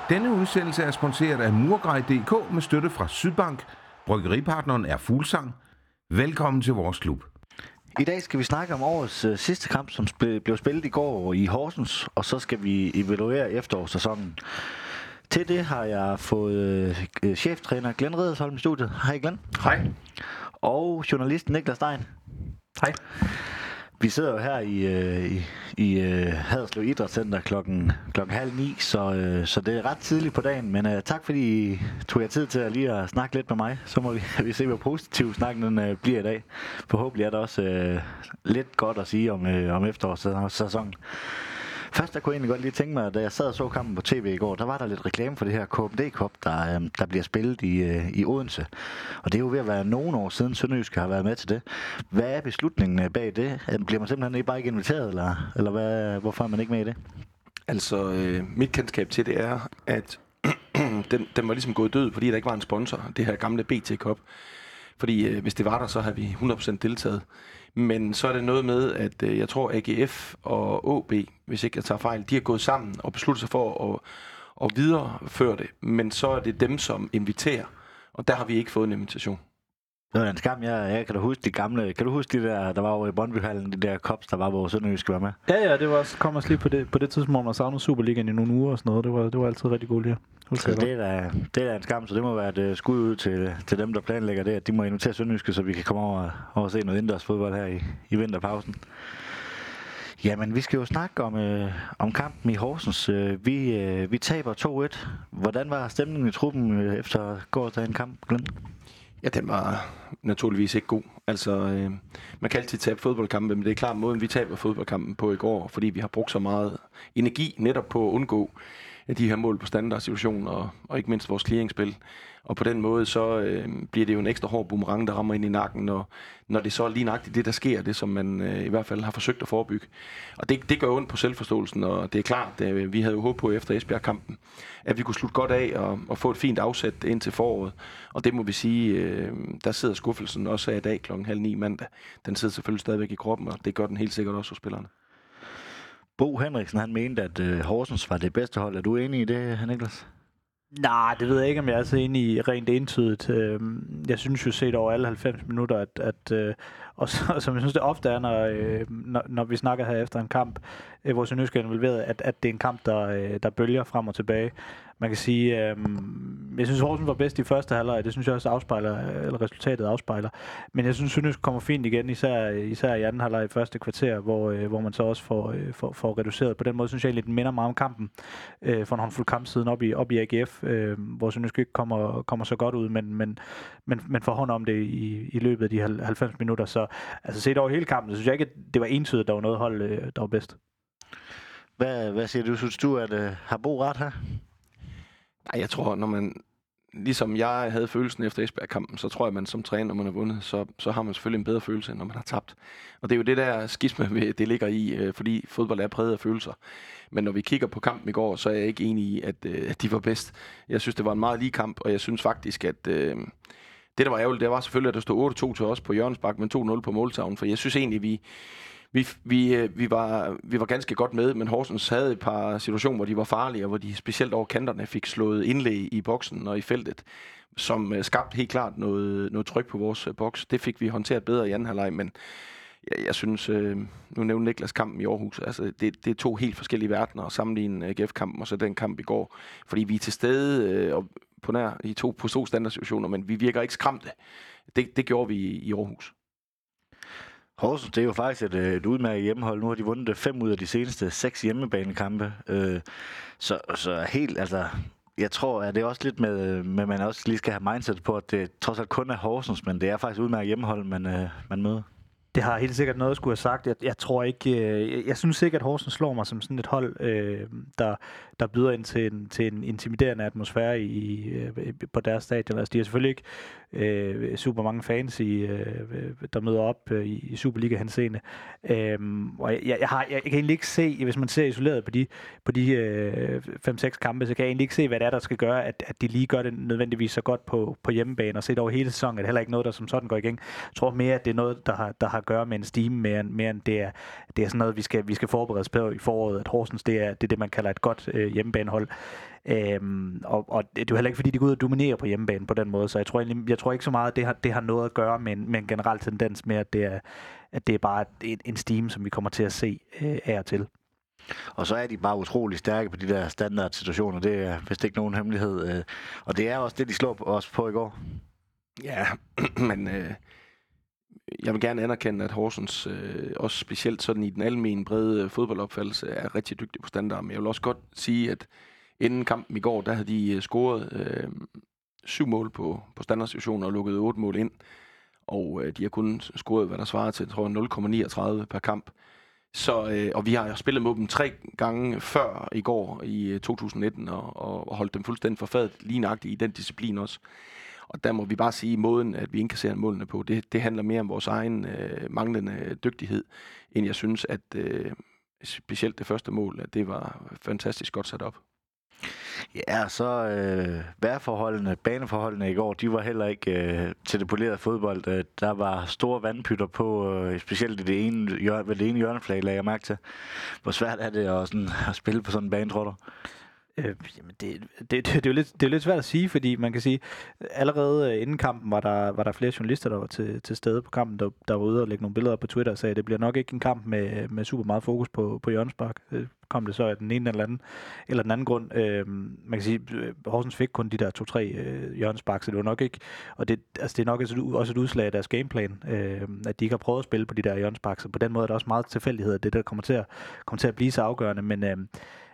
Denne udsendelse er sponsoreret af Murgrej.dk med støtte fra Sydbank. Bryggeripartneren er Fuglsang. Velkommen til vores klub. I dag skal vi snakke om årets sidste kamp, som blev spillet i går i Horsens, og så skal vi evaluere efterårssæsonen. Til det har jeg fået cheftræner Glenn Riddersholm i studiet. Hej Glenn. Hej. Og journalisten Niklas Stein. Hej. Vi sidder jo her i Haderslev Idrætscenter klokken 8:30, så det er ret tidligt på dagen, men tak fordi I tog jer tid til at lige at snakke lidt med mig. Så må vi se, hvor positiv snakken den bliver i dag. Forhåbentlig er der også lidt godt at sige om efterårssæsonen. Først, der kunne jeg egentlig godt lige tænke mig, da jeg sad og så kampen på tv i går, der var der lidt reklame for det her KMD Cup, der bliver spillet i Odense. Og det er jo ved at være nogle år siden Sønderjyske har været med til det. Hvad er beslutningen bag det? Bliver man simpelthen bare ikke inviteret, eller hvorfor er man ikke med i det? Altså, mit kendskab til det er, at den var ligesom gået død, fordi der ikke var en sponsor, det her gamle BT Cup. Fordi hvis det var der, så havde vi 100% deltaget. Men så er det noget med, at jeg tror AGF og AB, hvis ikke jeg tager fejl, de har gået sammen og besluttet sig for at videreføre det. Men så er det dem, som inviterer, og der har vi ikke fået en invitation. Det var en skam. Jeg kan da huske de gamle. Kan du huske de der var over i Brøndbyhallen, de der cups, der var, hvor Sønderjyske var med? Ja, det var også, kom også lige på det tidspunkt, man savnede Superligaen i nogle uger og sådan noget. Det var altid rigtig godt lige. Så det er da en skam, så det må være et skud ud til dem, der planlægger det, at de må invitere Sønderjyske, så vi kan komme over og se noget indendørs fodbold her i vinterpausen. Jamen, vi skal jo snakke om kampen i Horsens. Vi taber 2-1. Hvordan var stemningen i truppen efter gårsdagens kamp, Glenn? Ja, den var naturligvis ikke god. Altså, man kan altid tabe fodboldkampe, men det er klart måden, vi taber fodboldkampen på i går, fordi vi har brugt så meget energi netop på at undgå de her mål på standardsituationer, og ikke mindst vores clearingspil. Og på den måde, så bliver det jo en ekstra hård boomerang, der rammer ind i nakken, når det så er lige nøjagtigt det, der sker, det som man i hvert fald har forsøgt at forebygge. Og det gør ondt på selvforståelsen, og det er klart, at vi havde jo håbet på efter Esbjerg-kampen, at vi kunne slutte godt af og få et fint afsæt ind til foråret. Og det må vi sige, der sidder skuffelsen også af i dag kl. 8:30 mandag. Den sidder selvfølgelig stadigvæk i kroppen, og det gør den helt sikkert også hos spillerne. Bo Henriksen, han mente, at Horsens var det bedste hold. Er du enig i det, Niklas? Nej, det ved jeg ikke, om jeg er så enig i rent entydigt. Jeg synes jo set over alle 90 minutter, og som jeg synes, det ofte er, når vi snakker her efter en kamp, hvor Sønderjyske er involveret, at det er en kamp, der bølger frem og tilbage. Man kan sige, jeg synes, Horsens var bedst i første halvleg, det synes jeg også resultatet afspejler. Men jeg synes, Sønderjyske kommer fint igen, især i anden halvleg i første kvarter, hvor man så også får reduceret. På den måde synes jeg egentlig, den minder meget om kampen for en håndfuld kamp siden op i AGF, hvor Sønderjyske ikke kommer så godt ud, men får hånd om det i løbet af de 90 minutter. Så altså set over hele kampen, så synes jeg ikke, at det var entydigt, at der var noget hold, der var bedst. Hvad siger du? Synes du, at har Bo ret her? Nej, jeg tror, når man, ligesom jeg havde følelsen efter Esbjerg-kampen, så tror jeg, at man som træner, når man har vundet, så har man selvfølgelig en bedre følelse, end når man har tabt. Og det er jo det der skisme, det ligger i, fordi fodbold er præget af følelser. Men når vi kigger på kampen i går, så er jeg ikke enig i, at de var bedst. Jeg synes, det var en meget lige kamp, og jeg synes faktisk, at det, der var ærgerligt, det var selvfølgelig, at der stod 8-2 til os på Jørgensbak, men 2-0 på måltavlen. For jeg synes egentlig, vi var ganske godt med, men Horsens havde et par situationer, hvor de var farlige, og hvor de specielt over kanterne fik slået indlæg i boksen og i feltet, som skabte helt klart noget tryk på vores boks. Det fik vi håndteret bedre i anden halvleg, men jeg synes, nu nævnte Niklas kampen i Aarhus, altså det er to helt forskellige verdener at sammenligne AGF-kampen og så den kamp i går, fordi vi er til stede og på nær på to standardsituationer, men vi virker ikke skræmte. Det gjorde vi i Aarhus. Horsens, det er jo faktisk et udmærket hjemmehold. Nu har de vundet 5 ud af de seneste 6 hjemmebanekampe. Så helt, altså, jeg tror, at det er også lidt med man også lige skal have mindset på, at det trods alt kun er Horsens, men det er faktisk udmærket hjemmehold, man møder. Det har helt sikkert noget at skulle have sagt. Jeg tror ikke. Jeg synes ikke, at Horsens slår mig som sådan et hold, der byder ind til en intimiderende atmosfære på deres stadion. Altså, de har selvfølgelig ikke super mange fans, der møder op i Superliga henseende. Og jeg kan egentlig ikke se, hvis man ser isoleret på de 5-6 kampe, så kan jeg egentlig ikke se, hvad det er, der skal gøre, at de lige gør det nødvendigvis så godt på hjemmebane. Og set over hele sæsonen, er det heller ikke noget, der som sådan går igen. Jeg tror mere, at det er noget, der har at gøre med en stime mere end det er sådan noget, vi skal forberede på i foråret, at Horsens, det er det, man kalder et godt hjemmebanehold. Og det er jo heller ikke, fordi de går ud og dominerer på hjemmebane på den måde, så jeg tror ikke så meget, at det har noget at gøre med en generel tendens med, at det er bare en stime, som vi kommer til at se af og til. Og så er de bare utrolig stærke på de der standardsituationer. Det er vist ikke nogen hemmelighed. Og det er også det, de slår os på i går. Ja, men jeg vil gerne anerkende, at Horsens også specielt sådan i den almene brede fodboldopfattelse er rigtig dygtig på standard. Men jeg vil også godt sige, at inden kampen i går, der havde de scoret 7 mål på standardsituationer og lukket 8 mål ind. Og de har kun scoret, hvad der svarer til, tror jeg, 0,39 per kamp. Så, og vi har spillet mod dem 3 gange før i går i 2019 og holdt dem fuldstændig forfadet lige nøjagtigt i den disciplin også. Og der må vi bare sige, måden, at vi indkasserer målene på, det handler mere om vores egen manglende dygtighed, end jeg synes, at specielt det første mål, at det var fantastisk godt sat op. Ja, så vejrforholdene, baneforholdene i går, de var heller ikke til det polerede fodbold. Der var store vandpytter på, specielt i det ene hjørneflag, lagde jeg mærke til. Hvor svært er det at spille på sådan en bane, tror du? Jamen det er jo lidt svært at sige, fordi man kan sige, allerede inden kampen var der flere journalister, der var til stede på kampen, der var ude og lægge nogle billeder op på Twitter og sagde, at det bliver nok ikke en kamp med super meget fokus på hjørnespark. Kom det så af den ene eller den anden grund. Man kan sige, Horsens fik kun de der 2-3 hjørnespark, så det var nok ikke, og det er nok også et udslag af deres gameplan, at de ikke har prøvet at spille på de der hjørnespark, så på den måde er der også meget tilfældighed, at det der kommer til at blive så afgørende, men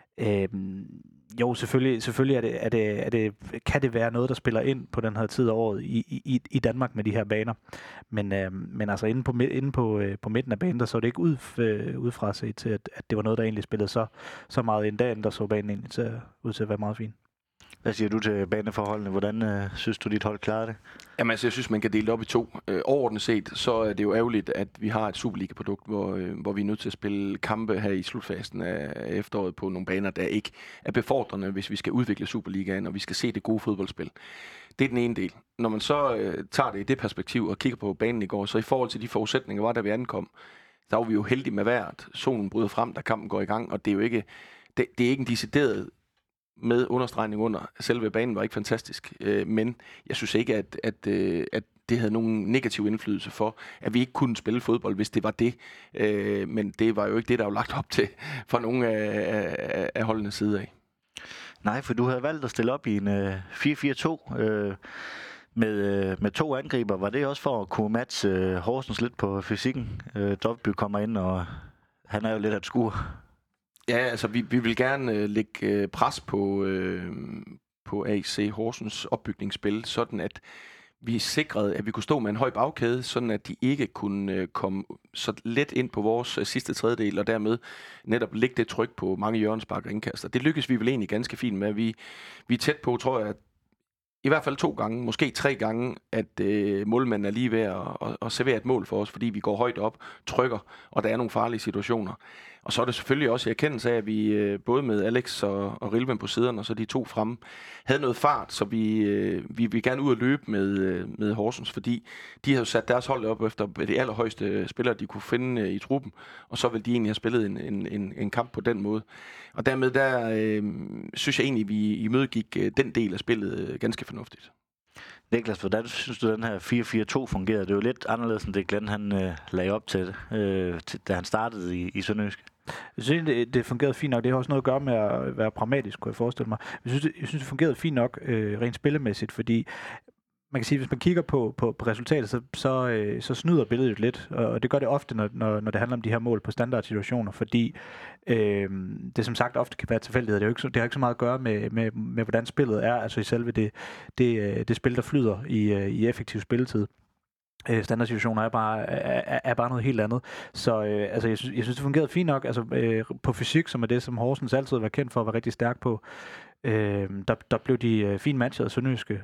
jo, selvfølgelig kan det være noget, der spiller ind på den her tid af året i Danmark med de her baner. Men altså inde på midten af banen, der så det ikke ud fra sig til, at det var noget, der egentlig spillede så meget ind derinde, der så banen egentlig ud til at være meget fin. Hvad siger du til baneforholdene? Hvordan synes du, dit hold klarede det? Jamen altså, jeg synes, man kan dele det op i 2. Overordnet set, så er det jo ærgerligt, at vi har et Superliga-produkt, hvor vi er nødt til at spille kampe her i slutfasen af efteråret på nogle baner, der ikke er befordrende, hvis vi skal udvikle Superligaen, og vi skal se det gode fodboldspil. Det er den ene del. Når man så tager det i det perspektiv og kigger på banen i går, så i forhold til de forudsætninger, var der vi ankom, der var vi jo heldige med vejret. Solen bryder frem, da kampen går i gang, og det er jo ikke, det er ikke en decideret med understregning under. Selve banen var ikke fantastisk, men jeg synes ikke, at det havde nogen negativ indflydelse for, at vi ikke kunne spille fodbold, hvis det var det. Men det var jo ikke det, der var lagt op til fra nogle af holdenes side af. Nej, for du havde valgt at stille op i en 4-4-2 med 2 angriber. Var det også for at kunne matche Horsens lidt på fysikken? Dobbeltby kommer ind, og han er jo lidt af et skur. Ja, altså vi vil gerne lægge pres på AC Horsens opbygningsspil, sådan at vi sikrede, at vi kunne stå med en høj bagkæde, sådan at de ikke kunne komme så let ind på vores sidste tredjedel, og dermed netop lægge det tryk på mange hjørnespark og indkaster. Det lykkedes vi vel egentlig ganske fint med. Vi er tæt på, tror jeg, i hvert fald 2 gange, måske 3 gange, at målmanden er lige ved at servere et mål for os, fordi vi går højt op, trykker, og der er nogle farlige situationer. Og så er det selvfølgelig også i erkendelse af, at vi både med Alex og Rilven på siderne, og så de 2 fremme, havde noget fart, så vi vil gerne ud og løbe med Horsens, fordi de har jo sat deres hold op efter de allerhøjeste spillere, de kunne finde i truppen, og så vil de egentlig have spillet en kamp på den måde. Og dermed synes jeg egentlig, vi imødegik den del af spillet ganske fornuftigt. Niklas, hvordan synes du, den her 4-4-2 fungerede? Det er jo lidt anderledes, end det Glenn han lagde op til, da han startede i Sønderjysk. Jeg synes, det fungerede fint nok. Det har også noget at gøre med at være pragmatisk, kunne jeg forestille mig. Jeg synes, det fungerede fint nok rent spillemæssigt, fordi man kan sige, hvis man kigger på resultatet, så snyder billedet lidt, og det gør det ofte, når det handler om de her mål på standardsituationer, fordi det som sagt ofte kan være tilfældighed. Det har ikke så meget at gøre med hvordan spillet er, altså i selve det spil, der flyder i effektiv spilletid. Standardsituationer er bare noget helt andet. Så altså, jeg synes, det fungerede fint nok. Altså, på fysik, som er det, som Horsens altid var kendt for at være rigtig stærk på, der blev de fint matchet af Sønderjyske.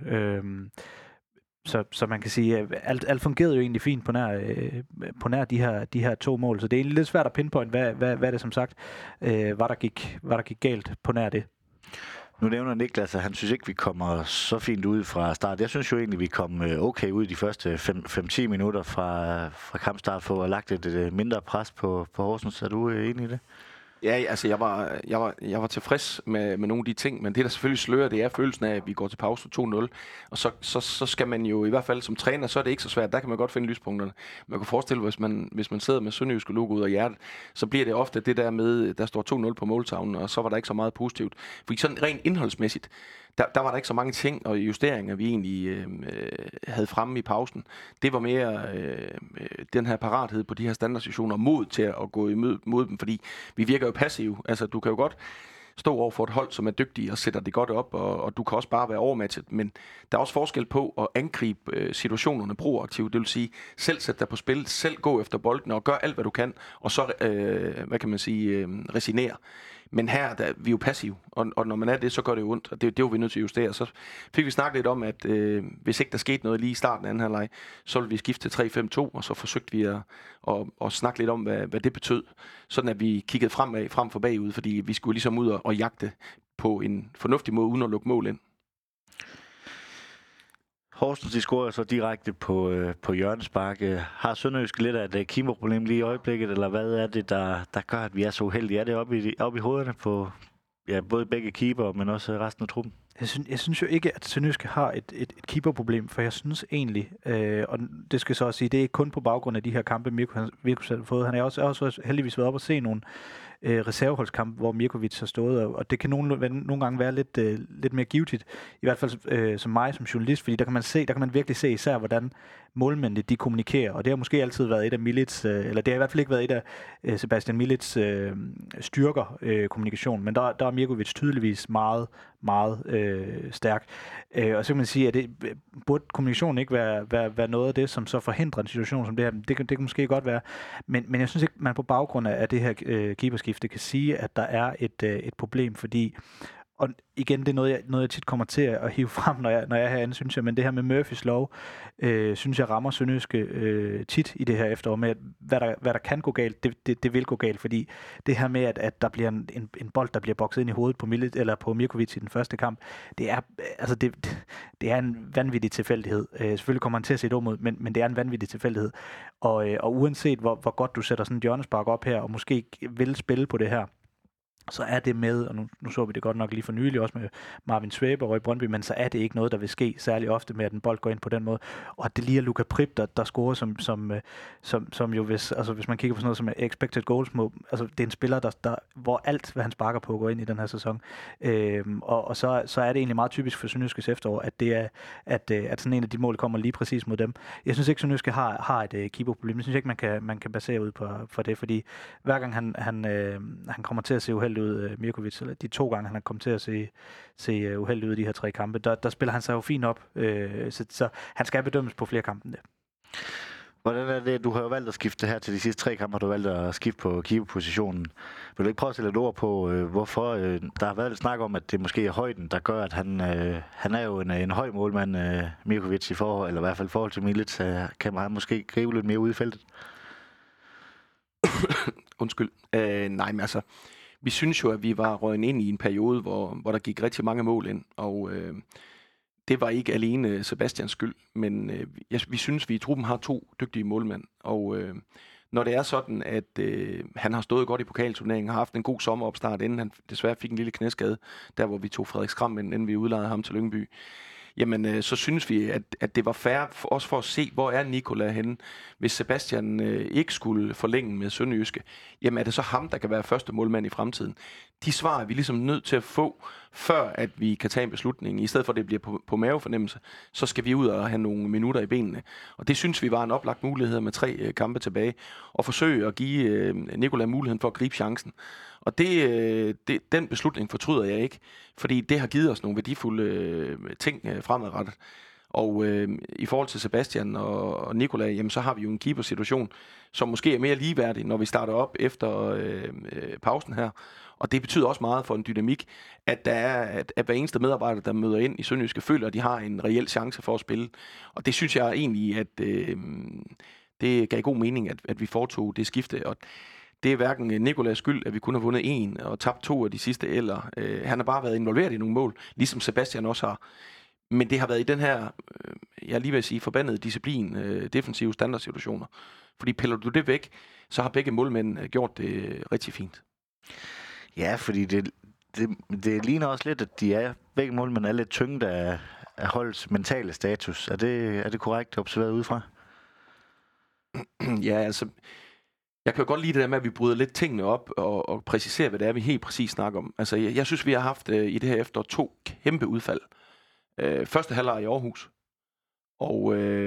Så man kan sige, at alt fungerede jo egentlig fint på nær de her 2 mål. Så det er egentlig lidt svært at pinpoint, hvad det som sagt var der gik galt på nær det. Nu nævner Niklas, at han synes ikke, vi kommer så fint ud fra start. Jeg synes jo egentlig, vi kom okay ud de første 5-10 minutter fra kampstart for at lagt et mindre pres på Horsens. Er du enig i det? Ja, altså jeg var tilfreds med nogle af de ting, men det der selvfølgelig slører, det er følelsen af, at vi går til pause 2-0, og så skal man jo i hvert fald som træner, så er det ikke så svært, der kan man godt finde lyspunkterne. Man kan forestille, hvis man sidder med Sønderjyske logo ud af hjertet, så bliver det ofte det der med, der står 2-0 på måltavlen, og så var der ikke så meget positivt. Fordi sådan rent indholdsmæssigt, der var der ikke så mange ting og justeringer, vi egentlig havde fremme i pausen. Det var mere den her parathed på de her standardsituationer, mod til at gå imod dem, fordi vi virker jo passive. Altså, du kan jo godt stå over for et hold, som er dygtige og sætter det godt op, og du kan også bare være overmatchet, men der er også forskel på at angribe situationerne proaktivt, det vil sige selv sætte dig på spil, selv gå efter bolden og gøre alt, hvad du kan, og så, resignere. Men her der, vi er jo passive, og når man er det, så gør det jo ondt, og det er jo vi nødt til at justere. Så fik vi snakket lidt om, at hvis ikke der skete noget lige i starten af anden halvleg, så ville vi skifte til 3-5-2, og så forsøgte vi at snakke lidt om, hvad det betød, sådan at vi kiggede frem for bagud, fordi vi skulle ligesom ud og jagte på en fornuftig måde, uden at lukke mål ind. Horsens, de scorer så direkte på hjørnespark. Har Sønderjyske lidt af et keeperproblem lige i øjeblikket, eller hvad er det, der gør, at vi er så uheldige? Er det oppe i hovederne på både begge keeper, men også resten af truppen? Jeg synes jo ikke, at Sønderjyske har et keeperproblem, for jeg synes egentlig, og det skal så også sige, det er ikke kun på baggrund af de her kampe, Mirkovic har fået. Han har også heldigvis været op og se nogle reserveholdskampe, hvor Mirkovic har stået, og det kan nogle gange være lidt mere givetigt, i hvert fald som mig som journalist, fordi der kan man virkelig se især, hvordan målmændene de kommunikerer, og det har måske altid været et af Milits, eller det har i hvert fald ikke været et af Sebastian Milits styrker, kommunikation, men der er Mirkovic tydeligvis meget stærk. Og så kan man sige, at burde kommunikationen ikke være noget af det, som så forhindrer en situation som det her. Det kan måske godt være, men jeg synes ikke, man på baggrund af det her keeperskifte kan sige, at der er et problem, fordi og igen, det er noget, jeg tit kommer til at hive frem, når jeg er herinde, synes jeg. Men det her med Murphys lov, synes jeg rammer Sønderjyske tit i det her efterår med, at hvad der kan gå galt, det vil gå galt. Fordi det her med, at der bliver en bold, der bliver bokset ind i hovedet på Mirkovic i den første kamp, det er en vanvittig tilfældighed. Selvfølgelig kommer han til at se dum ud, men det er en vanvittig tilfældighed. Og uanset hvor godt du sætter sådan en hjørnespark op her, og måske vil spille på det her, så er det med, og nu så vi det godt nok lige for nylig, også med Marvin Svæber og i Brøndby, men så er det ikke noget, der vil ske særlig ofte med, at en bold går ind på den måde. Og at det lige er Luka Prip, der scorer, som jo, hvis man kigger på sådan noget som expected goals, altså det er en spiller, hvor alt, hvad han sparker på, går ind i den her sæson. Og så er det egentlig meget typisk for Sønderjyskes efterår, at det er, at sådan en af de mål kommer lige præcis mod dem. Jeg synes ikke, Sønderjyske har et keeperproblem. Jeg synes ikke, man kan basere ud på det, fordi hver gang han kommer til at se uheldig ud, Mirkovic, eller de 2 gange, han har kommet til at se uheldig ud i de her 3 kampe, der spiller han sig jo fint op, så han skal bedømmes på flere kampe end det. Hvordan er det? Du har jo valgt at skifte her til de sidste 3 kampe, du har valgt at skifte på keeperpositionen. Vil du ikke prøve at sætte lidt ord på, hvorfor? Der har været lidt snak om, at det måske er højden, der gør, at han er jo en høj målmand, Mirkovic, i forhold, eller i hvert fald i forhold til Milic. Kan man måske gribe lidt mere ud i feltet? Undskyld. Nej, men altså, vi synes jo, at vi var røget ind i en periode, hvor der gik rigtig mange mål ind, og det var ikke alene Sebastians skyld, men vi synes, vi i truppen har 2 dygtige målmænd, og når det er sådan, at han har stået godt i pokalturneringen, har haft en god sommeropstart, inden han desværre fik en lille knæskade, der hvor vi tog Frederik Skram, inden vi udlejede ham til Lyngby, jamen så synes vi, at det var fair også for at se, hvor er Nicola henne. Hvis Sebastian ikke skulle forlænge med Sønderjyske, jamen er det så ham, der kan være første målmand i fremtiden? De svar er vi ligesom nødt til at få, før at vi kan tage en beslutning. I stedet for at det bliver på mavefornemmelse, så skal vi ud og have nogle minutter i benene. Og det synes vi var en oplagt mulighed med 3 kampe tilbage, og forsøge at give Nicola muligheden for at gribe chancen. Og den beslutning fortryder jeg ikke, fordi det har givet os nogle værdifulde ting fremadrettet. Og i forhold til Sebastian og Nicola, jamen, så har vi jo en keeper-situation, som måske er mere ligeværdig, når vi starter op efter pausen her. Og det betyder også meget for en dynamik, at hver eneste medarbejder, der møder ind i Sønderjyske, føler, at de har en reel chance for at spille. Og det synes jeg egentlig, at det gav god mening, at vi foretog det skifte. Og det er hverken Nicolás skyld, at vi kun har vundet 1 og tabt 2 af de sidste, eller han har bare været involveret i nogle mål, ligesom Sebastian også har. Men det har været i den her, jeg lige vil sige, forbandede disciplin, defensive standardsituationer. Fordi piller du det væk, så har begge målmænd gjort det rigtig fint. Ja, fordi det ligner også lidt, at begge målmænd er lidt tynget af holdets mentale status. Er det korrekt observeret udefra? Ja, altså, jeg kan jo godt lide det der med, at vi bryder lidt tingene op og præciserer, hvad det er, vi helt præcis snakker om. Altså, jeg synes, vi har haft i det her efterår 2 kæmpe udfald. Første halvleg i Aarhus, og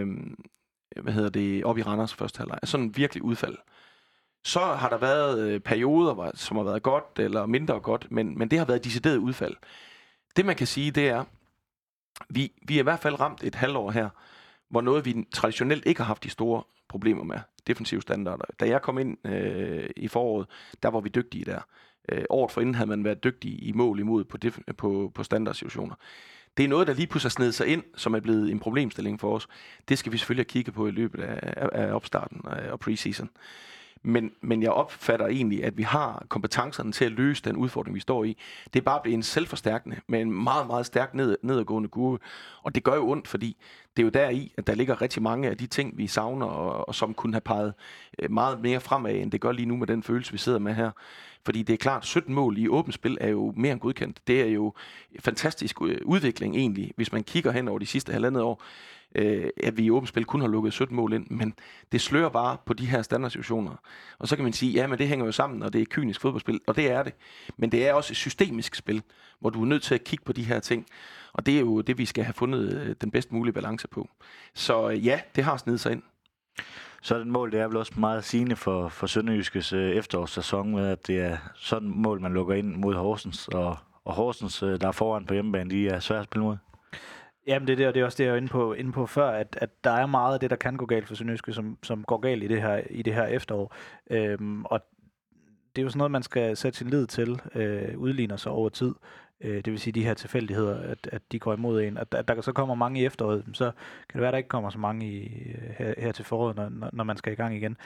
op i Randers første halvleg. Sådan en virkelig udfald. Så har der været perioder, som har været godt eller mindre godt, men det har været decideret udfald. Det man kan sige, det er, vi er i hvert fald ramt et halvår her, hvor noget vi traditionelt ikke har haft de store problemer med, defensive standarder. Da jeg kom ind i foråret, der var vi dygtige der. Året forinden havde man været dygtige i mål imod på standardsituationer. Det er noget, der lige pludselig har snedet sig ind, som er blevet en problemstilling for os. Det skal vi selvfølgelig kigge på i løbet af opstarten og preseason. Men jeg opfatter egentlig, at vi har kompetencerne til at løse den udfordring, vi står i. Det er bare blevet en selvforstærkende, med en meget, meget stærk nedadgående kurve. Og det gør jo ondt, fordi det er jo deri, at der ligger rigtig mange af de ting, vi savner, og som kunne have peget meget mere fremad, end det gør lige nu med den følelse, vi sidder med her. Fordi det er klart, 17 mål i åbent spil er jo mere end godkendt. Det er jo fantastisk udvikling egentlig, hvis man kigger hen over de sidste halvandet år, at vi i åbent spil kun har lukket 17 mål ind, men det slører bare på de her standardsituationer. Og så kan man sige, ja, men det hænger jo sammen, og det er kynisk fodboldspil, og det er det. Men det er også et systemisk spil, hvor du er nødt til at kigge på de her ting, og det er jo det, vi skal have fundet den bedst mulige balance på. Så ja, det har snedet sig ind. Så den mål, det er vel også meget sigende for Sønderjyskes efterårssæson, med at det er sådan mål, man lukker ind mod Horsens, og Horsens, der er foran på hjemmebane, de er svært at spille mod. Jamen det er også det, jeg var inde på før, at der er meget af det, der kan gå galt for Sønderjyske, som går galt i det her efterår. Og det er jo sådan noget, man skal sætte sin lid til, udligner sig over tid. Det vil sige de her tilfældigheder, at de går imod en. At der så kommer mange i efteråret, så kan det være, at der ikke kommer så mange her til foråret, når man skal i gang igen.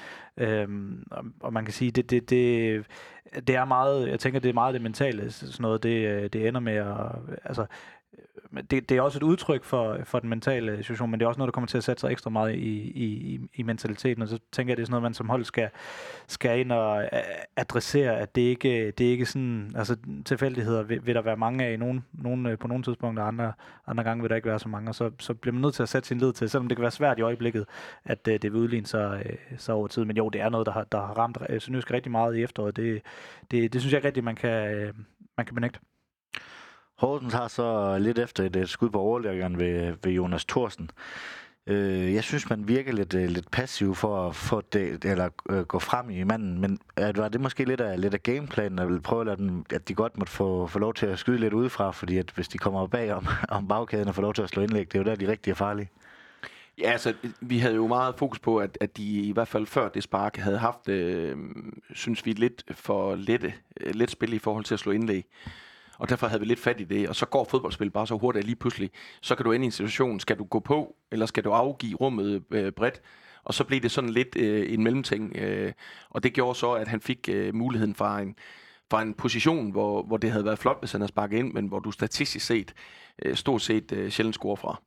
Og man kan sige, det er meget, jeg tænker, det er meget det mentale, sådan noget, det ender med at, altså, det er også et udtryk for den mentale situation, men det er også noget, der kommer til at sætte sig ekstra meget i mentaliteten, og så tænker jeg, det er sådan noget, man som hold skal ind og adressere, at det ikke sådan, altså tilfældigheder vil der være mange af nogen på nogle tidspunkter, andre gange vil der ikke være så mange, og så bliver man nødt til at sætte sin lid til, selvom det kan være svært i øjeblikket, at det vil udligne sig over tid, men jo, det er noget, der har ramt Sønderjysk rigtig meget i efteråret, det synes jeg ikke rigtigt, man kan benægte. Horsens har så lidt efter et skud på overlæggeren ved Jonas Thorsen. Jeg synes, man virker lidt passiv for at få det, eller gå frem i manden, men var det måske lidt af gameplanen, at ville prøve at de godt måtte få lov til at skyde lidt udefra, fordi at hvis de kommer bag om bagkæden og får lov til at slå indlæg, det er jo der, de rigtig er farlige. Ja, altså, vi havde jo meget fokus på, at de i hvert fald før det spark havde haft, synes vi, lidt for let spil i forhold til at slå indlæg. Og derfor havde vi lidt fat i det, og så går fodboldspil bare så hurtigt lige pludselig. Så kan du ende i en situation, skal du gå på, eller skal du afgive rummet bredt? Og så blev det sådan lidt en mellemting. Og det gjorde så, at han fik muligheden fra en position, hvor det havde været flot, hvis han havde sparket ind, men hvor du statistisk set stort set sjældent scorer fra.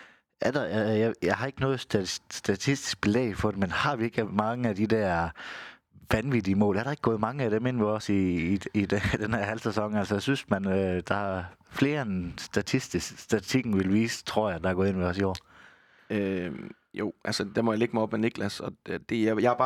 Jeg har ikke noget statistisk belæg for det, men har vi ikke mange af de der vanvittige mål? Er der ikke gået mange af dem ind også i den her halvsæson? Altså, jeg synes, der er flere end statistikken vil vise, tror jeg, der er gået ind ved os i år. Jo, altså, der må jeg lægge mig op med Niklas, og det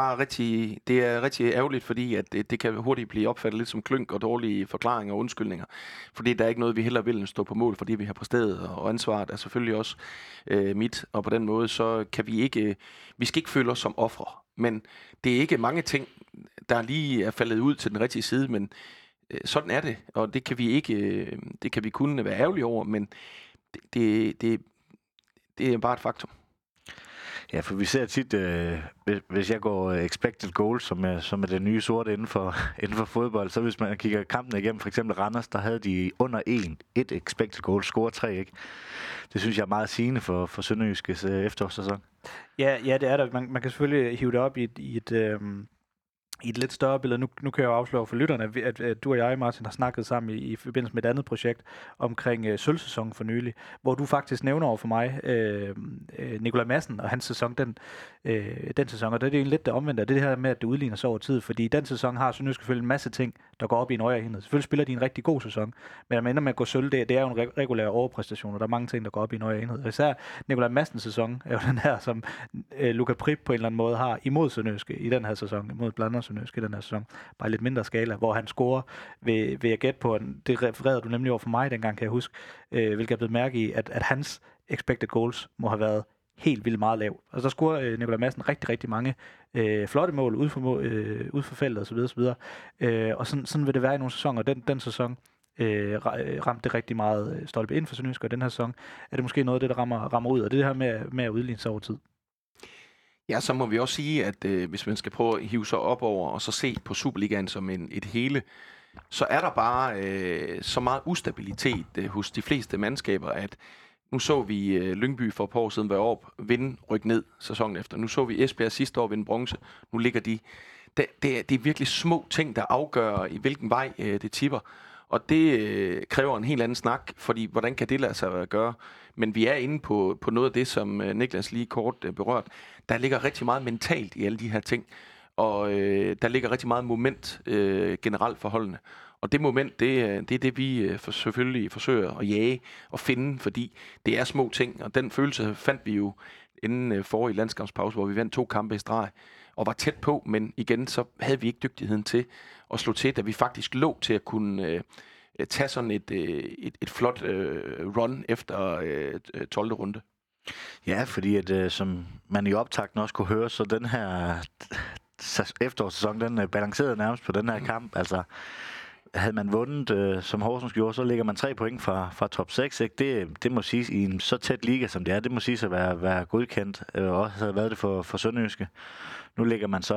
er rigtig ærgerligt, fordi at det kan hurtigt blive opfattet lidt som klynk og dårlige forklaringer og undskyldninger, fordi der er ikke noget, vi heller vil stå på mål, fordi vi har præsteret, og ansvaret er selvfølgelig også mit, og på den måde, så kan vi skal ikke føle os som ofre, men det er ikke mange ting, der lige er faldet ud til den rigtige side, men sådan er det, og det kan vi kun være ærgerlige over, men det er bare et faktum. Ja, for vi ser tit, hvis jeg går expected goals, som er det nye sorte inden for fodbold, så hvis man kigger kampen igennem, for eksempel Randers, der havde de under et expected goals, score 3, ikke? Det synes jeg er meget sigende for Sønderjyskes efterårssæson. Ja, det er der. Man kan selvfølgelig hive det op i i et lidt større billede, nu kan jeg jo afsløre for lytterne, at du og jeg, Martin, har snakket sammen i forbindelse med et andet projekt omkring sølvsæsonen for nylig, hvor du faktisk nævner over for mig Nikolaj Madsen og hans sæson, den sæson, og det er egentlig lidt det omvendte, det her med, at det udligner sig over tid, fordi den sæson har Sønderjyske selvfølgelig en masse ting, der går op i en højere enhed. Selvfølgelig spiller de en rigtig god sæson, men man ender med at gå sølv, det er jo en regulær overpræstation, og der er mange ting, der går op i en højere enhed. Og især Nikolaj Madsens sæson er jo den her, som Luka Prip på en eller anden måde har imod Sønderjyske i den her sæson, imod blandt Sønderjyske i den her sæson, bare lidt mindre skala, hvor han scorer ved at gætte på, det refererede du nemlig over for mig dengang, kan jeg huske, hvilket jeg blev mærke i, at hans expected goals må have været helt vildt meget lav. Altså der scorer Nikolaj Madsen rigtig, rigtig mange flotte mål ud for feltet osv. Og sådan vil det være i nogle sæsoner. Den sæson ramte det rigtig meget stolpe ind for Sønderjyske, og den her sæson er det måske noget af det, der rammer ud, og det her med at udligne sig over tid. Ja, så må vi også sige, at hvis man skal prøve at hive sig op over og så se på Superligaen som et hele, så er der bare så meget ustabilitet hos de fleste mandskaber, at nu så vi Lyngby for et par år siden være op, vinde, rykke ned sæsonen efter. Nu så vi Esbjerg sidste år vinde bronze. Nu ligger de. Det er virkelig små ting, der afgør, i hvilken vej det tipper. Og det kræver en helt anden snak, fordi hvordan kan det lade sig gøre? Men vi er inde på noget af det, som Niklas lige kort berørt. Der ligger rigtig meget mentalt i alle de her ting. Og der ligger rigtig meget moment generelt for holdene. Og det moment, det er det, vi selvfølgelig forsøger at jage og finde, fordi det er små ting. Og den følelse fandt vi jo inden forrige landskampspause, hvor vi vandt 2 kampe i streg og var tæt på, men igen, så havde vi ikke dygtigheden til at slå til, da vi faktisk lå til at kunne tage sådan et flot run efter 12. runde. Ja, fordi at, som man i optakten også kunne høre, så den her efterårssæson, den balancerede nærmest på den her kamp. Altså, havde man vundet, som Horsens gjorde, så ligger man 3 point fra top 6. Ikke? Det må siges i en så tæt liga, som det er. Det må siges at være godkendt, og også havde været det for Sønderjyske. Nu ligger man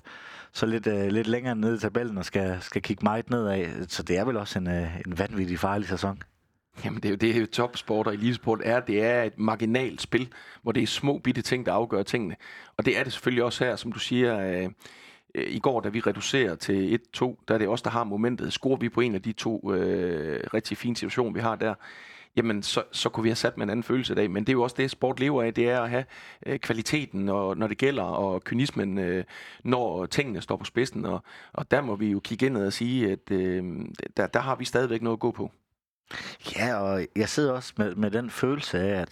så lidt længere nede i tabellen og skal kigge meget nedad. Så det er vel også en vanvittig farlig sæson. Jamen det er jo topsport og elitesport det er et marginalt spil, hvor det er små bitte ting, der afgør tingene. Og det er det selvfølgelig også her, som du siger, i går, da vi reducerer til 1-2, der er det også der har momentet. Scorer vi på en af de 2 rigtig fine situationer, vi har der, jamen så kunne vi have sat med en anden følelse i dag. Men det er jo også det, sport lever af, det er at have kvaliteten, og når det gælder, og kynismen, når tingene står på spidsen. Og der må vi jo kigge ind og sige, at der har vi stadigvæk noget at gå på. Ja, og jeg sidder også med den følelse af,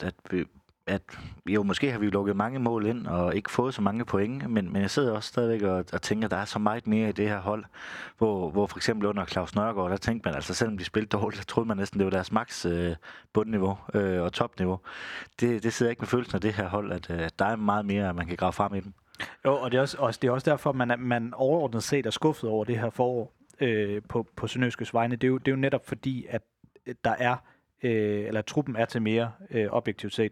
at jo, måske har vi lukket mange mål ind og ikke fået så mange point, men jeg sidder også stadigvæk og tænker, at der er så meget mere i det her hold, hvor for eksempel under Claus Nørgaard, der tænkte man, altså selvom de spillede dårligt, så troede man næsten, det var deres max bundniveau og topniveau. Det sidder ikke med følelsen af det her hold, at der er meget mere, man kan grave frem i dem. Jo, og det er også derfor, man overordnet set er skuffet over det her forår på Sønderjyskes vegne. Det er jo netop fordi, at der er eller truppen er til mere objektivt set.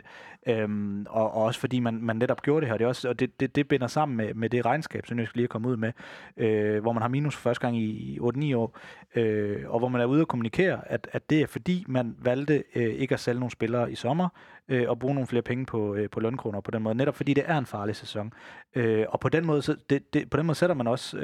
Og også fordi man netop gjorde det her. Det er også, og det binder sammen med det regnskab, som jeg lige er kommet ud med, hvor man har minus for første gang i 8-9 år, og hvor man er ude at kommunikere, at det er fordi, man valgte ikke at sælge nogle spillere i sommer, og bruge nogle flere penge på lønkroner på den måde, netop fordi det er en farlig sæson. Og på den måde sætter man også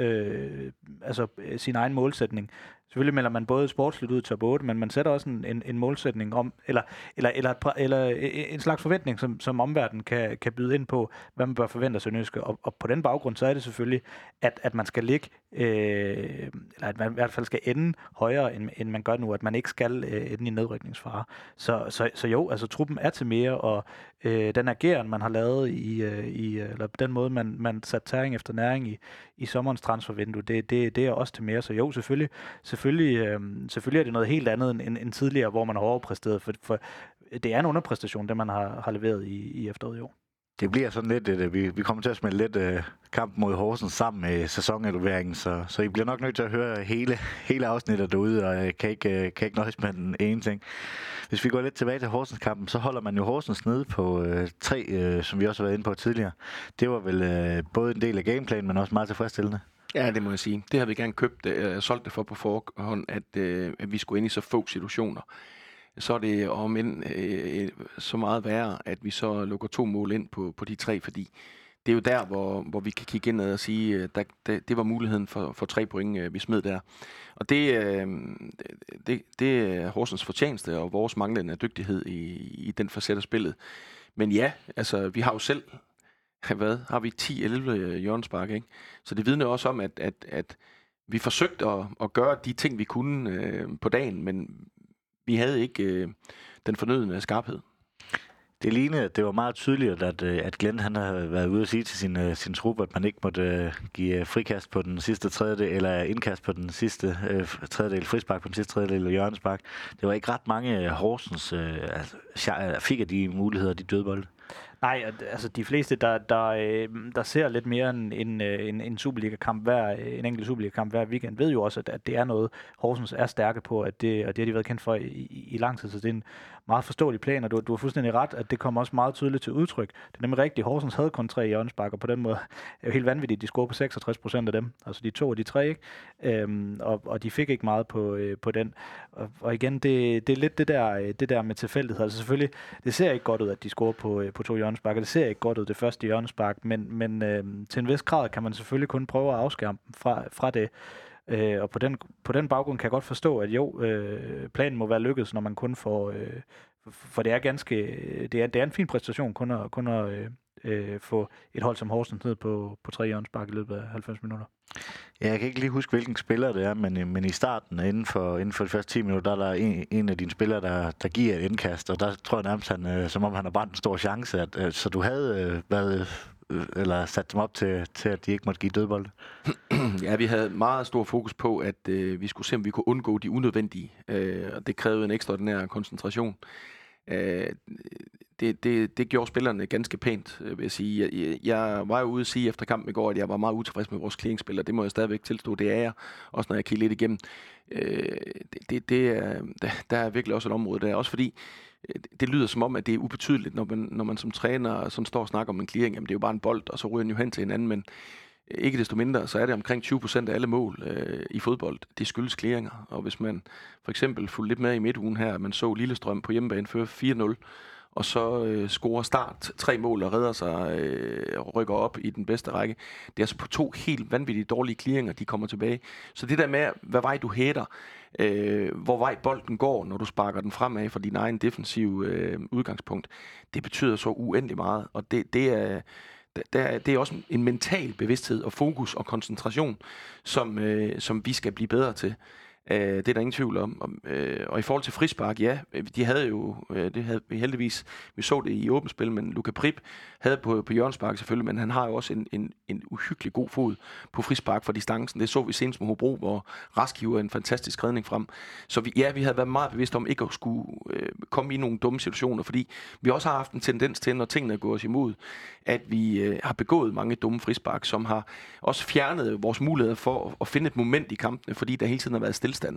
sin egen målsætning. Selvfølgelig melder man både sportsligt ud til 8, men man sætter også en målsætning om, eller en slags forventning, som omverdenen kan byde ind på, hvad man bør forvente af Sønderjyske. Og på den baggrund, så er det selvfølgelig, at man skal ligge, eller at man i hvert fald skal ende højere, end man gør nu, at man ikke skal ende i nedrykningsfare. Så jo, altså truppen er til mere, og den ageren, man har lavet eller den måde, man satte tæring efter næring i sommerens transfervindue, det er også til mere. Så jo, selvfølgelig er det noget helt andet end tidligere, hvor man har overpræsteret, for det er en underpræstation, det man har leveret i efteråret i år. Det bliver sådan lidt, vi kommer til at smide lidt kamp mod Horsens sammen med sæsonevalueringen, så I bliver nok nødt til at høre hele afsnittet derude, og kan ikke nøjes med den ene ting. Hvis vi går lidt tilbage til Horsens-kampen, så holder man jo Horsens nede på 3, som vi også har været inde på tidligere. Det var vel både en del af gameplanen, men også meget tilfredsstillende. Ja, det må jeg sige. Det har vi gerne købt, solgt det for på forhånd, at vi skulle ind i så få situationer. Så er det så meget værre, at vi så lukker 2 mål ind på de 3, fordi det er jo der, hvor vi kan kigge ind og sige, det var muligheden for 3 point, vi smed der. Og det er Horsens fortjeneste og vores manglende dygtighed i den facet af spillet. Men ja, altså vi har jo selv, har vi 10-11 hjørnespark, ikke? Så det vidner også om, at vi forsøgte at gøre de ting, vi kunne på dagen, men vi havde ikke den fornødne skarphed. Det lignede, det var meget tydeligt, at Glenn han havde været ude at sige til sin trup, at man ikke måtte give frikast på den sidste tredjedel, eller indkast på den sidste tredjedel, frispark på den sidste tredjedel og hjørnespark. Det var ikke ret mange Horsens fik af de muligheder, de dødbolde. Nej, altså de fleste, der ser lidt mere en Superliga-kamp en enkelt Superliga-kamp hver weekend, ved jo også, at det er noget, Horsens er stærke på, og det har de været kendt for i lang tid, så det er en meget forståelig plan, og du har fuldstændig ret, at det kommer også meget tydeligt til udtryk. Det er nemlig rigtigt, Horsens havde kun 3 hjørnespark, og på den måde er jo helt vanvittigt, de scorer på 66% af dem, altså de 2 og de 3, ikke? Og de fik ikke meget på den. Og igen, det er lidt det der med tilfældighed. Altså selvfølgelig, det ser ikke godt ud, at de scorer på 2 hjørnespark, og det ser ikke godt ud, det første hjørnespark, men til en vis grad kan man selvfølgelig kun prøve at afskærme fra det. Og på den baggrund kan jeg godt forstå, at planen må være lykkedes, når man kun får... for det er en fin præstation kun at få et hold som Horsens ned på 3 hjørnespark i løbet af 90 minutter. Ja, jeg kan ikke lige huske, hvilken spiller det er, men i starten, inden for de første 10 minutter, der er der en af dine spillere, der giver et indkast, og der tror jeg nærmest, som om han har brændt en stor chance, så du havde eller sat dem op til, at de ikke måtte give dødbolde? Ja, vi havde meget stor fokus på, at vi skulle se, om vi kunne undgå de unødvendige, og det krævede en ekstraordinær koncentration. Det gjorde spillerne ganske pænt, vil jeg sige. Jeg var jo ude at sige efter kampen i går, at jeg var meget utilfreds med vores clearingsspillere. Det må jeg stadigvæk tilstå, det er jeg, også når jeg kigger lidt igennem. Der er virkelig også et område der, også fordi det lyder som om, at det er ubetydeligt, når man som træner som står og snakker om en clearing, jamen det er jo bare en bold, og så ryger den jo hen til hinanden, men ikke desto mindre, så er det omkring 20% af alle mål i fodbold. Det skyldes clearinger, og hvis man for eksempel fulgte lidt med i midtugen her, man så Lillestrøm på hjemmebane før 4-0, og så scorer Start 3 mål og redder sig og rykker op i den bedste række. Det er altså på 2 helt vanvittigt dårlige clearinger, de kommer tilbage. Så det der med, hvad vej du hætter, hvor vej bolden går, når du sparker den fremad fra din egen defensive udgangspunkt, det betyder så uendelig meget, og det er også en mental bevidsthed og fokus og koncentration, som vi skal blive bedre til. Det er der ingen tvivl om. Og i forhold til frispark, ja, de havde jo, det havde vi heldigvis, vi så det i åbent spil, men Luka Prip havde på hjørnespark selvfølgelig, men han har jo også en uhyggelig god fod på frispark for distancen. Det så vi senest med Hobro, hvor Rask hiver en fantastisk redning frem. Så vi havde været meget bevidste om ikke at skulle komme i nogle dumme situationer, fordi vi også har haft en tendens til, når tingene går os imod, at vi har begået mange dumme frispark, som har også fjernet vores mulighed for at finde et moment i kampene, fordi der hele tiden har været stillstand.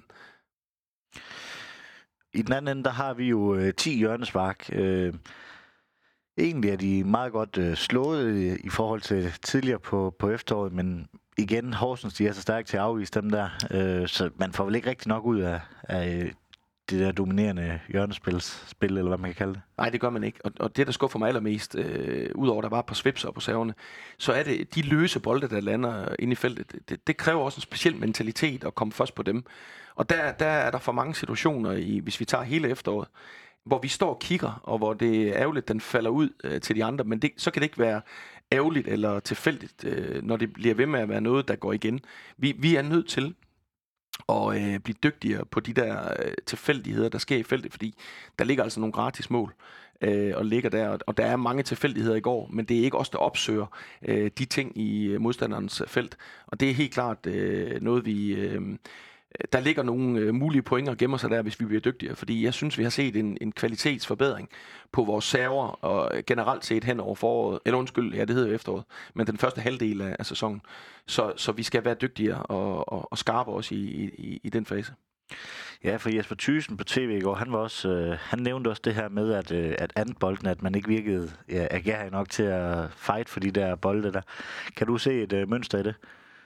I den anden ende, der har vi jo 10 hjørnespark. Egentlig er de meget godt slået i forhold til tidligere på efteråret, men igen, Horsens, de er så stærke til at afvise dem der, så man får vel ikke rigtig nok ud af det der dominerende hjørnespil, eller hvad man kan kalde det. Nej, det gør man ikke. Og det, der skuffer mig allermest, udover der var et par svipser på serverne, så er det de løse bolde, der lander inde i feltet. Det kræver også en speciel mentalitet at komme først på dem. Og der er der for mange situationer, hvis vi tager hele efteråret, hvor vi står og kigger, og hvor det er ærgerligt, den falder ud til de andre, men så kan det ikke være ærgerligt eller tilfældigt, når det bliver ved med at være noget, der går igen. Vi er nødt til og blive dygtigere på de der tilfældigheder, der sker i feltet, fordi der ligger altså nogle gratis mål og ligger der, og der er mange tilfældigheder i går, men det er ikke os, der opsøger de ting i modstanderens felt, og det er helt klart noget, der ligger nogle mulige pointer og gemmer sig der, hvis vi bliver dygtigere, fordi jeg synes, vi har set en kvalitetsforbedring på vores server, og generelt set hen over foråret, eller undskyld, ja, det hedder jo efteråret, men den første halvdel af sæsonen. Så vi skal være dygtigere og skarpe også i den fase. Ja, for Jesper Thyssen på tv i går, han nævnte også det her med, at andbolden, at man ikke virkede agerig nok til at fight for de der bolde der. Kan du se et mønster i det?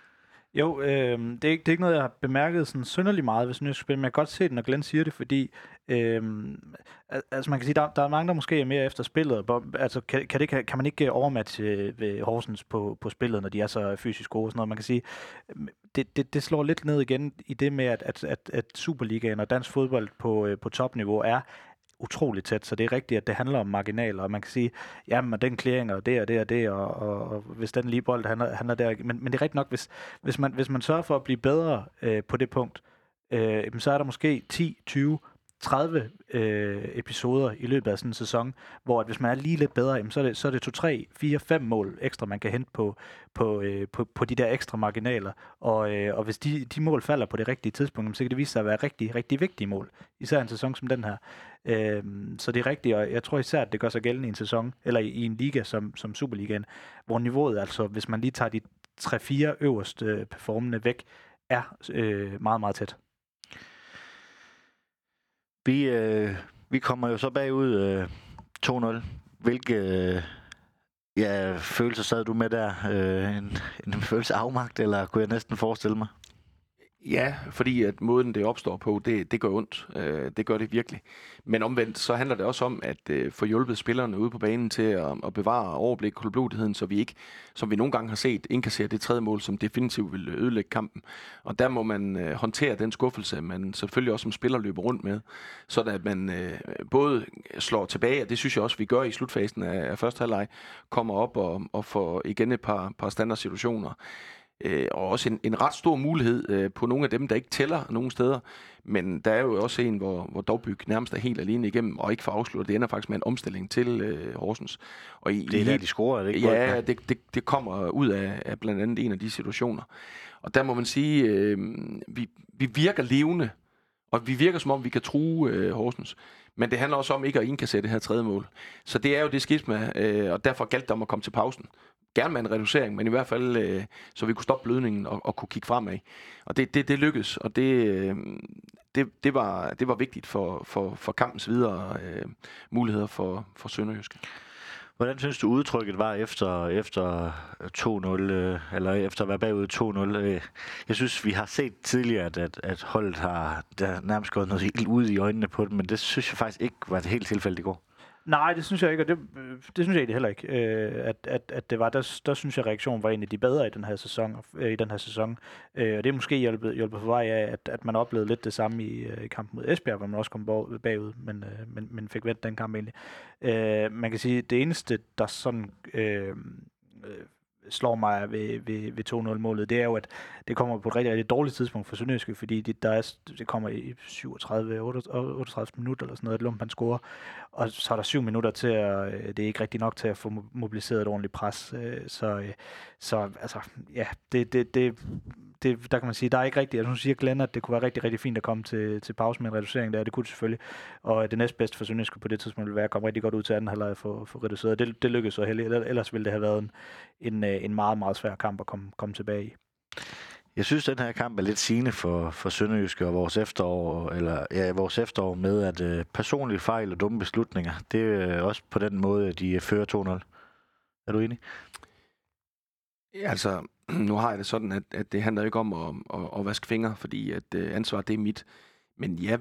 Jo, det er ikke noget, jeg har bemærket sådan synderligt meget ved Sønderjysk spil, men jeg kan godt se det, når Glenn siger det, fordi altså man kan sige, der er mange, der måske er mere efter spillet. Altså kan man ikke overmatche ved Horsens på spillet, når de er så fysisk gode og sådan noget. Man kan sige, det slår lidt ned igen i det med, at Superligaen og dansk fodbold på topniveau er utroligt tæt, så det er rigtigt, at det handler om marginaler, og man kan sige, jamen, den clearing og det og det og det, og hvis den lige bold handler der, men det er rigtigt nok, hvis man sørger for at blive bedre på det punkt, så er der måske 10, 20, 30 episoder i løbet af sådan en sæson, hvor at hvis man er lige lidt bedre, jamen, så er det 2, 3, 4, 5 mål ekstra, man kan hente på de der ekstra marginaler. Og hvis de mål falder på det rigtige tidspunkt, så kan det vise sig at være rigtig, rigtig vigtige mål. Især en sæson som den her. Så det er rigtigt, og jeg tror især, at det gør sig gældende i en sæson, eller i en liga som Superligaen, hvor niveauet, altså hvis man lige tager de 3-4 øverste performende væk, er meget, meget tæt. Vi kommer jo så bagud 2-0. Hvilke følelser sad du med der? En følelse af afmagt, eller kunne jeg næsten forestille mig? Ja, fordi at måden det opstår på, det gør ondt. Det gør det virkelig. Men omvendt, så handler det også om at få hjulpet spillerne ude på banen til at bevare overblik og koldblodigheden, så vi ikke, som vi nogle gange har set, indkasserer det tredje mål, som definitivt vil ødelægge kampen. Og der må man håndtere den skuffelse, man selvfølgelig også som spiller løber rundt med, så at man både slår tilbage, og det synes jeg også, vi gør i slutfasen af første halvleg, kommer op og får igen et par standardsituationer. Og også en ret stor mulighed på nogle af dem, der ikke tæller nogen steder. Men der er jo også en, hvor Dovbyg nærmest er helt alene igennem, og ikke får afsluttet. Det ender faktisk med en omstilling til Horsens. Og det er der, de scorer, det ikke? Ja, det kommer ud af blandt andet en af de situationer. Og der må man sige, vi virker levende, og vi virker som om, vi kan true Horsens. Men det handler også om ikke at indkassere det her tredje mål. Så det er jo det skisma, og derfor galt det om at komme til pausen. Gerne med en reducering, men i hvert fald, så vi kunne stoppe blødningen og kunne kigge fremad. Og det lykkedes, og det var vigtigt for kampens videre muligheder for Sønderjysk. Hvordan synes du udtrykket var efter 2-0, eller efter at være bagud 2-0? Jeg synes, vi har set tidligere, at holdet har nærmest gået noget helt ud i øjnene på det, men det synes jeg faktisk ikke var et helt tilfælde i går. Nej, det synes jeg ikke, og det synes jeg egentlig heller ikke, at det var. Der synes jeg, at reaktionen var en af de bedre i den her sæson. Og det er måske hjulpet på vej af, at man oplevede lidt det samme i kampen mod Esbjerg, hvor man også kom bagud, men fik vendt den kamp egentlig. Man kan sige, at det eneste, der sådan slår mig ved 2-0-målet, det er jo, at det kommer på et rigtig, rigtig dårligt tidspunkt for Sønderjyske, fordi det kommer i 37-38 minutter eller sådan noget, at Lumpan scorer, og så er der 7 minutter til, det er ikke rigtig nok til at få mobiliseret et ordentligt pres. Så altså, ja, der kan man sige, der er ikke rigtigt. Jeg synes, Glenn, at det kunne være rigtig, rigtig fint at komme til pause med en reducering der. Det kunne det selvfølgelig. Og det næstbedste for Sønderjyske på det tidspunkt ville være at komme rigtig godt ud til anden halvleg og få reduceret. Det lykkedes så heldigt. Ellers ville det have været en meget, meget svær kamp at komme tilbage i. Jeg synes, at den her kamp er lidt sigende for Sønderjyske og vores efterår med, at personlige fejl og dumme beslutninger, det er også på den måde, de fører 2-0. Er du enig? Ja, altså, nu har jeg det sådan, at det handler ikke om at vaske fingre, fordi at ansvaret det er mit. Men ja,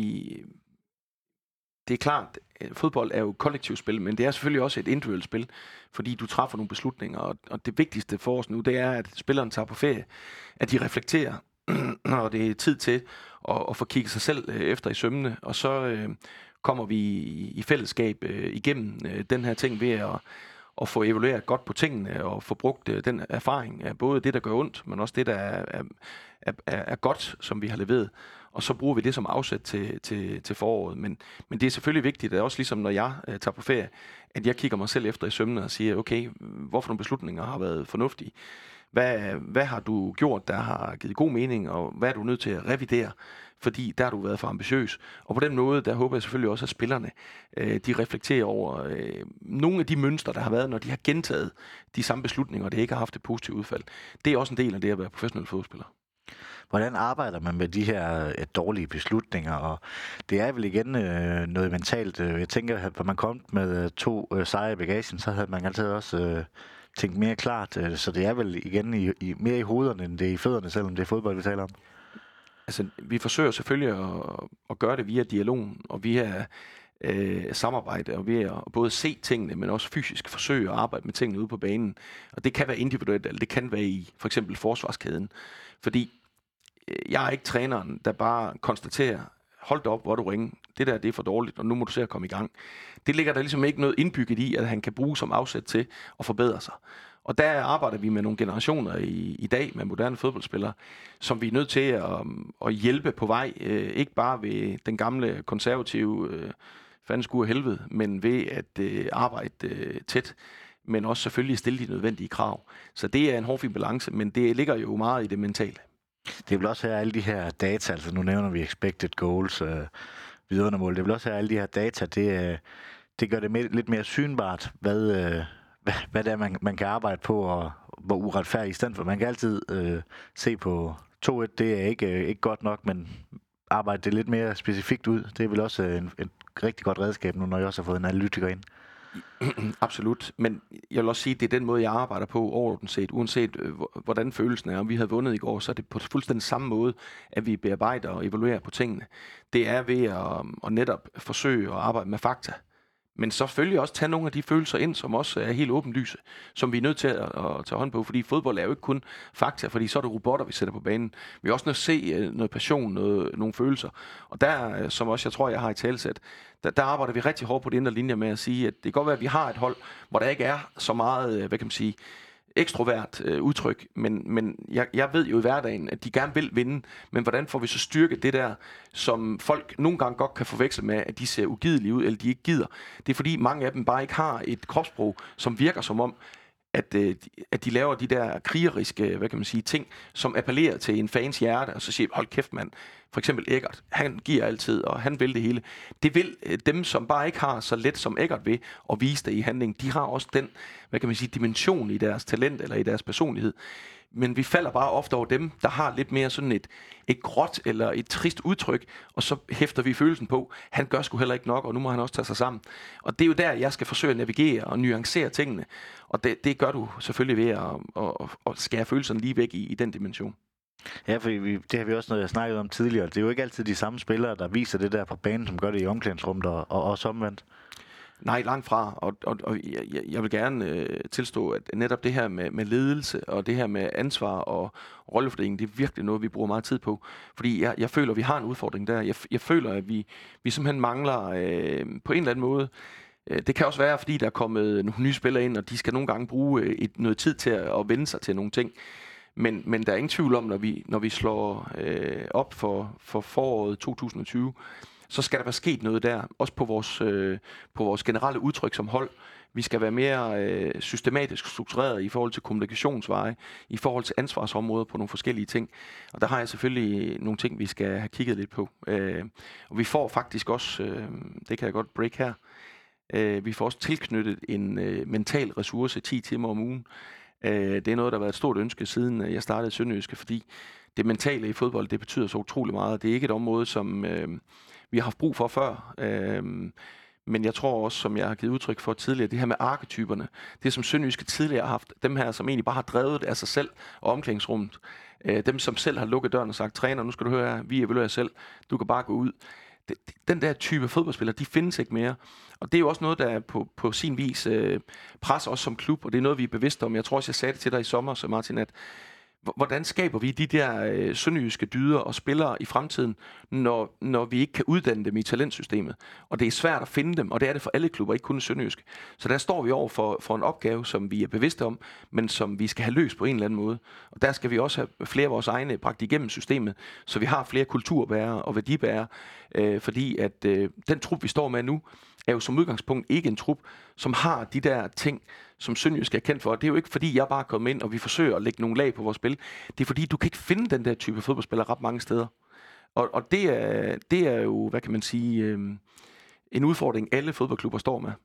det er klart, fodbold er jo kollektivt spil, men det er selvfølgelig også et individuelt spil, fordi du træffer nogle beslutninger, og det vigtigste for os nu, det er, at spilleren tager på ferie, at de reflekterer, når det er tid til at få kigget sig selv efter i sømmene, og så kommer vi i fællesskab igennem den her ting ved at få evalueret godt på tingene og få brugt den erfaring af både det, der gør ondt, men også det, der er godt, som vi har leveret. Og så bruger vi det som afsæt til foråret. Men det er selvfølgelig vigtigt, at også ligesom når jeg tager på ferie, at jeg kigger mig selv efter i sømmene og siger, okay, hvorfor nogle beslutninger har været fornuftige? Hvad har du gjort, der har givet god mening, og hvad er du nødt til at revidere? Fordi der har du været for ambitiøs. Og på den måde, der håber jeg selvfølgelig også, at spillerne de reflekterer over nogle af de mønstre, der har været, når de har gentaget de samme beslutninger, og det ikke har haft et positivt udfald. Det er også en del af det at være professionel fodboldspiller. Hvordan arbejder man med de her dårlige beslutninger? Og det er vel igen noget mentalt. Jeg tænker, at når man kom med 2 sejre i bagagen, så havde man altid også tænke mere klart. Så det er vel igen mere i hovederne, end det er i fødderne, selvom det er fodbold, vi taler om. Altså, vi forsøger selvfølgelig at gøre det via dialogen og via samarbejde og ved at både se tingene, men også fysisk forsøge at arbejde med tingene ude på banen. Og det kan være individuelt, eller det kan være i for eksempel forsvarskæden. Fordi jeg er ikke træneren, der bare konstaterer, hold da op, hvor du ringer. Det der, det er for dårligt, og nu må du se at komme i gang. Det ligger der ligesom ikke noget indbygget i, at han kan bruge som afsæt til at forbedre sig. Og der arbejder vi med nogle generationer i dag med moderne fodboldspillere, som vi er nødt til at hjælpe på vej. Ikke bare ved den gamle konservative fandenskuer helvede, men ved at arbejde tæt, men også selvfølgelig stille de nødvendige krav. Så det er en hårfin balance, men det ligger jo meget i det mentale. Det er vel også her alle de her data, altså nu nævner vi expected goals, vidundermål, det er vel også her alle de her data, det gør det lidt mere synbart, hvad det er, man kan arbejde på, og hvor uretfærdigt i stedet for. Man kan altid se på 2-1, det er ikke godt nok, men arbejde det lidt mere specifikt ud. Det er vel også et rigtig godt redskab nu, når jeg også har fået en analytiker ind. Absolut, men jeg vil også sige, at det er den måde, jeg arbejder på overordnet set, uanset hvordan følelsen er. Om vi havde vundet i går, så er det på fuldstændig samme måde, at vi bearbejder og evaluerer på tingene. Det er ved at netop forsøge at arbejde med fakta. Men så selvfølgelig også tage nogle af de følelser ind, som også er helt åbenlyse, som vi er nødt til at tage hånd på, fordi fodbold er jo ikke kun fakta, fordi så er det robotter, vi sætter på banen. Vi er også nødt til at se noget passion, nogle følelser. Og der, som også jeg tror, jeg har i talesæt, der arbejder vi rigtig hårdt på de indre linjer med at sige, at det kan godt være, at vi har et hold, hvor der ikke er så meget, hvad kan man sige, ekstrovert udtryk, men jeg ved jo i hverdagen, at de gerne vil vinde, men hvordan får vi så styrket det der, som folk nogle gange godt kan forveksle med, at de ser ugidelige ud, eller de ikke gider. Det er fordi mange af dem bare ikke har et kropssprog, som virker som om, at de laver de der krigeriske, hvad kan man sige, ting, som appellerer til en fans hjerte, og så siger, hold kæft mand, for eksempel Eggert, han giver altid, og han vil det hele. Det vil dem, som bare ikke har så let som Eggert ved at vise det i handling, de har også den, hvad kan man sige, dimension i deres talent, eller i deres personlighed. Men vi falder bare ofte over dem, der har lidt mere sådan et gråt eller et trist udtryk, og så hæfter vi følelsen på, han gør sgu heller ikke nok, og nu må han også tage sig sammen. Og det er jo der, jeg skal forsøge at navigere og nuancere tingene. Og det gør du selvfølgelig ved at skære følelserne lige væk i den dimension. Ja, for det har vi også noget, jeg snakket om tidligere. Det er jo ikke altid de samme spillere, der viser det der på banen, som gør det i omklædningsrummet og også omvendt. Nej, langt fra, og jeg vil gerne tilstå, at netop det her med ledelse og det her med ansvar og rollefordeling, det er virkelig noget, vi bruger meget tid på. Fordi jeg føler, at vi har en udfordring der. Jeg føler, at vi simpelthen mangler på en eller anden måde. Det kan også være, fordi der er kommet nogle nye spillere ind, og de skal nogle gange bruge noget tid til at vende sig til nogle ting. Men der er ingen tvivl om, når vi slår op for foråret 2020, så skal der være sket noget der, også på vores generelle udtryk som hold. Vi skal være mere systematisk struktureret i forhold til kommunikationsveje, i forhold til ansvarsområder på nogle forskellige ting. Og der har jeg selvfølgelig nogle ting, vi skal have kigget lidt på. Og vi får faktisk også, det kan jeg godt break her, vi får også tilknyttet en mental ressource 10 timer om ugen. Det er noget, der har været et stort ønske, siden jeg startede Sønderjyske, fordi det mentale i fodbold, det betyder så utrolig meget. Det er ikke et område, som vi har haft brug for før. Men jeg tror også, som jeg har givet udtryk for tidligere, det her med arketyperne, det som Sønderjyske tidligere har haft, dem her, som egentlig bare har drevet af sig selv og omklædningsrummet, dem som selv har lukket døren og sagt, træner, nu skal du høre her, vi evaluerer selv, du kan bare gå ud. Den der type fodboldspillere, de findes ikke mere. Og det er jo også noget, der på sin vis presser os som klub, og det er noget, vi er bevidste om. Jeg tror også, jeg sagde det til dig i sommer, så Martin, at hvordan skaber vi de der sønderjyske dyder og spillere i fremtiden, når vi ikke kan uddanne dem i talentsystemet? Og det er svært at finde dem, og det er det for alle klubber, ikke kun sønderjyske. Så der står vi over for en opgave, som vi er bevidste om, men som vi skal have løst på en eller anden måde. Og der skal vi også have flere af vores egne bragt igennem systemet, så vi har flere kulturbærere og værdibærere, fordi at den trup, vi står med nu, er jo som udgangspunkt ikke en trup, som har de der ting, som Sønderjysk er kendt for. Det er jo ikke fordi, jeg bare er kommet ind, og vi forsøger at lægge nogle lag på vores spil. Det er fordi, du kan ikke finde den der type fodboldspillere ret mange steder. Og det er jo, hvad kan man sige, en udfordring, alle fodboldklubber står med.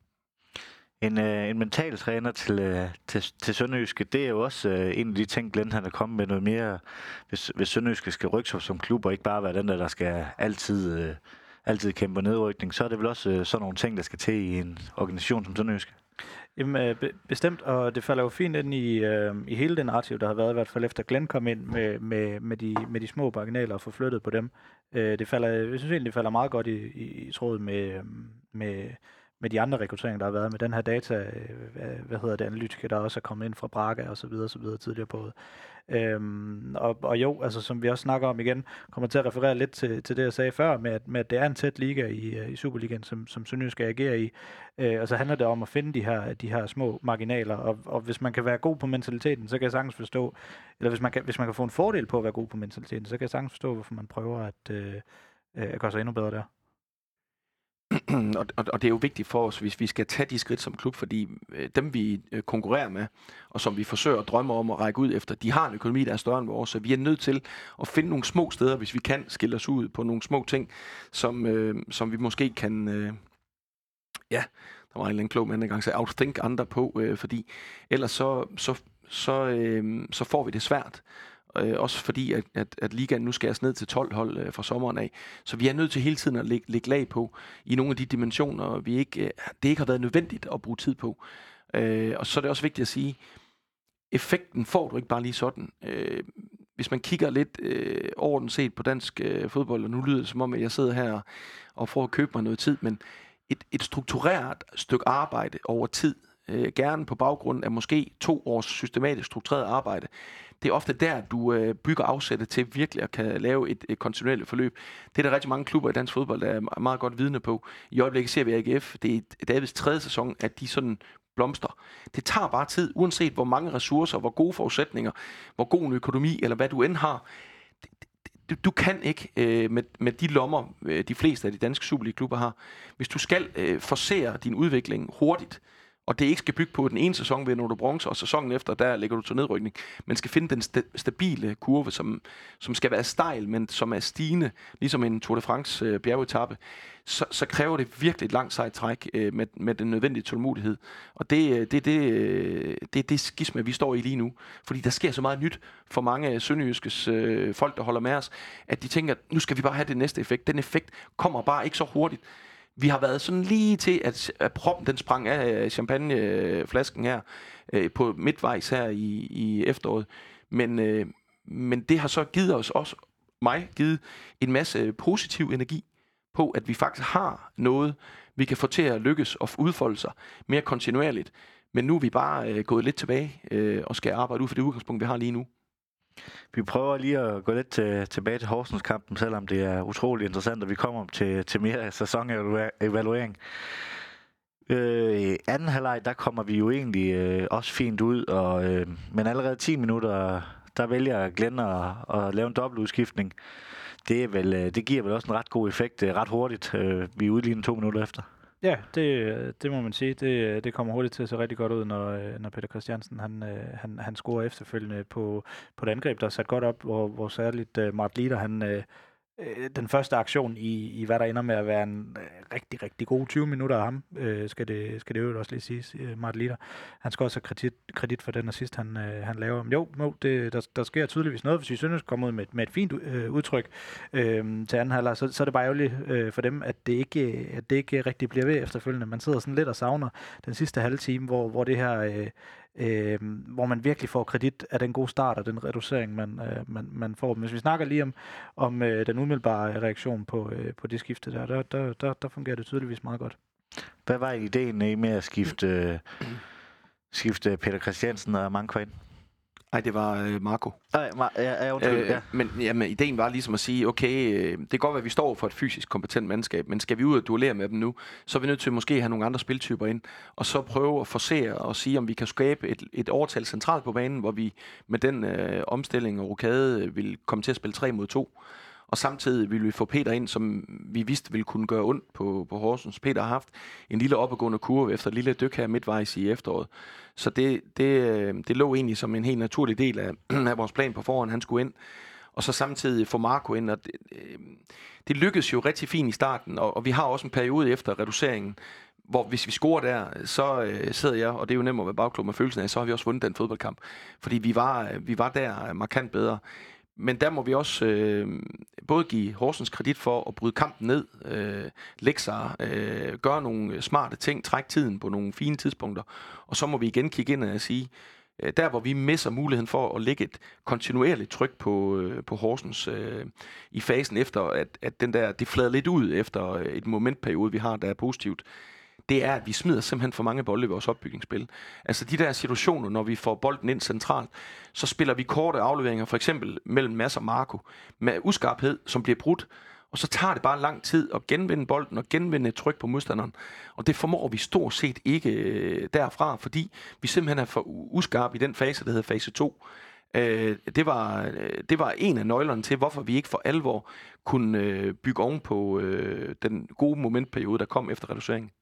En mental træner til Sønderjyske, det er jo også en af de ting, Glenn han er kommet med noget mere, hvis Sønderjyske skal rykke sig som klub, og ikke bare være den der skal altid kæmpe nedrykning, så er det vel også sådan nogle ting, der skal til i en organisation som Sønderjyske. Jamen, bestemt, og det falder jo fint ind i hele den narrativ, der har været, i hvert fald efter Glenn kom ind med de små marginaler og få flyttet på dem. Jeg synes egentlig, det falder meget godt i tråd med de andre rekrutteringer, der har været, med den her data, analytiker, der også er kommet ind fra Braga og så videre tidligere på året. Og jo, altså som vi også snakker om igen, kommer til at referere lidt til det, jeg sagde før, med at det er en tæt liga i Superligaen, som Sønderjysk skal agere i. Og så handler det om at finde de her små marginaler, og hvis man kan være god på mentaliteten, så kan jeg sagtens forstå, eller hvis man kan få en fordel på at være god på mentaliteten, så kan jeg sagtens forstå, hvorfor man prøver at gøre sig endnu bedre der. Og det er jo vigtigt for os, hvis vi skal tage de skridt som klub, fordi dem vi konkurrerer med, og som vi forsøger at drømme om at række ud efter, de har en økonomi, der er større end vores, så vi er nødt til at finde nogle små steder, hvis vi kan skille os ud på nogle små ting, som vi måske kan, der var en eller anden klog mand engang sagde, outthink andre på, fordi ellers så får vi det svært. Også fordi, at ligaen nu skæres ned til 12 hold fra sommeren af. Så vi er nødt til hele tiden at lægge lag på i nogle af de dimensioner, det ikke har været nødvendigt at bruge tid på. Og så er det også vigtigt at sige, effekten får du ikke bare lige sådan. Hvis man kigger lidt overordnet set på dansk fodbold, og nu lyder det som om, at jeg sidder her og får at købe mig noget tid, men et struktureret stykke arbejde over tid, gerne på baggrund af måske 2 års systematisk struktureret arbejde. Det er ofte der, du bygger afsættet til virkelig at kan lave et kontinuerligt forløb. Det er der rigtig mange klubber i dansk fodbold, der er meget godt vidne på. I øjeblikket ser vi AGF. Det er Davids 3. sæson, at de sådan blomster. Det tager bare tid, uanset hvor mange ressourcer, hvor gode forudsætninger, hvor god en økonomi, eller hvad du end har. Du kan ikke med de lommer, de fleste af de danske Superliga-klubber har. Hvis du skal forcere din udvikling hurtigt, og det ikke skal bygge på, den ene sæson vinder du bronze, og sæsonen efter, der ligger du til nedrykning. Man skal finde den stabile kurve, som skal være stejl, men som er stigende, ligesom en Tour de France bjergetappe. Så kræver det virkelig et langt sejt træk med den nødvendige tålmodighed. Og det er det skisme, vi står i lige nu. Fordi der sker så meget nyt for mange sønderjyskes folk, der holder med os, at de tænker, at nu skal vi bare have det næste effekt. Den effekt kommer bare ikke så hurtigt. Vi har været sådan lige til, at proppen den sprang af champagneflasken her på midtvejs her i efteråret. Men det har så givet os også, givet en masse positiv energi på, at vi faktisk har noget, vi kan få til at lykkes og udfolde sig mere kontinuerligt. Men nu er vi bare gået lidt tilbage og skal arbejde ud for det udgangspunkt, vi har lige nu. Vi prøver lige at gå lidt tilbage til Horsens-kampen, selvom det er utrolig interessant, at vi kommer til mere sæsonevaluering. I anden halvleg, der kommer vi jo egentlig også fint ud, men allerede 10 minutter, der vælger Glenn at lave en dobbeltudskiftning. Det giver vel også en ret god effekt ret hurtigt. Vi er udlignet 2 minutter efter. Ja, det må man sige. Det kommer hurtigt til at se rigtig godt ud, når Peter Christiansen han scorer efterfølgende på det angreb, der er sat godt op, hvor særligt Mart Lider, den første aktion i hvad der ender med at være en rigtig, rigtig god 20 minutter af ham, skal det jo også lige siges, Mart Lider. Han skal også have kredit for den assist, han laver. Men jo, der sker tydeligvis noget, hvis vi synes kommer ud med et fint udtryk til anden halvleg, så er det bare ærgerligt for dem, at det ikke rigtig bliver ved efterfølgende. Man sidder sådan lidt og savner den sidste halve time, hvor det her hvor man virkelig får kredit af den gode start og den reducering, man får. Men hvis vi snakker lige om den umiddelbare reaktion på det skifte der fungerer det tydeligvis meget godt. Hvad var ideen med at skifte Peter Christiansen og Manko ind? Nej, det var Marco. Men ideen var ligesom at sige, okay, det kan godt være, at vi står for et fysisk kompetent mandskab, men skal vi ud og duellere med dem nu, så er vi nødt til måske at have nogle andre spiltyper ind, og så prøve at forsere og sige, om vi kan skabe et overtal centralt på banen, hvor vi med den omstilling og rokade vil komme til at spille 3 mod 2. Og samtidig ville vi få Peter ind, som vi vidste ville kunne gøre ondt på Horsens. Peter har haft en lille opadgående kurve efter et lille dyk her midtvejs i efteråret. Så det lå egentlig som en helt naturlig del af vores plan på forhånd, han skulle ind. Og så samtidig få Marco ind. Og det lykkedes jo rigtig fint i starten, og vi har også en periode efter reduceringen, hvor hvis vi scorer der, så sidder jeg, og det er jo nemt at være bagklog med følelsen af, så har vi også vundet den fodboldkamp. Fordi vi var der markant bedre. Men der må vi også både give Horsens kredit for at bryde kampen ned, lægge sig, gøre nogle smarte ting, trække tiden på nogle fine tidspunkter, og så må vi igen kigge ind og sige, der hvor vi misser muligheden for at lægge et kontinuerligt tryk på Horsens i fasen efter, at det flader lidt ud efter et momentperiode, vi har, der er positivt, det er, at vi smider simpelthen for mange bolde i vores opbygningsspil. Altså de der situationer, når vi får bolden ind centralt, så spiller vi korte afleveringer, for eksempel mellem Mads og Marco, med uskarphed, som bliver brudt, og så tager det bare lang tid at genvinde bolden og genvinde et tryk på modstanderen. Og det formår vi stort set ikke derfra, fordi vi simpelthen er for uskarpe i den fase, der hedder fase 2. Det var en af nøglerne til, hvorfor vi ikke for alvor kunne bygge oven på den gode momentperiode, der kom efter reduceringen.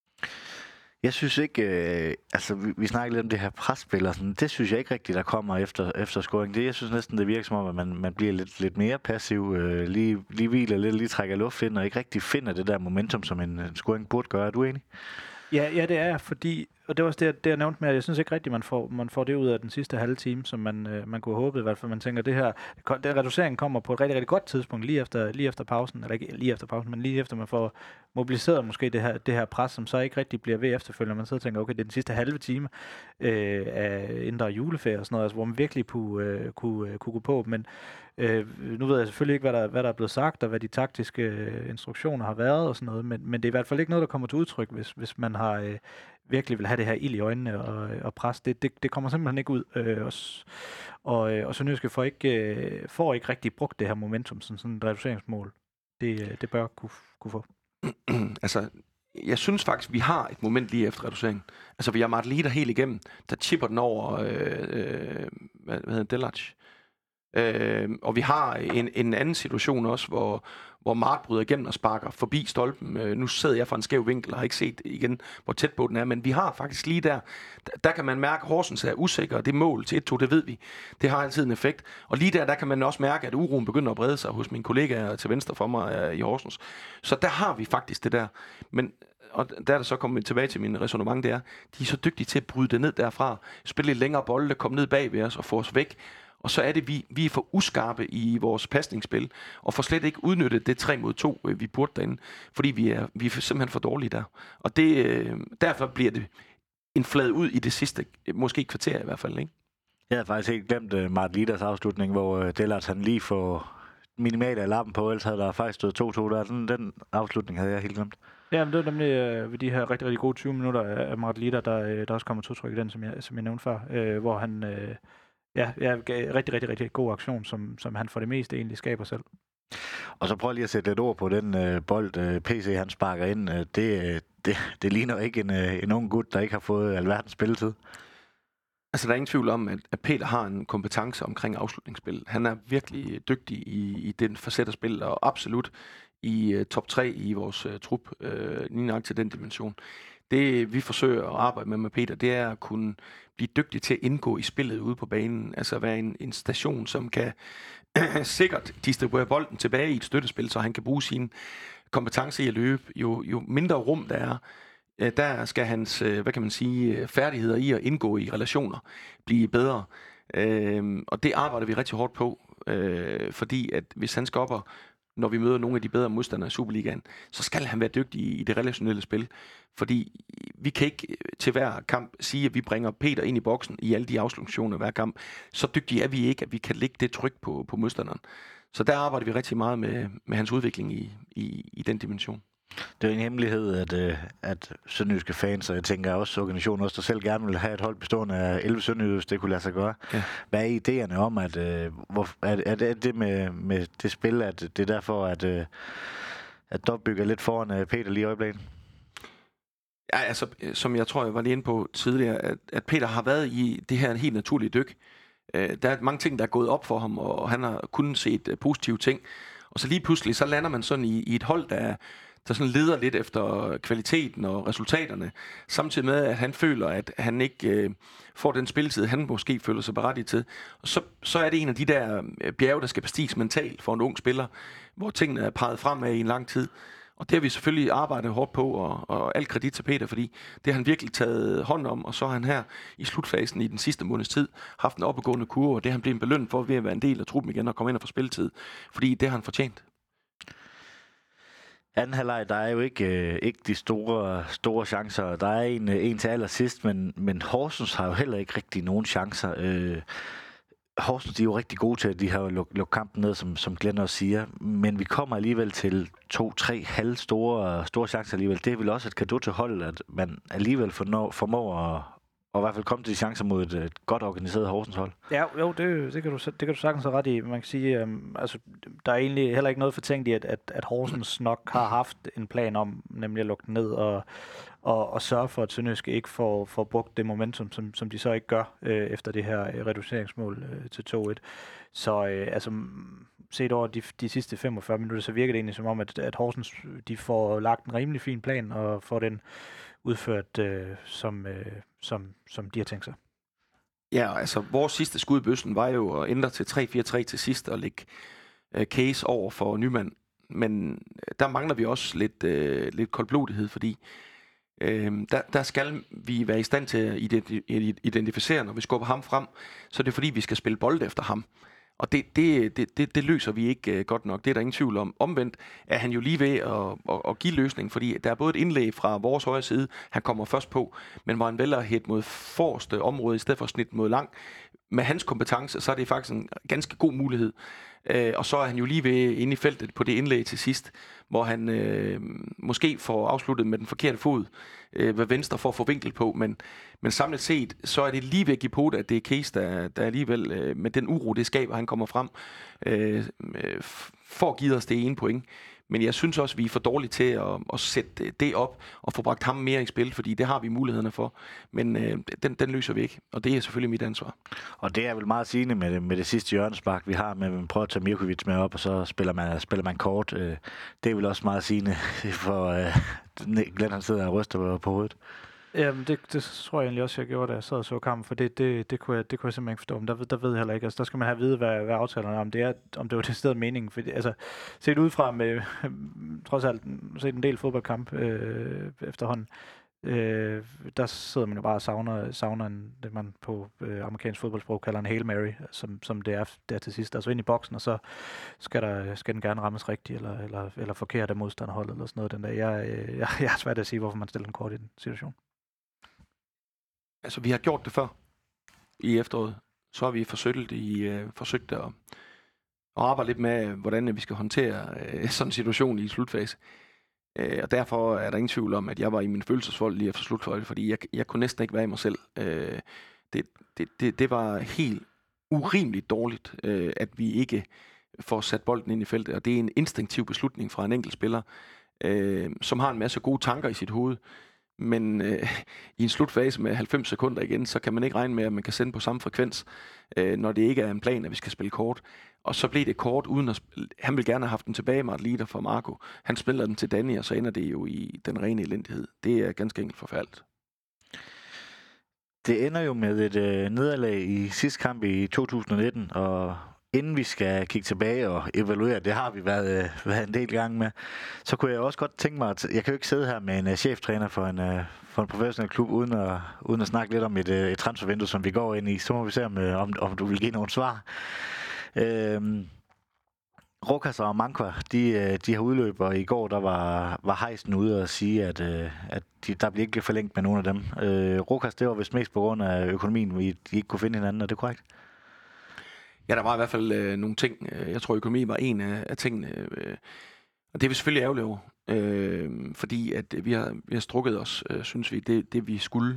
Jeg synes ikke, vi snakker lidt om det her presspil og sådan, det synes jeg ikke rigtigt, der kommer efter scoring. Jeg synes næsten, det virker som om, at man bliver lidt mere passiv, lige hviler lidt, lige trækker luft ind, og ikke rigtig finder det der momentum, som en scoring burde gøre. Er du enig? Ja, det er, fordi, og det var også det, jeg nævnte med, at jeg synes ikke rigtigt, man får det ud af den sidste halve time, som man kunne håbe, i hvert fald man tænker, den reducering kommer på et rigtig, rigtig godt tidspunkt, lige efter pausen, eller ikke lige efter pausen, men lige efter man får mobiliseret måske det her pres, som så ikke rigtig bliver ved efterfølgende. Man sidder og tænker, okay, det er den sidste halve time af indre juleferie og sådan noget, altså, hvor man virkelig kunne gå på, men nu ved jeg selvfølgelig ikke, hvad der er blevet sagt, og hvad de taktiske instruktioner har været og sådan noget, men det er i hvert fald ikke noget, der kommer til udtryk, hvis man har virkelig vil have det her ild i øjnene og pres. Det kommer simpelthen ikke ud. Og Sønderjyske får ikke rigtig brugt det her momentum, sådan et reduceringsmål. Det bør kunne få. Altså, jeg synes faktisk, vi har et moment lige efter reduceringen. Altså, vi har Mart Lider helt igennem, der chipper den over, hvad hedder Delac. Og vi har en anden situation også, hvor Mart bryder igennem og sparker forbi stolpen. Nu sidder jeg fra en skæv vinkel og har ikke set igen, hvor tæt på den er, men vi har faktisk lige der kan man mærke, at Horsens er usikker, og det mål til 1-2, det ved vi. Det har altid en effekt. Og lige der kan man også mærke, at uroen begynder at brede sig hos mine kollegaer til venstre for mig i Horsens. Så der har vi faktisk det der. Men og der er der så kommet tilbage til min resonemang, det er, de er så dygtige til at bryde det ned derfra, spille lidt længere bolde, komme ned bag ved os og få os væk. Og så er det, vi er for uskarpe i vores pasningsspil, og får slet ikke udnyttet det 3-mod-2, vi burde derinde, fordi vi er simpelthen for dårlige der. Og derfor bliver det en flad ud i det sidste, måske kvarter i hvert fald, ikke? Jeg havde faktisk helt glemt Mart Liders afslutning, hvor Dellert han lige får minimale lappen på, ellers havde der faktisk stået 2-2 der. Den afslutning havde jeg helt glemt. Ja, men det var nemlig ved de her rigtig, rigtig gode 20 minutter af Mart Lider, der også kommer to tryk i den, som jeg nævnte før, hvor han... rigtig, rigtig, rigtig god aktion, som han for det meste egentlig skaber selv. Og så prøv lige at sætte lidt ord på den bold, PC han sparker ind. Det ligner ikke en ung gut, der ikke har fået alverdens spilletid. Altså, der er ingen tvivl om, at Peter har en kompetence omkring afslutningsspil. Han er virkelig dygtig i den facet af spil, og absolut i top 3 i vores trup, lige nok til den dimension. Det, vi forsøger at arbejde med Peter, det er at kunne blive dygtig til at indgå i spillet ude på banen. Altså være en station, som kan sikkert distribuere bolden tilbage i et støttespil, så han kan bruge sine kompetencer i at løbe. Jo mindre rum der er, der skal hans, færdigheder i at indgå i relationer blive bedre. Og det arbejder vi rigtig hårdt på, fordi at hvis han skal op og når vi møder nogle af de bedre modstandere i Superligaen, så skal han være dygtig i det relationelle spil. Fordi vi kan ikke til hver kamp sige, at vi bringer Peter ind i boksen i alle de afslutninger hver kamp. Så dygtige er vi ikke, at vi kan lægge det tryk på modstanderen. Så der arbejder vi rigtig meget med hans udvikling i den dimension. Det er en hemmelighed, at sønderjyske fans, og jeg tænker også organisationen også, der selv gerne vil have et hold bestående af 11 sønderjyder, det kunne lade sig gøre. Ja. Hvad er idéerne om, at det med det spil, at det er derfor, at Dop bygger lidt foran Peter lige i øjeblikket? Ja, altså, som jeg tror, jeg var lige inde på tidligere, at Peter har været i det her helt naturlige dyk. Der er mange ting, der er gået op for ham, og han har kun set positive ting. Og så lige pludselig, så lander man sådan i et hold, der sådan leder lidt efter kvaliteten og resultaterne, samtidig med, at han føler, at han ikke får den spilletid, han måske føler sig berettiget til. Og så er det en af de der bjerge, der skal bestiges mentalt for en ung spiller, hvor tingene er peget fremad i en lang tid. Og det har vi selvfølgelig arbejdet hårdt på, og alt kredit til Peter, fordi det har han virkelig taget hånd om, og så har han her i slutfasen i den sidste måneds tid haft en opadgående kurve, og det har han blevet belønnet for ved at være en del af truppen igen og komme ind og få spilletid, fordi det har han fortjent. Anden halvleg, der er jo ikke de store chancer. Der er en til allersidst, men Horsens har jo heller ikke rigtig nogen chancer. Horsens, de er jo rigtig gode til, at de har lukket kampen ned, som Glenn også siger. Men vi kommer alligevel til 2-3 halv store chancer alligevel. Det er vel også et cadeau til holdet, at man alligevel formår at i hvert fald komme til de chancer mod et godt organiseret Horsens hold. Ja, jo, det kan du sagtens have ret i. Man kan sige, altså, der er egentlig heller ikke noget fortænkt i, at Horsens nok har haft en plan om, nemlig at lukke den ned og sørge for, at Sønderjyske ikke får brugt det momentum, som de så ikke gør efter det her reduceringsmål til 2-1. Så altså, set over de sidste 45 minutter, så virker det egentlig som om, at Horsens de får lagt en rimelig fin plan og får den udført som de har tænkt sig. Ja, altså vores sidste skud i bøssen var jo at ændre til 3-4-3 til sidst og lægge Case over for Nyman. Men der mangler vi også lidt koldblodighed, fordi der skal vi være i stand til at identificere, når vi skubber ham frem, så er det fordi, vi skal spille bold efter ham. Og det løser vi ikke godt nok. Det er der ingen tvivl om. Omvendt er han jo lige ved at give løsning, fordi der er både et indlæg fra vores højre side, han kommer først på, men hvor han vælger at hætte mod forreste område, i stedet for snit mod lang. Med hans kompetence, så er det faktisk en ganske god mulighed. Og så er han jo lige ved inde i feltet på det indlæg til sidst, hvor han måske får afsluttet med den forkerte fod ved venstre for at få vinkel på, men samlet set, så er det lige ved at give på det, at det er Case, der alligevel med den uro, det skaber, han kommer frem, får givet os det ene point. Men jeg synes også, vi er for dårlige til at sætte det op og få bragt ham mere i spil, fordi det har vi mulighederne for. Men den løser vi ikke, og det er selvfølgelig mit ansvar. Og det er vel meget sigende med det sidste hjørnespark, vi har, med at man prøver at tage Mirkovic med op, og så spiller man kort. Det er vel også meget sigende for Glenn, han sidder og ryster på hovedet. Jamen, det tror jeg egentlig også, jeg gjorde, da jeg sad og så kampen, for det kunne jeg simpelthen ikke forstå. Men der ved jeg heller ikke. Altså, der skal man have at vide, hvad aftalerne er, om det var det sted meningen. Fordi, altså, set udefra med trods alt set en del fodboldkamp efterhånden, der sidder man jo bare og savner det, man på amerikansk fodboldsprog kalder en Hail Mary, som det er der til sidst. Altså ind i boksen, og så skal den gerne rammes rigtigt, eller forkert af modstanderholdet, eller sådan noget den der. Jeg har svært at sige, hvorfor man stiller den kort i den situation. Altså, vi har gjort det før i efteråret. Så har vi forsøgt at arbejde lidt med, hvordan vi skal håndtere sådan en situation i slutfase. Og derfor er der ingen tvivl om, at jeg var i min følelsesvold lige efter slutfase, fordi jeg kunne næsten ikke være i mig selv. Det var helt urimeligt dårligt, at vi ikke får sat bolden ind i feltet. Og det er en instinktiv beslutning fra en enkelt spiller, som har en masse gode tanker i sit hoved. Men i en slutfase med 90 sekunder igen, så kan man ikke regne med, at man kan sende på samme frekvens, når det ikke er en plan, at vi skal spille kort. Og så blev det kort, uden at han ville gerne have haft den tilbage med et leader for Marco. Han spiller den til Danny, og så ender det jo i den rene elendighed. Det er ganske enkelt forfærdeligt. Det ender jo med et nederlag i sidste kamp i 2019, og inden vi skal kigge tilbage og evaluere, det har vi været en del gange med, så kunne jeg også godt tænke mig, at jeg kan jo ikke sidde her med en cheftræner for en professionel klub, uden at snakke lidt om et transfervindue, som vi går ind i. Så må vi se, om du vil give nogle svar. Rokas og Mankwa, de har udløb, og i går der var Heisen ude og sige, at der bliver ikke forlængt med nogen af dem. Rokas, det var vist mest på grund af økonomien, de ikke kunne finde hinanden, er det korrekt? Ja, der var i hvert fald nogle ting. Jeg tror, økonomi var en af tingene. Og det er vi selvfølgelig ærgerlige over. Fordi at vi har strukket os, synes vi, det vi skulle.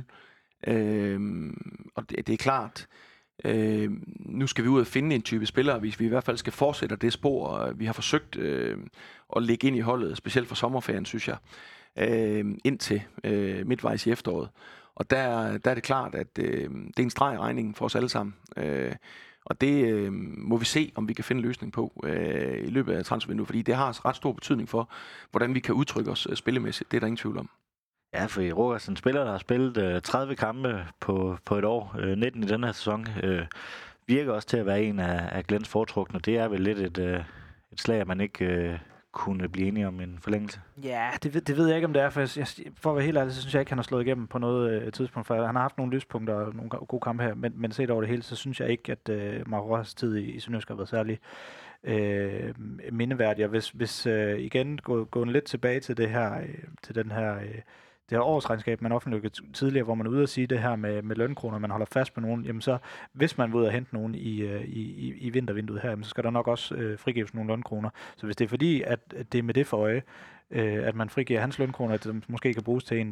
Og det er klart, nu skal vi ud og finde en type spillere, hvis vi i hvert fald skal fortsætte det spor, vi har forsøgt at lægge ind i holdet, specielt for sommerferien, synes jeg, indtil midtvejs i efteråret. Og der er det klart, at det er en streg i regningen for os alle sammen. Og det må vi se, om vi kan finde en løsning på i løbet af transfervinduet, fordi det har ret stor betydning for, hvordan vi kan udtrykke os spillemæssigt. Det er der ingen tvivl om. Ja, for Rokas, en spiller, der har spillet 30 kampe på et år, 19 i den her sæson, virker også til at være en af Glens foretrukne. Det er vel lidt et slag, at man ikke kunne blive enige om en forlængelse? Ja, det ved jeg ikke, om det er, for at være helt ærlig, så synes jeg ikke, han har slået igennem på noget tidspunkt, for han har haft nogle lyspunkter og nogle gode kampe her, men set over det hele, så synes jeg ikke, at Marco Rojas tid i Sønderjysk har været særlig mindeværdig, og hvis igen gå lidt tilbage til det her, det her årsregnskab, man offentliggjorde tidligere, hvor man er ude at sige det her med lønkroner, man holder fast på nogen, jamen så, hvis man vil ud og hente nogen i vintervinduet her, jamen så skal der nok også frigives nogle lønkroner. Så hvis det er fordi, at det er med det for øje, at man frigiver hans lønkroner, at det måske kan bruges til en,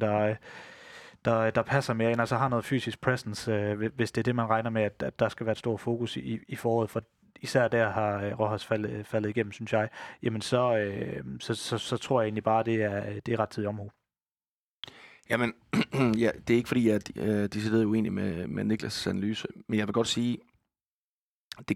der passer mere ind, altså har noget fysisk presence, hvis det er det, man regner med, at der skal være et stort fokus i foråret, for især der har Rojas faldet igennem, synes jeg, jamen så tror jeg egentlig bare, det er ret tid omhu. Jamen, ja, det er ikke fordi, at de sidder uenige med Niklas' analyse, men jeg vil godt sige, at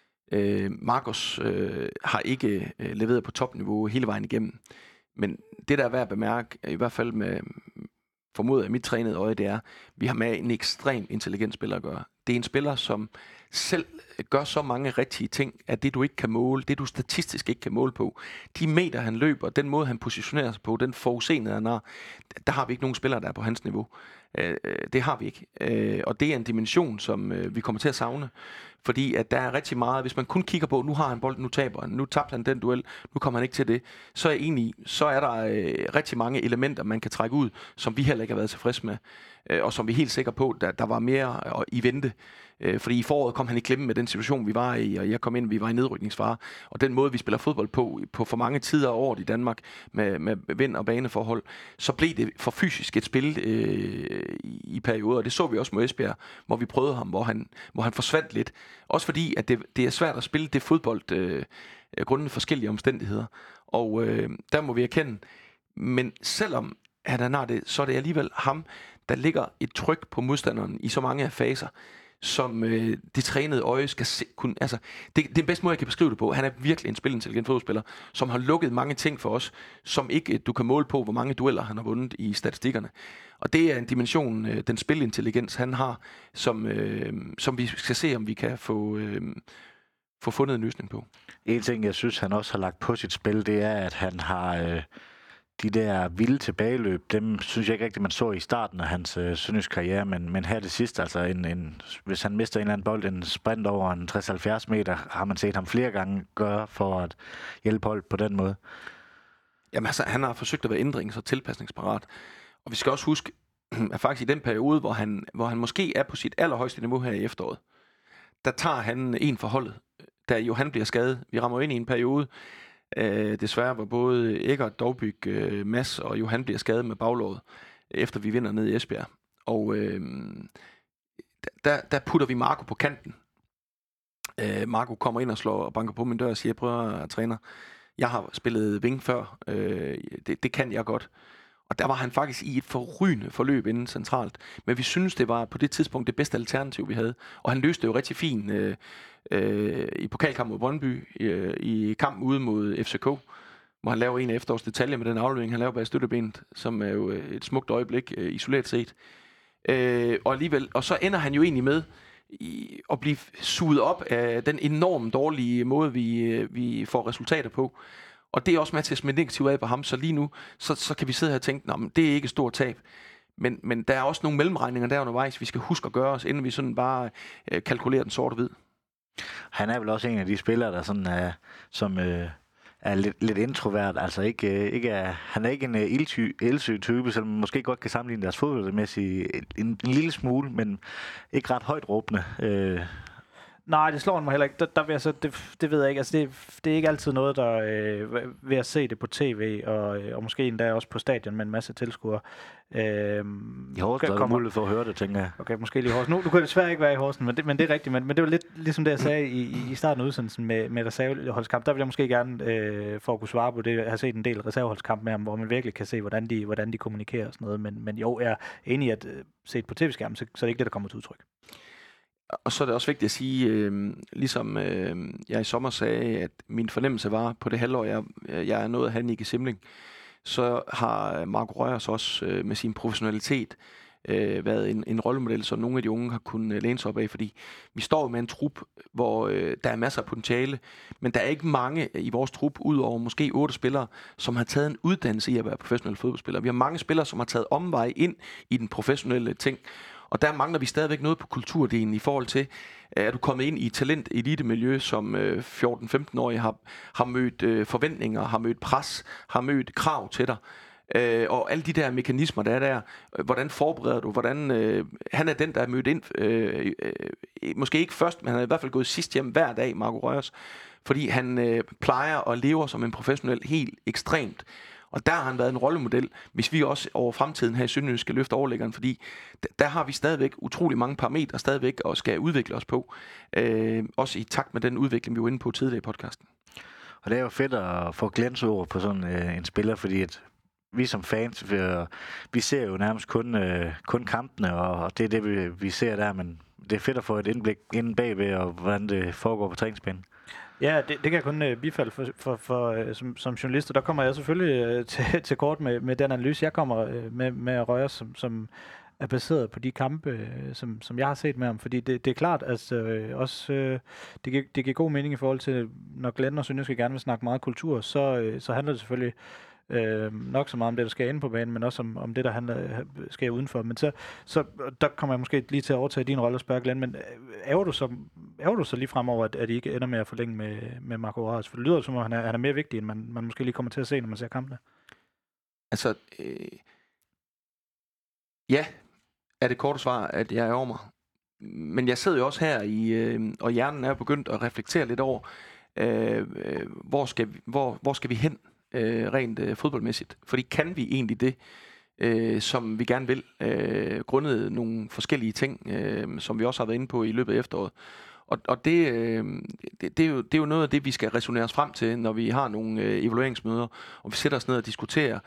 Marcus har ikke leveret på topniveau hele vejen igennem. Men det, der er værd at bemærke, i hvert fald med formodet af mit trænede øje, det er, at vi har med en ekstrem intelligent spiller at gøre. Det er en spiller, som selv gør så mange rigtige ting, at det du ikke kan måle, det du statistisk ikke kan måle på, de meter han løber, den måde han positionerer sig på, den forudseende han har, der har vi ikke nogen spillere, der er på hans niveau. Det har vi ikke. Og det er en dimension, som vi kommer til at savne. Fordi at der er rigtig meget, hvis man kun kigger på, nu har han bolden, nu taber han, nu tabte han den duel, nu kommer han ikke til det, så er jeg enig, så er der rigtig mange elementer, man kan trække ud, som vi heller ikke har været tilfreds med, og som vi er helt sikre på, der var mere i vente. Fordi i foråret kom han i klemme med den situation, vi var i, og jeg kom ind, vi var i nedrykningsfare. Og den måde, vi spiller fodbold på for mange tider over i Danmark, med vind- og baneforhold, så blev det for fysisk et spil i perioder. Og det så vi også med Esbjerg, hvor vi prøvede ham, hvor han forsvandt lidt. Også fordi, at det er svært at spille det fodbold grundet forskellige omstændigheder. Og der må vi erkende, men selvom han har det, så er det alligevel ham, der ligger et tryk på modstanderen i så mange faser, som det trænede øje skal kunne. Altså, det er den bedste måde, jeg kan beskrive det på. Han er virkelig en spilintelligent fodboldspiller, som har lukket mange ting for os, som ikke du kan måle på, hvor mange dueller han har vundet i statistikkerne. Og det er en dimension, den spilintelligens, han har, som vi skal se, om vi kan få fundet en løsning på. En ting, jeg synes, han også har lagt på sit spil, det er, at han har de der vilde tilbageløb, dem synes jeg ikke rigtigt, man så i starten af hans Sønderjysk karriere, men her det sidste, altså hvis han mister en eller anden bold, en sprint over en 60-70 meter, har man set ham flere gange gøre for at hjælpe hold på den måde. Jamen altså, han har forsøgt at være ændrings- og tilpasningsparat. Og vi skal også huske, at faktisk i den periode, hvor han måske er på sit allerhøjeste niveau her i efteråret, der tager han en for holdet, da Johan bliver skadet. Vi rammer ind i en periode, desværre, hvor både Eggert, Dovbyk, Mads og Johan bliver skadet med baglåret, efter vi vinder ned i Esbjerg. Og der putter vi Marco på kanten. Marco kommer ind og slår og banker på min dør og siger, prøv at træner, jeg har spillet wing før, det kan jeg godt. Og der var han faktisk i et forrygende forløb inden centralt. Men vi synes, det var på det tidspunkt det bedste alternativ, vi havde. Og han løste det jo rigtig fint i pokalkampen mod Brøndby, i kampen ude mod FCK, hvor han laver en af efterårs detaljer med den aflevering, han laver bag støttebenet, som er jo et smukt øjeblik isoleret set. Og alligevel, og så ender han jo egentlig med at blive suget op af den enormt dårlige måde, vi får resultater på. Og det er også med til at smide negativt af på ham, så lige nu, så kan vi sidde her og tænke, at det er ikke et stort tab. Men der er også nogle mellemregninger der undervejs, vi skal huske at gøre os, inden vi sådan bare kalkulerer den sort og hvid. Han er vel også en af de spillere, der sådan er lidt introvert, altså han er ikke en ildsyg type, som måske godt kan sammenligne deres fodboldmæssigt en lille smule, men ikke ret højt råbende. Nej, det slår mig heller ikke. Der vil jeg så, det ved jeg ikke. Altså det er ikke altid noget, der ved at se det på tv, og måske endda også på stadion med en masse tilskuere. I Horsens er mulighed for at høre det, tænker jeg. Okay, måske lige i Horsens. Nu kan det desværre ikke være i Horsens, men det er rigtigt. Men det var lidt ligesom det, jeg sagde i starten af udsendelsen med reserveholdskamp. Der vil jeg måske gerne, for at kunne svare på det, have set en del reserveholdskamp med ham, hvor man virkelig kan se, hvordan de kommunikerer og sådan noget. Men jo, jeg er enig i, at set på tv-skærmen, så er det ikke det, der kommer til udtryk. Og så er det også vigtigt at sige, ligesom jeg i sommer sagde, at min fornemmelse var, på det halvår, jeg er nået at have Nicky Simling, så har Marco Rojas også med sin professionalitet været en rollemodel, som nogle af de unge har kunnet læne sig op af, fordi vi står med en trup, hvor der er masser af potentiale, men der er ikke mange i vores trup, udover måske 8 spillere, som har taget en uddannelse i at være professionelle fodboldspillere. Vi har mange spillere, som har taget omveje ind i den professionelle ting, og der mangler vi stadigvæk noget på kulturdelen i forhold til, at du kommet ind i et talent-elite-miljø, som 14-15-årige har mødt forventninger, har mødt pres, har mødt krav til dig. Og alle de der mekanismer, der er der, hvordan forbereder du, hvordan han er den, der er mødt ind, måske ikke først, men han er i hvert fald gået sidst hjem hver dag, Marco Reus, fordi han plejer og lever som en professionel helt ekstremt. Og der har han været en rollemodel, hvis vi også over fremtiden her i Sønderjysk skal løfte overlæggeren, fordi der har vi stadigvæk utrolig mange parametre stadigvæk og skal udvikle os på, også i takt med den udvikling, vi var inde på tidligere i podcasten. Og det er jo fedt at få glænsord på sådan en spiller, fordi at vi som fans, vi ser jo nærmest kun kampene, og det er det, vi ser der, men det er fedt at få et indblik inden bagved, og hvordan det foregår på træningsbanen. Ja, det kan jeg kun bifalde som journalist, og der kommer jeg selvfølgelig til kort med den analyse, jeg kommer med Røger, som er baseret på de kampe, som jeg har set med ham. Fordi det er klart, at det giver god mening i forhold til, når Glenn og Sønderjyske gerne vil snakke meget kultur, så handler det selvfølgelig nok så meget om det, der sker inde på banen, men også om det, der sker udenfor. Men så der kommer jeg måske lige til at overtage din rolle og spørge Glenn, men ærger du så lige fremover, at I ikke ender med at forlænge med Marco Reus? For det lyder som om, han er mere vigtig, end man måske lige kommer til at se, når man ser kampene. Altså, ja, er det korte svar, at jeg ærger mig. Men jeg sidder jo også her og hjernen er begyndt at reflektere lidt over, hvor skal vi hen? Rent fodboldmæssigt. Fordi kan vi egentlig det, som vi gerne vil, grundet nogle forskellige ting, som vi også har været inde på i løbet af efteråret. Og det er jo noget af det, vi skal resonere os frem til, når vi har nogle evalueringsmøder, og vi sætter os ned og diskuterer,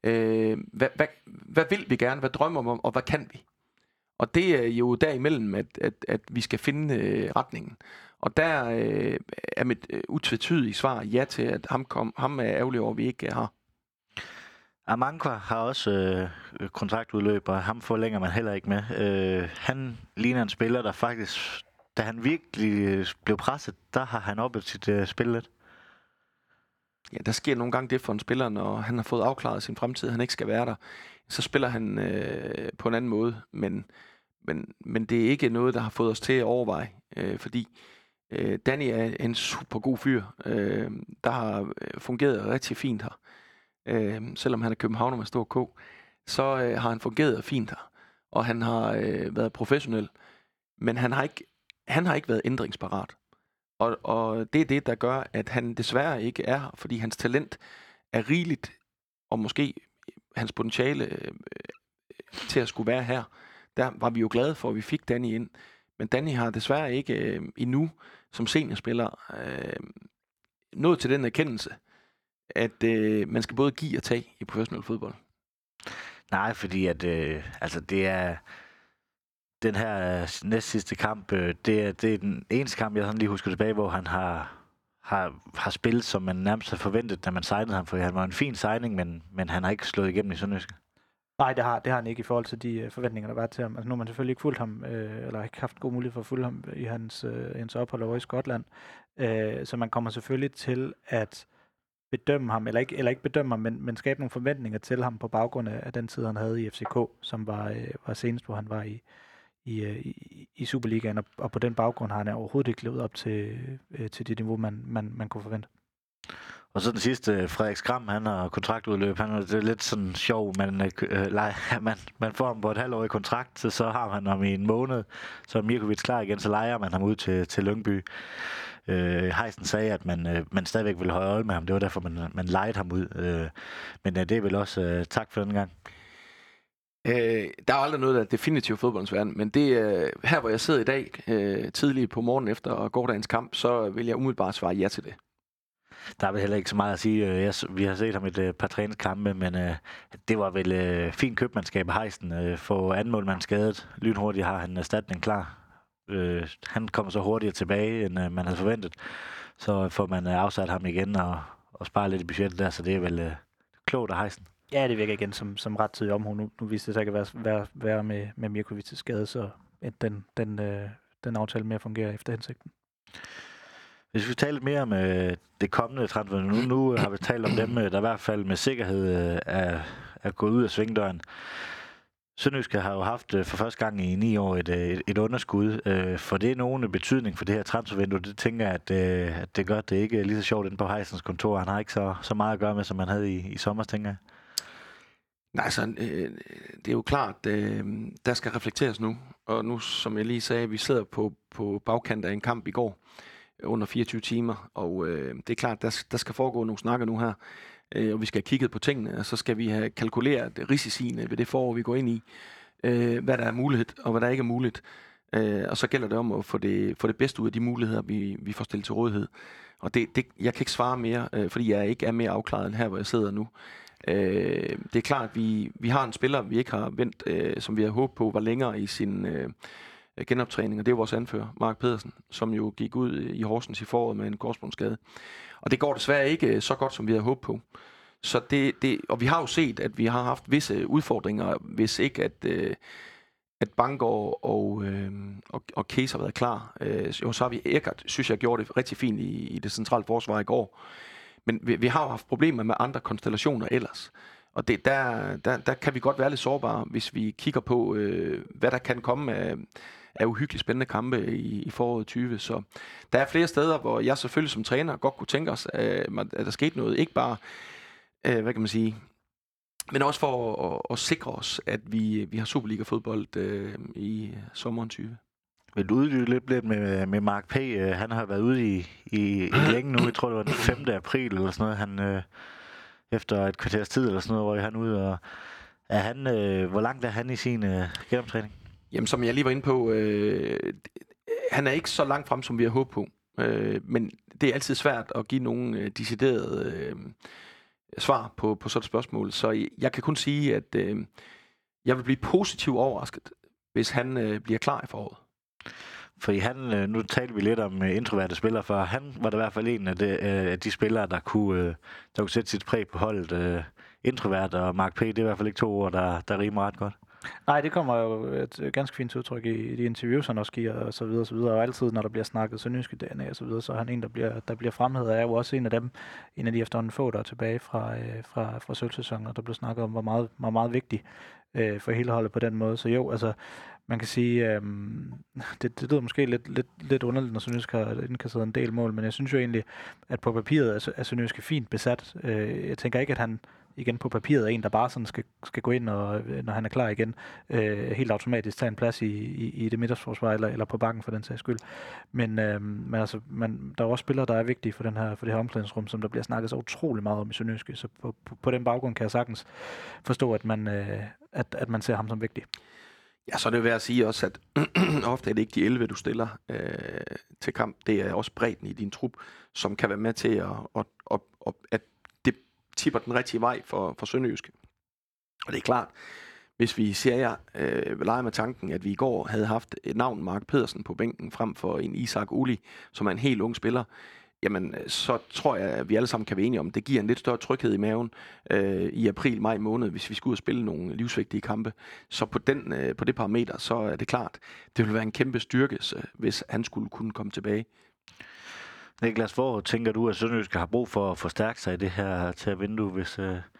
hvad vil vi gerne, hvad drømmer vi om, og hvad kan vi? Og det er jo derimellem, at vi skal finde retningen. Og der er mit utvetydige svar ja til, at ham er ærgerlig over, vi ikke har. Amankwa har også kontraktudløb, og ham forlænger man heller ikke med. Han ligner en spiller, der faktisk, da han virkelig blev presset, der har han oppe sit spil lidt. Ja, der sker nogle gange det for en spiller, når han har fået afklaret sin fremtid, han ikke skal være der. Så spiller han på en anden måde, men det er ikke noget, der har fået os til at overveje, fordi Danny er en super god fyr, der har fungeret rigtig fint her. Selvom han er københavner med stor K, så har han fungeret fint her. Og han har været professionel, men han har ikke været ændringsparat. Og det er det, der gør, at han desværre ikke er her, fordi hans talent er rigeligt, og måske hans potentiale til at skulle være her. Der var vi jo glade for, at vi fik Danny ind. Men Danny har desværre ikke endnu som seniorspiller nået til den erkendelse, at man skal både give og tage i professionel fodbold. Nej, fordi at det er den her næstsidste kamp, det er den eneste kamp, jeg sådan lige husker tilbage, hvor han har spillet, som man nærmest havde forventet, da man signede ham, for han var en fin signing, men han har ikke slået igennem i Sønderjyske. Nej, det har han ikke i forhold til de forventninger, der var til ham. Altså, nu har man selvfølgelig ikke fulgt ham, eller ikke haft god mulighed for at følge ham i hans ophold over i Skotland. Så man kommer selvfølgelig til at bedømme ham, eller ikke bedømme ham, men skabe nogle forventninger til ham på baggrund af den tid, han havde i FCK, som var senest, hvor han var i Superligaen, og på den baggrund har han overhovedet ikke levet op til det niveau, man kunne forvente. Og så den sidste, Frederik Skram, han har kontraktudløb. Det er lidt sådan sjov, man får ham på et halvårigt kontrakt, så har man ham i en måned, så er Mirkovic klar igen, så lejer man ham ud til Lyngby. Heisen sagde, at man stadigvæk ville holde øje med ham. Det var derfor, man lejede ham ud. Men det er vel også tak for den gang. Der er aldrig noget, der er definitivt fodboldens verden, men det her, hvor jeg sidder i dag, tidligt på morgenen efter gårdagens kamp, så vil jeg umiddelbart svare ja til det. Der er vel heller ikke så meget at sige. Vi har set ham et par træningskampe, men det var vel fint købmandskab af Heisen. For anden målmand skadet. Lynhurtigt har han erstatning klar. Han kommer så hurtigere tilbage, end man havde forventet. Så får man afsat ham igen og sparer lidt i budgettet der, så det er vel klogt af Heisen. Ja, det virker igen som rettidig omhu. Nu viste det sig ikke at være med Mirkovic' skade, så den aftale med at fungere efter hensigten. Hvis vi taler lidt mere om det kommende transfer, nu har vi talt om dem, der i hvert fald med sikkerhed er gået ud af svingdøren. Sønderjyske har jo haft for første gang i 9 år et underskud. For det er nogen betydning for det her transfervindue. Det tænker jeg, at det gør det ikke lige så sjovt inde på Heisens kontor. Han har ikke så meget at gøre med, som han havde i sommer, tænker jeg. Nej, så det er jo klart, der skal reflekteres nu. Og nu, som jeg lige sagde, vi sidder på bagkant af en kamp i går under 24 timer. Og det er klart, der skal foregå nogle snakker nu her. Og vi skal have kigget på tingene, og så skal vi have kalkuleret risiciene ved det forår, vi går ind i. Hvad der er muligt, og hvad der ikke er muligt. Og så gælder det om at få det bedste ud af de muligheder, vi får stillet til rådighed. Og jeg kan ikke svare mere, fordi jeg ikke er mere afklaret end her, hvor jeg sidder nu. Det er klart, at vi har en spiller, vi ikke har vendt, som vi havde håbet på, var længere i sin genoptræning, og det er vores anfører, Mark Pedersen, som jo gik ud i Horsens i foråret med en korsbåndsskade. Og det går desværre ikke så godt, som vi havde håbet på. Så og vi har jo set, at vi har haft visse udfordringer, hvis ikke at Bangor og Case har været klar. Så har vi Eckert, synes jeg, gjorde det rigtig fint i det centrale forsvar i går. Men vi har jo haft problemer med andre konstellationer ellers. Og der kan vi godt være lidt sårbare, hvis vi kigger på, hvad der kan komme af uhyggeligt spændende kampe i foråret 20. Så der er flere steder, hvor jeg selvfølgelig som træner godt kunne tænke os, at der skete noget. Ikke bare, hvad kan man sige, men også for at sikre os, at vi har Superliga-fodbold i sommeren 20. Vil du uddybe lidt med Mark P? Han har været ude i længe nu. Jeg tror, det var den 5. april eller sådan noget. Han, efter et kvarters tid eller sådan noget, hvor han ude. Og hvor langt er han i sin genoptræning? Jamen, som jeg lige var inde på, han er ikke så langt frem, som vi har håbet på. Men det er altid svært at give nogle deciderede svar på sådan et spørgsmål. Så jeg kan kun sige, at jeg vil blive positivt overrasket, hvis han bliver klar i foråret. Fordi nu talte vi lidt om introverte spillere, for han var da i hvert fald en af de spillere, der kunne sætte sit præg på holdet. Introvert og Mark P., det er i hvert fald ikke 2 ord, der rimer ret godt. Nej, det kommer jo et ganske fint udtryk i de interviews, han også giver, og så videre, og så videre. Og altid, når der bliver snakket sønderjyske DNA og så videre, så er han en, der bliver fremhævet. Er jo også en af de efterhånden få, der er tilbage fra sølvsæsonen, og der blev snakket om, hvor meget vigtig for hele holdet på den måde. Så jo, altså, man kan sige, det lyder måske lidt underligt, når Sønderjysk har indkasseret en del mål, men jeg synes jo egentlig, at på papiret er Sønderjysk fint besat. Jeg tænker ikke, at han igen på papiret er en, der bare sådan skal gå ind, og når han er klar igen, helt automatisk tage en plads i det midterforsvar, eller på bakken for den sags skyld. Men altså, der er også spillere, der er vigtige for det her omklædningsrum, som der bliver snakket så utrolig meget om i Sønderjyske. Så på den baggrund kan jeg sagtens forstå, at man ser ham som vigtig. Ja, så er det værd at sige også, at ofte er det ikke de 11, du stiller til kamp. Det er også bredden i din trup, som kan være med til at det tipper den rigtige vej for Sønderjyske. Og det er klart, hvis vi leger med tanken, at vi i går havde haft et navn, Mark Pedersen, på bænken frem for en Isak Uli, som er en helt ung spiller, jamen så tror jeg, at vi alle sammen kan være enige om, det giver en lidt større tryghed i maven i april-maj måned, hvis vi skal ud og spille nogle livsvigtige kampe. Så på det parameter, så er det klart, det vil være en kæmpe styrkelse, hvis han skulle kunne komme tilbage. Niklas, hvor tænker du, at Sønderjyske har brug for at forstærke sig i det her til at vindue, hvis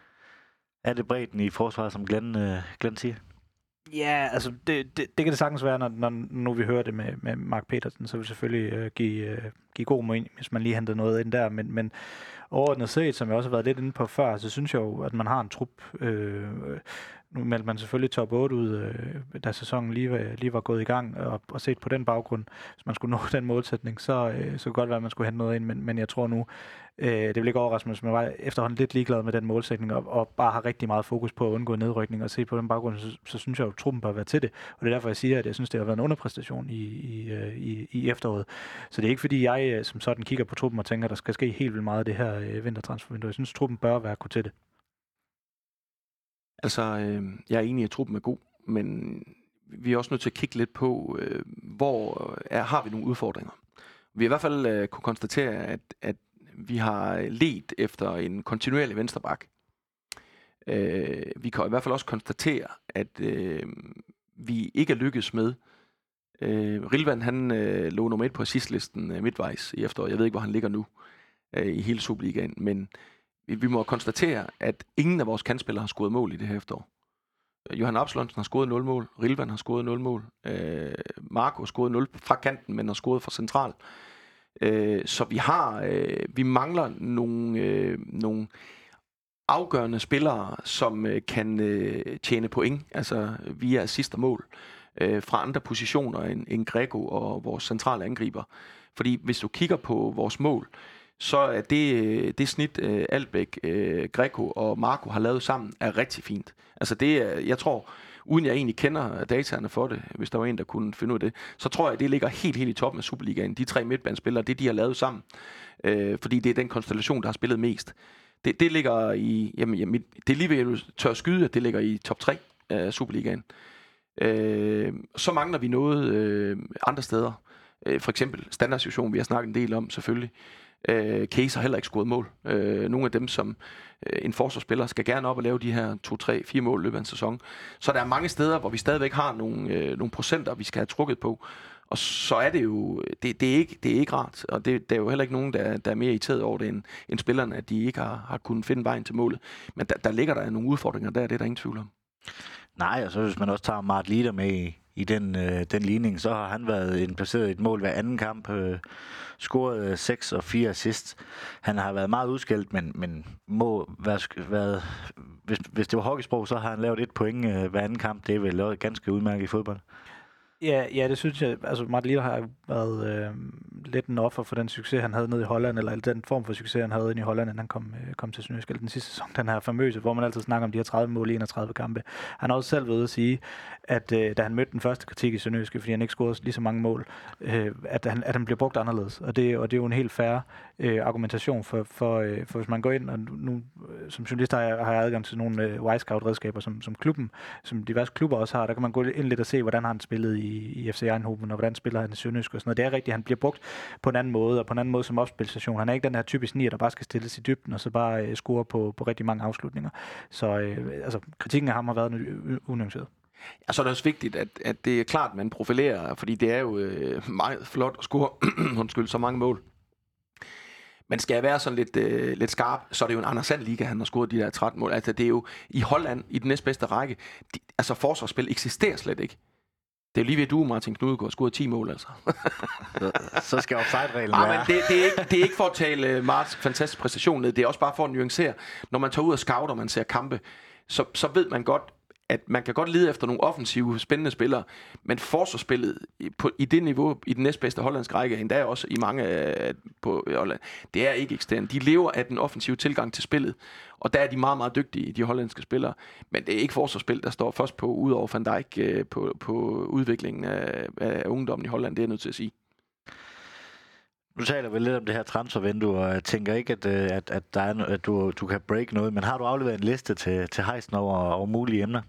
er det bredden i forsvaret, som Glenn siger? Ja, altså det kan det sagtens være, når nu vi hører det med Mark Petersen, så vil selvfølgelig give god mening, hvis man lige henter noget ind der, men overordnet set, som jeg også har været lidt inde på før, så synes jeg jo, at man har en trup. Nu meldte man selvfølgelig top 8 ud, da sæsonen lige var gået i gang, og set på den baggrund, hvis man skulle nå den målsætning, så kunne det godt være, at man skulle hente noget ind, men jeg tror nu, det vil ikke overraske mig, som jeg var efterhånden lidt ligeglad med den målsætning, og bare har rigtig meget fokus på at undgå nedrykning, og se på den baggrund, så synes jeg jo, at truppen bør være til det, og det er derfor, jeg siger, at jeg synes, det har været en underpræstation i efteråret. Så det er ikke, fordi jeg som sådan kigger på truppen og tænker, at der skal ske helt vildt meget af det her vintertransfervindue. Jeg synes, at truppen bør være til det. Altså, jeg er enig i, at truppen er god, men vi er også nødt til at kigge lidt på, hvor har vi nogle udfordringer. Vi har i hvert fald kunne konstatere, at vi har ledt efter en kontinuerlig venstreback. Vi kan i hvert fald også konstatere, at vi ikke er lykkedes med. Rilvan, han lå nummer 1 på assistlisten midtvejs i efteråret. Jeg ved ikke, hvor han ligger nu i hele Superligaen, men vi må konstatere, at ingen af vores kantspillere har scoret mål i det her efterår. Johan Absalonsen har scoret 0 mål, Rilvan har scoret 0 mål, Marco har scoret 0 fra kanten, men har scoret fra central. Så vi mangler nogle afgørende spillere, som kan tjene point, altså via assist og mål, fra andre positioner end Greco og vores centrale angriber. Fordi hvis du kigger på vores mål, så er det snit Albæk, Greco og Marco har lavet sammen, er rigtig fint. Altså jeg tror, uden jeg egentlig kender dataerne for det, hvis der var en, der kunne finde ud af det, så tror jeg, det ligger helt i toppen af Superligaen. De 3 midtbanespillere, det de har lavet sammen. Fordi det er den konstellation, der har spillet mest. Det ligger i, det er lige ved at tør skyde, at det ligger i top 3 af Superligaen. Så mangler vi noget andre steder. For eksempel standardsituation, vi har snakket en del om selvfølgelig. Case har heller ikke scoret mål. Nogle af dem, som en forsvarsspiller skal gerne op og lave de her 2, 3, 4 mål i løbet af en sæson. Så der er mange steder, hvor vi stadigvæk har nogle procenter, vi skal have trukket på. Og så er det jo, det er ikke rart. Og der er jo heller ikke nogen, der er mere irriteret over det, end spillerne, at de ikke har kunnet finde vejen til målet. Men der ligger der nogle udfordringer der, det er der ingen tvivl om. Nej, og så hvis man også tager Mart Lider med i den ligning, så har han været indplaceret i et mål hver anden kamp, scoret 6 og 4 assist. Han har været meget udskældt, men må være hvis det var hockeysprog, så har han lavet 1 point hver anden kamp. Det er vel ganske udmærket i fodbold. Ja, det synes jeg. Altså, Mart Lider har været lidt en offer for den succes, han havde nede i Holland, eller den form for succes, han havde inde i Holland, inden han kom til Sønderjysk, den sidste sæson, den her famøse, hvor man altid snakker om de her 30 mål i 31 kampe. Han har også selv ved at sige, at da han mødte den første kritik i Sønderjysk, fordi han ikke scorede lige så mange mål, at han bliver brugt anderledes. Og det er jo en helt fair argumentation for hvis man går ind, og nu som journalist har jeg adgang til nogle Y-Scout-redskaber, som klubben, som diverse klubber også har, der kan man gå ind lidt og se, hvordan han spillet i FC Eindhoven, og hvordan spiller han i Sønderjysk og sådan noget. Det er rigtigt, han bliver brugt på en anden måde, og på en anden måde som opspilstation. Han er ikke den her typisk nier, der bare skal stilles i dybden, og så bare score på rigtig mange afslutninger. Så kritikken af ham har været unuanceret. Ja, så er det også vigtigt, at det er klart, at man profilerer, fordi det er jo meget flot at score så mange mål. Men skal jeg være sådan lidt skarp, så er det jo en Anders Sand Liga, han har scoret de der 13 mål. Altså det er jo i Holland, i den næstbedste række. Altså forsvarsspil eksisterer slet ikke. Det er jo lige ved, at du, Martin Knudegaard, har scoret 10 mål, altså. Så skal offside-reglen være. Men det er ikke for at tale Marts fantastisk præstation ned. Det er også bare for at nuancere. Når man tager ud og scouter, man ser kampe, så ved man godt, at man kan godt lede efter nogle offensive, spændende spillere, men forsvarsspillet i det niveau, i den næstbedste hollandske række, endda også i mange på Holland, det er ikke eksternt. De lever af den offensive tilgang til spillet, og der er de meget, meget dygtige, de hollandske spillere, men det er ikke forsvarsspil, der står først på, udover Van Dijk, på udviklingen af ungdommen i Holland, det er jeg nødt til at sige. Nu taler vi lidt om det her transfervindue, og jeg tænker ikke, at, der er, at du kan break noget, men har du afleveret en liste til Heisen over mulige emner?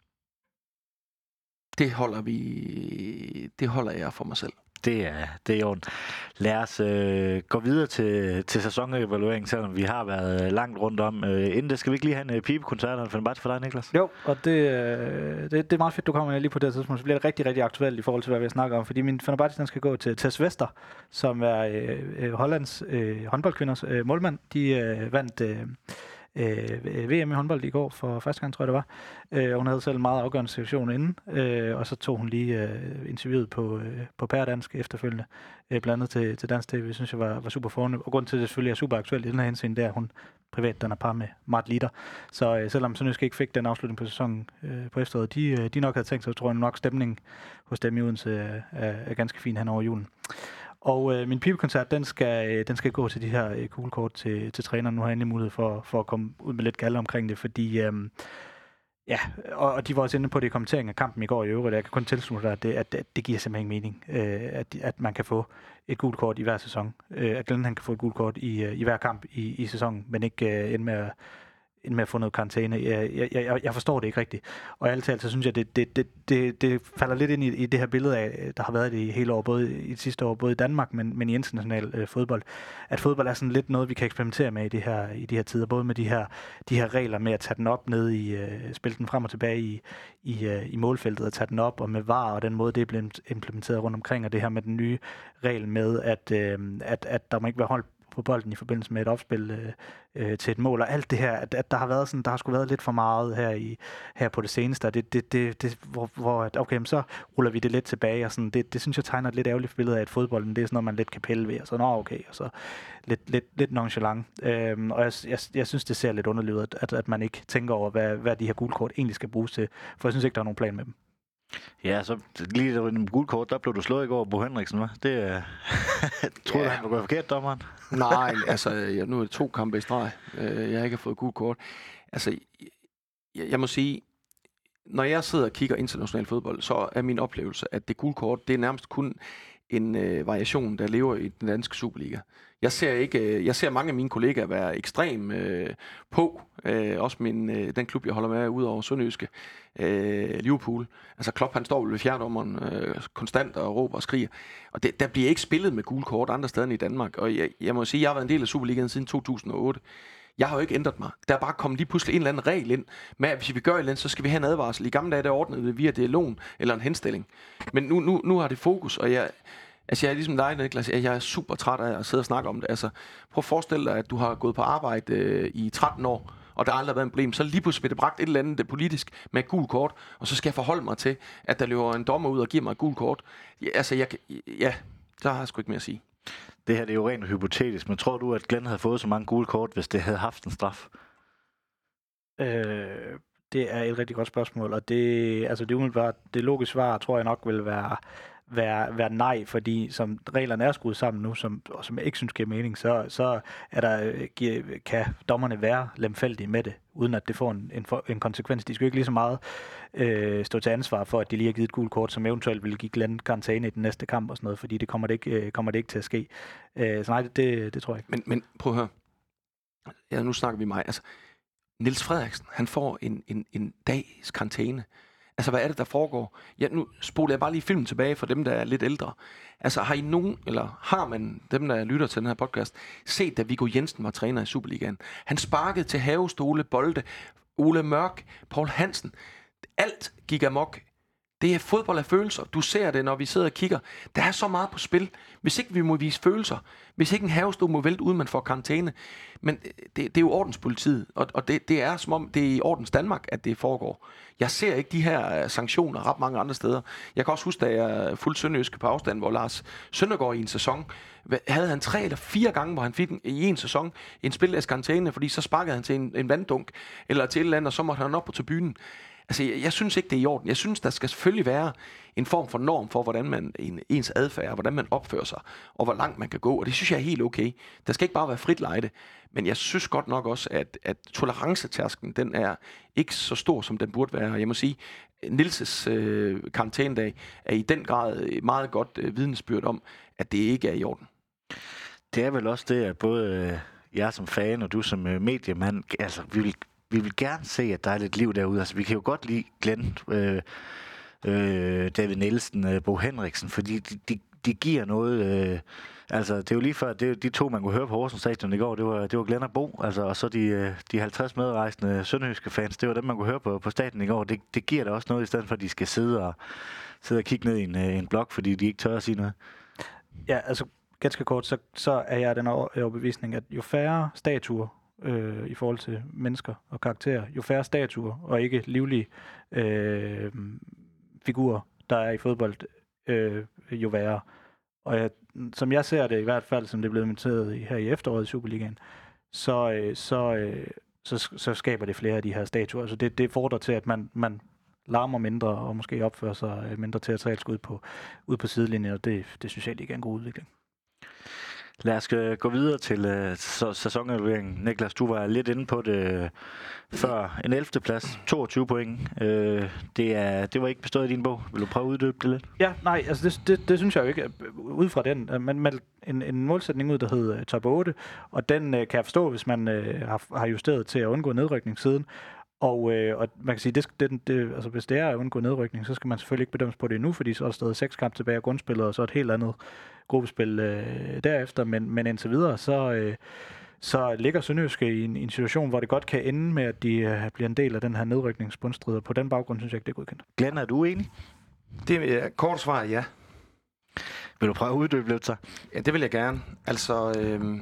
Det holder jeg for mig selv. Det er jo. Lad os gå videre til sæsonevaluering, selvom vi har været langt rundt om. Inden det skal vi ikke lige have en pibekoncert og en Fenerbahce for dig, Niklas? Jo, og det er meget fedt, du kommer lige på det tidspunkt. Så bliver det rigtig, rigtig aktuelt i forhold til, hvad vi snakker om. Fordi min Fenerbahce, den skal gå til Tess Wester, som er Hollands håndboldkvinders målmand. De vandt VM i håndbold i går for første gang, tror jeg det var. Hun havde selv en meget afgørende situation inden, og så tog hun lige interviewet på pærdansk efterfølgende, blandt andet til Dansk TV, synes jeg var super fornemt. Og grunden til, at det selvfølgelig er super aktuelt i den her henseende, det er, at hun privat danner par med Mart Lider. Så selvom Sønderjysk ikke fik den afslutning på sæsonen på efteråret, de nok havde tænkt sig, så tror jeg nok stemningen hos dem i Odense er ganske fin hen over julen. Og min pibekoncert, den skal gå til de her kuglekort til træneren. Nu har jeg endelig mulighed for at komme ud med lidt galle omkring det, fordi og de var også inde på det i kommenteringen af kampen i går i øvrigt. Jeg kan kun tilslutte dig, at det giver simpelthen ingen mening, at man kan få et gult kort i hver sæson. At Glenn han kan få et gult kort i hver kamp i sæsonen, men ikke ende med med at få noget karantæne. Jeg forstår det ikke rigtigt. Og ærligt talt, så synes jeg, det falder lidt ind i det her billede af, der har været det i hele år, både i sidste år, både i Danmark, men i international fodbold. At fodbold er sådan lidt noget, vi kan eksperimentere med i de her tider, både med de her regler med at tage den op ned i, spille den frem og tilbage i målfeltet og tage den op, og med VAR og den måde, det er blevet implementeret rundt omkring, og det her med den nye regel med, at der må ikke være hold på bolden i forbindelse med et opspil til et mål, og alt det her, at der har været sådan, der har sgu været lidt for meget her på det seneste, og hvor okay, så ruller vi det lidt tilbage, og sådan, det synes jeg tegner et lidt ærgerligt billede af, at fodbolden, det er sådan noget, man lidt kan pille ved, og så okay, og så lidt nonchalant. Og jeg synes, det ser lidt underligt ud, at man ikke tænker over, hvad de her gule kort egentlig skal bruges til, for jeg synes ikke, der er nogen plan med dem. Ja, så lige der en gul kort, der blev du slået i går, Bo Henriksen, hva'? Det tror du, han var gået forkert, dommeren? Nej, altså, nu er det 2 kampe i streg. Jeg har ikke fået gul kort. Altså, jeg må sige, når jeg sidder og kigger international fodbold, så er min oplevelse, at det gule kort, det er nærmest kun en variation, der lever i den danske Superliga. Jeg ser mange af mine kollegaer være ekstrem på, også den klub, jeg holder med ud over Sønderjyske, Liverpool. Altså Klopp, han står ved fjerdommeren konstant og råber og skriger. Og der bliver ikke spillet med gule kort andre steder end i Danmark. Og jeg må sige, jeg har været en del af Superligaen siden 2008. Jeg har jo ikke ændret mig. Der er bare kommet lige pludselig en eller anden regel ind med, at hvis vi gør et eller andet, så skal vi have en advarsel. I gamle dage, der ordnede det via dialogen eller en henstilling. Men nu har det fokus, og jeg er ligesom dig, Niklas. Jeg er super træt af at sidde og snakke om det. Altså, prøv at forestille dig, at du har gået på arbejde i 13 år, og der har aldrig været et problem. Så lige pludselig bliver det bragt et eller andet politisk med et gul kort, og så skal jeg forholde mig til, at der løber en dommer ud og giver mig et gul kort. Der har jeg sgu ikke mere at sige. Det her det er jo rent hypotetisk, men tror du, at Glenn havde fået så mange gule kort, hvis det havde haft en straf? Det er et rigtig godt spørgsmål, og det umiddelbart, det logiske svar, tror jeg nok vil være nej, fordi som reglerne er skruet sammen nu, som jeg ikke synes giver mening, så kan dommerne være lemfældige med det, uden at det får en konsekvens. De skal jo ikke lige så meget stå til ansvar for, at de lige har givet et gult kort, som eventuelt vil give Glenn karantæne i den næste kamp og sådan noget, fordi det kommer det ikke til at ske. Så nej, det tror jeg ikke. Men prøv at høre. Ja, nu snakker vi mig. Altså, Niels Frederiksen, han får en dags karantæne. Altså, hvad er det, der foregår? Ja, nu spoler jeg bare lige filmen tilbage for dem, der er lidt ældre. Altså, har man, dem der lytter til den her podcast, set, da Viggo Jensen var træner i Superligaen? Han sparkede til havestole, bolde, Ole Mørk, Paul Hansen. Alt gik amok. Det er fodbold af følelser. Du ser det, når vi sidder og kigger. Der er så meget på spil. Hvis ikke vi må vise følelser, hvis ikke en havestol må vælte, uden man får karantæne. Men det er jo ordenspolitiet, og det er som om, det er i ordens Danmark, at det foregår. Jeg ser ikke de her sanktioner ret mange andre steder. Jeg kan også huske, da jeg fulgte Sønderjyske på afstand, hvor Lars Søndergaard i en sæson, havde han 3 eller 4 gange, hvor han fik i en sæson en spilledags karantæne, fordi så sparkede han til en vanddunk, eller til et eller andet, og så måtte han op på tribunen. Altså, jeg synes ikke, det er i orden. Jeg synes, der skal selvfølgelig være en form for norm for, hvordan man ens adfærd, hvordan man opfører sig, og hvor langt man kan gå, og det synes jeg er helt okay. Der skal ikke bare være frit lejde, men jeg synes godt nok også, at tolerancetærsken, den er ikke så stor, som den burde være. Jeg må sige, Nielses karantænedag er i den grad meget godt vidnesbyrd om, at det ikke er i orden. Det er vel også det, at både jeg som fan og du som mediemand, altså vi vil gerne se, at der er lidt liv derude. Altså, vi kan jo godt lide Glenn, David Nielsen, Bo Henriksen, fordi de giver noget. Altså, det er jo lige før, de 2, man kunne høre på Horsens Stadion i går, det var Glenn og Bo, altså, og så de 50 medrejsende sønderjyske fans, det var dem, man kunne høre på stadion i går. Det giver da også noget, i stedet for, at de skal sidde og kigge ned i en blok, fordi de ikke tør at sige noget. Ja, altså, ganske kort, så er jeg den overbevisning, at jo færre statuer, i forhold til mennesker og karakterer, jo færre statuer og ikke livlige figurer, der er i fodbold, jo værre. Og som jeg ser det i hvert fald, som det er blevet inviteret her i efteråret i Superligaen, så skaber det flere af de her statuer. Altså det fordrer til, at man larmer mindre og måske opfører sig mindre teatralsk ud på sidelinjen, og det synes jeg ikke er en god udvikling. Lad os gå videre til sæsonevalueringen. Niklas, du var lidt inde på det før. En 11. plads, 22 point. Det var ikke bestået i din bog. Vil du prøve at uddybe det lidt? Ja, nej, altså det synes jeg jo ikke. Ud fra den, man meldte en målsætning ud, der hed top 8, og den kan jeg forstå, hvis man har justeret til at undgå nedrykning siden. Og man kan sige, altså hvis det er at undgå nedrykning, så skal man selvfølgelig ikke bedømmes på det endnu, fordi så er der stadig 6 kampe tilbage af grundspillet, og så et helt andet gruppespil derefter. Men indtil videre, så ligger Sønderjyske i en situation, hvor det godt kan ende med, at de bliver en del af den her nedrykningsbundstrid, og på den baggrund synes jeg ikke, det er godkendt. Glenn, er du enig? Det er kort svar, ja. Vil du prøve at uddybe lidt så? Ja, det vil jeg gerne. Altså,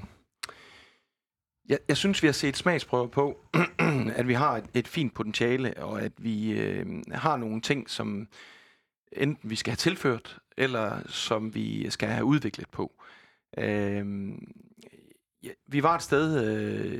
jeg synes, vi har set smagsprøver på, at vi har et fint potentiale, og at vi har nogle ting, som enten vi skal have tilført, eller som vi skal have udviklet på. Vi var et sted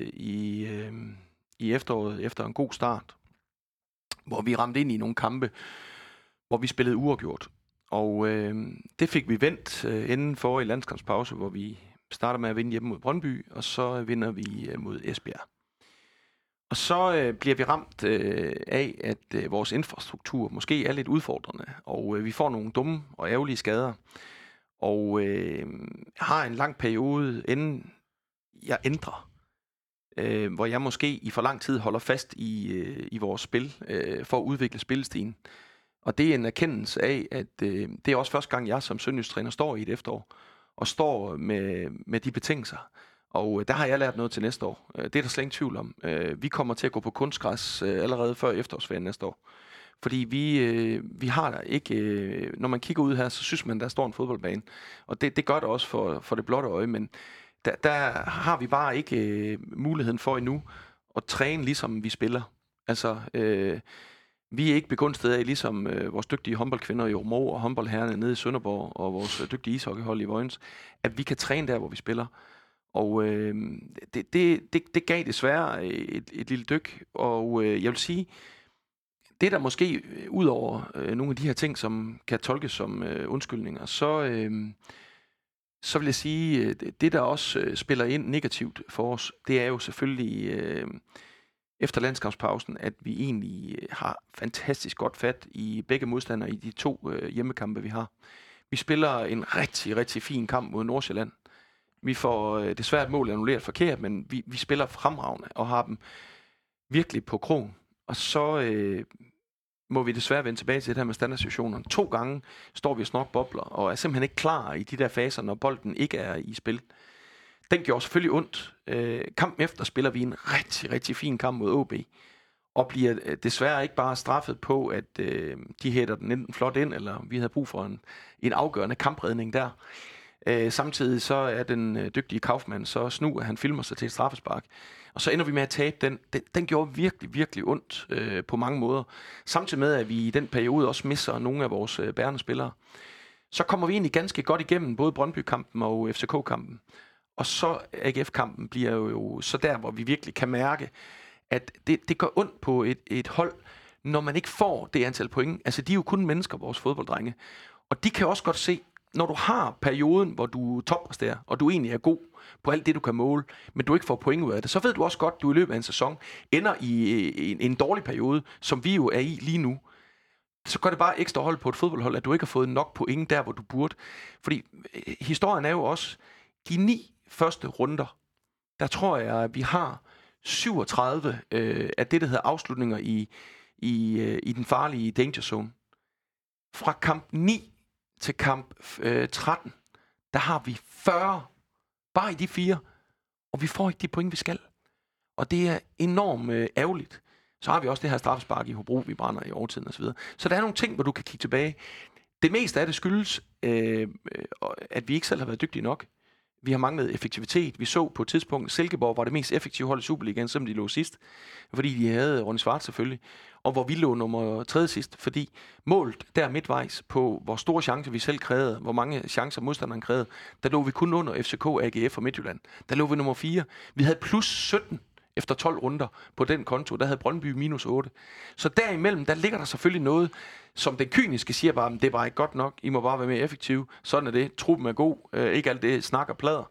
i efteråret, efter en god start, hvor vi ramte ind i nogle kampe, hvor vi spillede uafgjort. Og det fik vi vendt inden for i landskampspause, hvor vi starter med at vinde hjemme mod Brøndby, og så vinder vi mod Esbjerg. Og så bliver vi ramt af, at vores infrastruktur måske er lidt udfordrende, og vi får nogle dumme og ærgerlige skader. Og har en lang periode, inden jeg ændrer, hvor jeg måske i for lang tid holder fast i vores spil, for at udvikle spilstilen. Og det er en erkendelse af, at det er også første gang, jeg som Sønderjysk-træner står i et efterår, og står med de betingelser. Og der har jeg lært noget til næste år. Det er der slet ingen tvivl om. Vi kommer til at gå på kunstgræs allerede før efterårsferien næste år. Fordi vi har der ikke... når man kigger ud her, så synes man, der står en fodboldbane. Og det gør det også for det blotte øje, men der har vi bare ikke muligheden for endnu at træne, ligesom vi spiller. Altså... vi er ikke begunstiget af, ligesom vores dygtige håndboldkvinder i Aabenraa og håndboldherrerne nede i Sønderborg og vores dygtige ishockeyhold i Vojens, at vi kan træne der, hvor vi spiller. Og det gav desværre et lille dyk. Og jeg vil sige, det der måske ud over nogle af de her ting, som kan tolkes som undskyldninger, så vil jeg sige, det der også spiller ind negativt for os, det er jo selvfølgelig... efter landskampspausen, at vi egentlig har fantastisk godt fat i begge modstandere i de 2 hjemmekampe, vi har. Vi spiller en rigtig, rigtig fin kamp mod Nordsjælland. Vi får desværre et mål annulleret forkert, men vi spiller fremragende og har dem virkelig på krogen. Og så må vi desværre vende tilbage til det her med standardsituationerne. 2 gange står vi og snokbobler og er simpelthen ikke klar i de der faser, når bolden ikke er i spil. Den gjorde selvfølgelig ondt. Kampen efter spiller vi en rigtig, rigtig fin kamp mod OB, og bliver desværre ikke bare straffet på, at de hætter den enten flot ind, eller vi havde brug for en afgørende kampredning der. Samtidig så er den dygtige Kaufmann så snu, at han filmer sig til et straffespark. Og så ender vi med at tabe den. Den gjorde virkelig, virkelig ondt på mange måder. Samtidig med, at vi i den periode også misser nogle af vores bærende spillere. Så kommer vi egentlig ganske godt igennem både Brøndby-kampen og FCK-kampen. Og så AGF-kampen bliver jo så der, hvor vi virkelig kan mærke, at det gør ondt på et hold, når man ikke får det antal point. Altså, de er jo kun mennesker, vores fodbolddrenge. Og de kan også godt se, når du har perioden, hvor du toppræsterer, og du egentlig er god på alt det, du kan måle, men du ikke får point ud af det, så ved du også godt, at du i løbet af en sæson ender i en dårlig periode, som vi jo er i lige nu. Så gør det bare ekstra hold på et fodboldhold, at du ikke har fået nok point der, hvor du burde. Fordi historien er jo også, de 9 første runder, der tror jeg, at vi har 37 af det, der hedder afslutninger i den farlige danger zone. Fra kamp 9 til kamp 13, der har vi 40, bare i de 4, og vi får ikke de point, vi skal. Og det er enormt ærgerligt. Så har vi også det her straffespark i Hobro, vi brænder i overtiden osv. Så der er nogle ting, hvor du kan kigge tilbage. Det meste af det skyldes, at vi ikke selv har været dygtige nok. Vi har manglet effektivitet. Vi så på et tidspunkt, Silkeborg var det mest effektive hold i Superligaen, selvom de lå sidst. Fordi de havde Ronny Svart selvfølgelig. Og hvor vi lå nummer 3 sidst. Fordi målt der midtvejs på, hvor store chancer vi selv krævede, hvor mange chancer modstanderen krævede, der lå vi kun under FCK, AGF og Midtjylland. Der lå vi nummer 4. Vi havde plus 17 efter 12 runder på den konto. Der havde Brøndby minus 8. Så derimellem, der ligger der selvfølgelig noget, som den kyniske siger bare, det er bare ikke godt nok. I må bare være mere effektive. Sådan er det. Truppen er god. Ikke alt det snak og plader.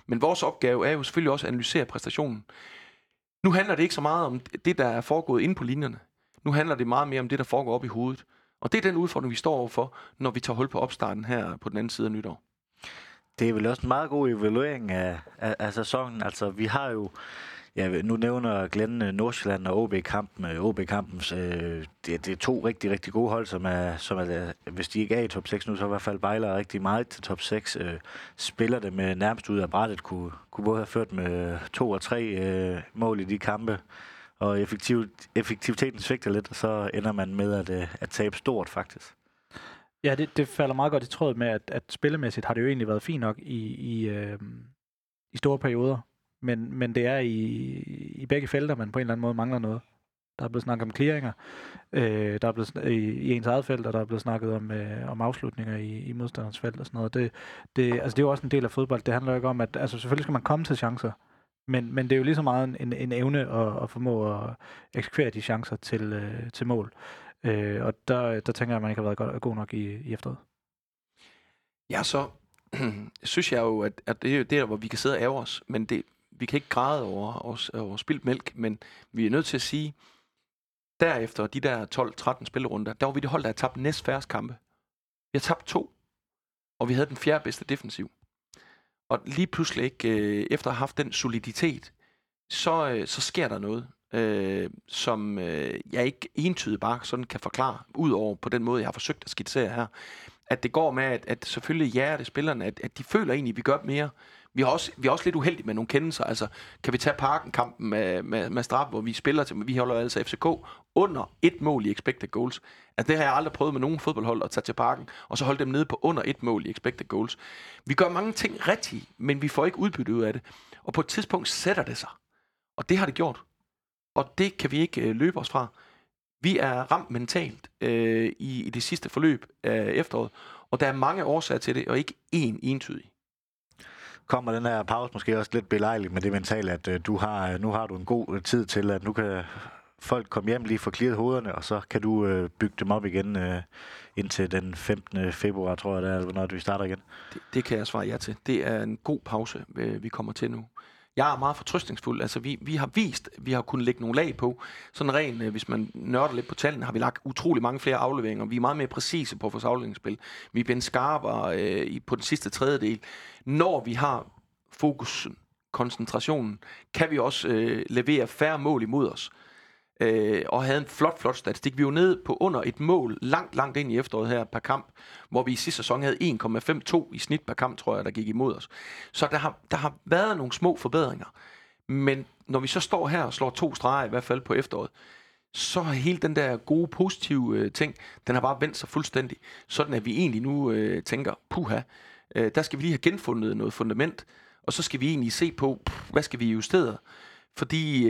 Men vores opgave er jo selvfølgelig også at analysere præstationen. Nu handler det ikke så meget om det, der er foregået inde på linjerne. Nu handler det meget mere om det, der foregår op i hovedet. Og det er den udfordring, vi står overfor, når vi tager hul på opstarten her på den anden side af nytår. Det er vel også en meget god evaluering af sæsonen. Altså, vi har jo... Ja, nu nævner Glenn Nordsjælland og OB-kampen. OB-kampens, det er 2 rigtig, rigtig gode hold, som er, hvis de ikke er i top 6 nu, så i hvert fald bejler rigtig meget til top 6. Spiller det med nærmest ud af brættet, kunne både have ført med 2 og 3 mål i de kampe. Og effektiviteten svigter lidt, og så ender man med at tabe stort, faktisk. Ja, det falder meget godt i tråd med, at spillemæssigt har det jo egentlig været fint nok i store perioder. Men det er i begge felter, man på en eller anden måde mangler noget. Der er blevet snakket om clearinger, der er blevet i ens eget felt, og der er blevet snakket om afslutninger i modstanderens felt og sådan noget. Det er jo også en del af fodbold. Det handler jo ikke om, at altså selvfølgelig skal man komme til chancer, men det er jo lige så meget en evne at formå at eksekvere de chancer til mål. Og der tænker jeg, at man ikke har været god nok i efteråret. Ja, så synes jeg jo, at det er jo der, hvor vi kan sidde og ærge os, men vi kan ikke græde over spildt mælk, men vi er nødt til at sige, derefter de der 12-13 spillerunder, der var vi det hold, der havde tabt næst færrest kampe. Vi har tabt 2, og vi havde den 4. bedste defensiv. Og lige pludselig ikke, efter at have haft den soliditet, så sker der noget, som jeg ikke entydigt bare sådan kan forklare, ud over på den måde, jeg har forsøgt at skitsere her. At det går med, at selvfølgelig det spillerne, at de føler egentlig, at vi gør mere. Vi er også lidt uheldige med nogle kendelser. Altså, kan vi tage Parken-kampen med straf, hvor vi spiller til, vi holder altså FCK under 1 mål i expected goals. Altså, det har jeg aldrig prøvet med nogen fodboldhold at tage til Parken, og så holde dem nede på under 1 mål i expected goals. Vi gør mange ting rigtigt, men vi får ikke udbytte ud af det. Og på et tidspunkt sætter det sig. Og det har det gjort. Og det kan vi ikke løbe os fra. Vi er ramt mentalt i det sidste forløb af efteråret, og der er mange årsager til det, og ikke én entydig. Kommer den her pause måske også lidt belejligt med det mentale, at nu har du en god tid til, at nu kan folk komme hjem, lige få clearet hovederne, og så kan du bygge dem op igen indtil den 15. februar, tror jeg, det er, når vi starter igen. Det kan jeg svare ja til. Det er en god pause, vi kommer til nu. Jeg er meget fortrøstningsfuld. Altså, vi har vist, vi har kunnet lægge nogle lag på. Sådan rent, hvis man nørder lidt på tallene, har vi lagt utrolig mange flere afleveringer. Vi er meget mere præcise på vores afleveringsspil. Vi er blevet skarpere på den sidste tredjedel. Når vi har fokusen, koncentrationen, kan vi også levere færre mål imod os. Og havde en flot statistik. Vi var nede på under 1 mål, langt ind i efteråret her per kamp, hvor vi i sidste sæson havde 1,52 i snit per kamp, tror jeg, der gik imod os. Så der har været nogle små forbedringer. Men når vi så står her og slår 2 streger, i hvert fald på efteråret, så har hele den der gode, positive ting, den har bare vendt sig fuldstændig. Sådan at vi egentlig nu tænker, puha, der skal vi lige have genfundet noget fundament, og så skal vi egentlig se på, hvad skal vi justere? Fordi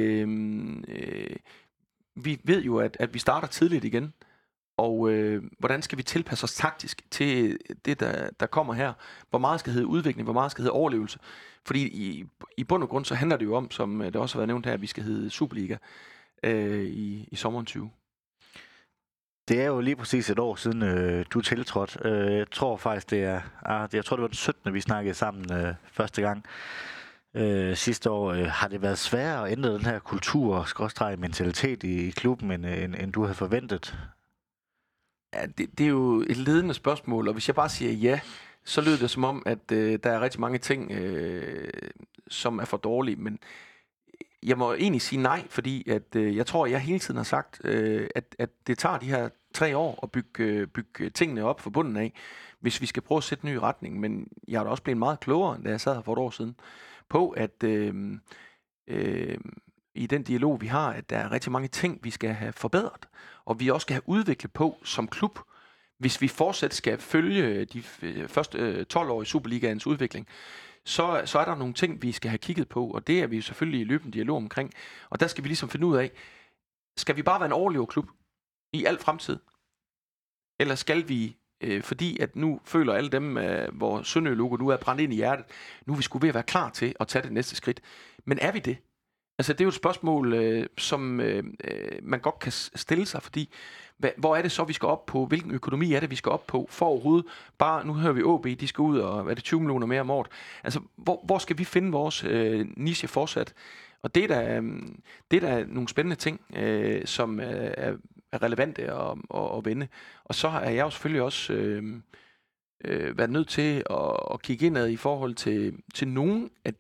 vi ved jo, at vi starter tidligt igen, og hvordan skal vi tilpasse os taktisk til det, der kommer her? Hvor meget skal hedde udvikling, hvor meget skal hedde overlevelse? Fordi i bund og grund, så handler det jo om, som det også har været nævnt her, at vi skal hedde Superliga i sommeren 20. Det er jo lige præcis et år siden, du tiltrådte. Jeg tror faktisk, det var den 17. vi snakkede sammen første gang. Sidste år har det været sværere at ændre den her kultur og mentalitet i klubben, end du havde forventet? Ja, det er jo et ledende spørgsmål, og hvis jeg bare siger ja, så lyder det som om, at der er rigtig mange ting, som er for dårlige, men jeg må egentlig sige nej, fordi at, jeg tror, jeg hele tiden har sagt, at det tager de her 3 år at bygge tingene op fra bunden af, hvis vi skal prøve at sætte en ny retning, men jeg er da også blevet meget klogere, end da jeg sad her for et år siden, på at i den dialog, vi har, at der er rigtig mange ting, vi skal have forbedret, og vi også skal have udviklet på som klub, hvis vi fortsat skal følge de første 12 år i Superligaens udvikling, så er der nogle ting, vi skal have kigget på, og det er vi selvfølgelig i løbende dialog omkring, og der skal vi ligesom finde ud af, skal vi bare være en overleverklub i al fremtid, eller skal vi fordi at nu føler alle dem, hvor Sønderjylland nu er brændt ind i hjertet, nu er vi sgu ved at være klar til at tage det næste skridt. Men er vi det? Altså, det er jo et spørgsmål, som man godt kan stille sig, fordi hvor er det så, vi skal op på? Hvilken økonomi er det, vi skal op på? For overhovedet, bare nu hører vi OB, de skal ud, og er det 20 millioner mere om året? Altså, hvor skal vi finde vores niche fortsat? Og det er da nogle spændende ting, som er relevante at vende. Og så er jeg jo selvfølgelig også været nødt til at kigge indad i forhold til nogle af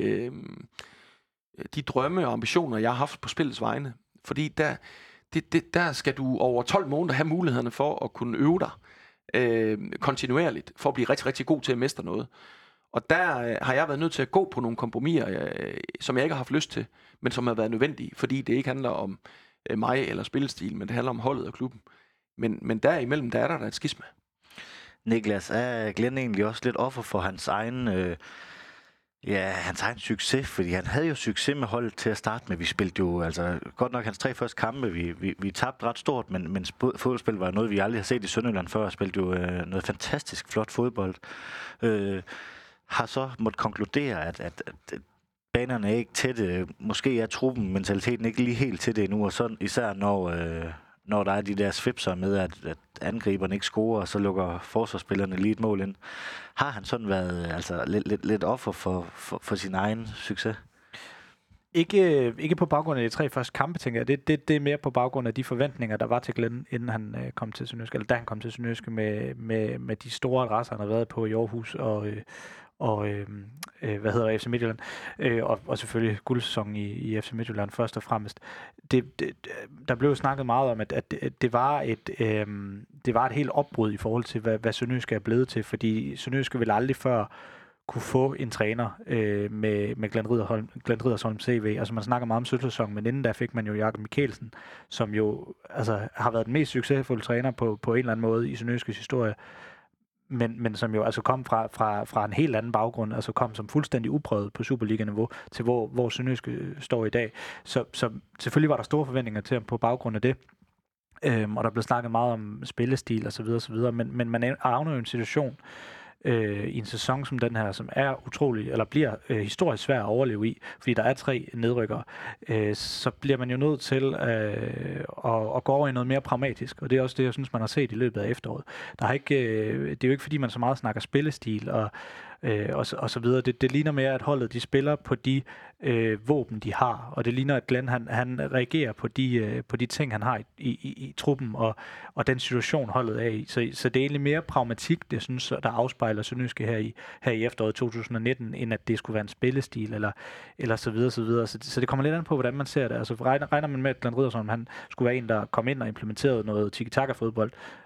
de drømme og ambitioner, jeg har haft på spillets vegne. Fordi der skal du over 12 måneder have mulighederne for at kunne øve dig kontinuerligt, for at blive rigtig, rigtig god til at mestre noget. Og der har jeg været nødt til at gå på nogle kompromiser, som jeg ikke har haft lyst til, men som har været nødvendige, fordi det ikke handler om mig eller spillestil, men det handler om holdet og klubben. Men derimellem, der er der et skisma. Niklas, er Glenn egentlig også lidt offer for hans egen succes? Fordi han havde jo succes med holdet til at starte med. Vi spillede jo, altså godt nok hans 3 første kampe, vi tabte ret stort, men fodboldspil var noget, vi aldrig har set i Sønderjylland før, og spillede jo noget fantastisk flot fodbold. Har så måtte konkludere, at banerne er ikke tætte. Måske er truppen, mentaliteten ikke lige helt til det endnu, og sådan, især når der er de der svipser med, at angriberne ikke scorer, og så lukker forsvarsspillerne lige et mål ind. Har han sådan været lidt offer for sin egen succes? Ikke på baggrund af de 3 første kampe, tænker jeg. Det er mere på baggrund af de forventninger, der var til Glenn, inden han kom til Sønderjyske, eller da han kom til Sønderjyske med de store adresser, han har været på i Aarhus og FC Midtjylland, og selvfølgelig guldsæsonen i FC Midtjylland først og fremmest. Der blev snakket meget om, at det var et helt opbrud i forhold til, hvad Sønderjyske er blevet til, fordi Sønderjyske ville aldrig før kunne få en træner med Glenn Riddersholm CV. Altså man snakker meget om sølvsæsonen, men inden der fik man jo Jakob Mikkelsen, som jo altså har været den mest succesfulde træner på en eller anden måde i Sønderjyskes historie. Men som jo altså kom fra en helt anden baggrund, altså kom som fuldstændig uprøvet på Superliga-niveau til hvor Sønderjyske står i dag. Så selvfølgelig var der store forventninger til ham på baggrund af det. Og der blev snakket meget om spillestil og så videre, men man havner jo en situation i en sæson som den her, som er utrolig, eller bliver historisk svær at overleve i, fordi der er 3 nedrykkere, så bliver man jo nødt til at gå over i noget mere pragmatisk, og det er også det, jeg synes, man har set i løbet af efteråret. Det er jo ikke, fordi man så meget snakker spillestil og så videre. Det ligner mere, at holdet de spiller på de våben, de har, og det ligner, at Glenn han reagerer på de ting, han har i truppen, og den situation, holdet er i. Så det er egentlig mere pragmatik, det synes, der afspejler Sønderjyske her i efteråret 2019, end at det skulle være en spillestil, eller så videre, så videre. Så det kommer lidt an på, hvordan man ser det. Altså regner man med, at Glenn Riddersholm, han skulle være en, der kom ind og implementerede noget tiki-taka-fodbold,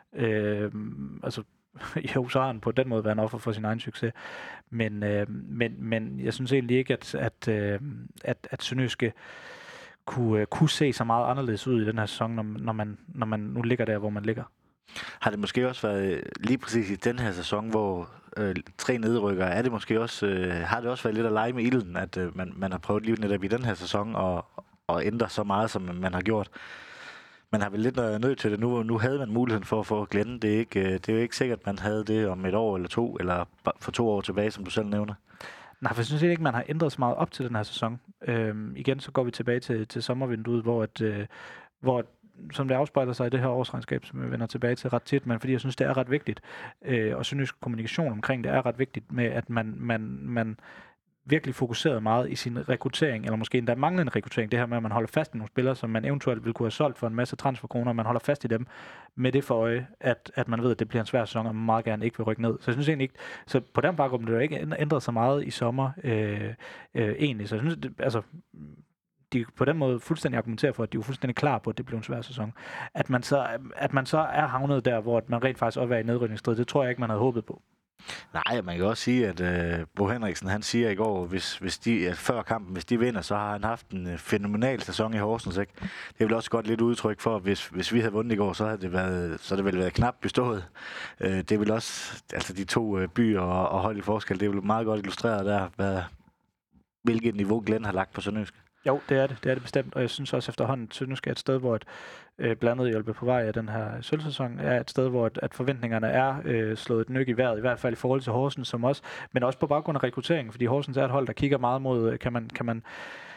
jo, så har han på den måde været en offer for sin egen succes. Men jeg synes egentlig ikke, at Sønderjyske kunne se så meget anderledes ud i den her sæson, når man nu ligger der, hvor man ligger. Har det måske også været lige præcis i den her sæson, hvor 3 nedrykkere, er det måske også, har det også været lidt at lege med ilden, at man har prøvet lige netop i den her sæson at ændre så meget, som man har gjort? Man har vel lidt nødt til det nu, og nu havde man muligheden for at få Glenn. Det er jo ikke sikkert, at man havde det om 1 år eller 2, eller for 2 år tilbage, som du selv nævner. Nej, for jeg synes ikke, man har ændret så meget op til den her sæson. Igen, så går vi tilbage til sommervinduet, hvor som det afspejler sig i det her årsregnskab, som vi vender tilbage til ret tit, men fordi jeg synes, det er ret vigtigt, og Sønderjysk kommunikation omkring det er ret vigtigt med, at man virkelig fokuseret meget i sin rekruttering, eller måske endda manglende rekruttering, det her med, at man holder fast i nogle spillere, som man eventuelt ville kunne have solgt for en masse transferkroner, og man holder fast i dem med det for øje, at man ved, at det bliver en svær sæson, og man meget gerne ikke vil rykke ned. Så jeg synes egentlig ikke, så på den baggrund bliver det ikke ændret så meget i sommer egentlig. Så jeg synes, de på den måde fuldstændig argumenterer for, at de er fuldstændig klar på, at det bliver en svær sæson. At man så er havnet der, hvor man rent faktisk også er i nedrykningsstrid, det tror jeg ikke, man havde håbet på. Nej, man kan også sige, at Bo Henriksen, han siger i går, hvis de før kampen, hvis de vinder, så har han haft en fænomenal sæson i Horsens, ikke? Det er vel også godt lidt udtryk for, hvis vi havde vundet i går, så havde det vel været knap bestået. Det er vel også, altså de 2 byer og hold i forskel, det er vel meget godt illustreret der, hvilket niveau Glenn har lagt på Sønderjysk. Jo, det er det bestemt, og jeg synes også efterhånden, at Sønderjysk er et sted, hvor blandet hjælpe på vej af den her sølvsæson, er et sted, hvor at forventningerne er slået et nyk i vejret, i hvert fald i forhold til Horsens, men også på baggrund af rekrutteringen, fordi Horsens er et hold, der kigger meget mod,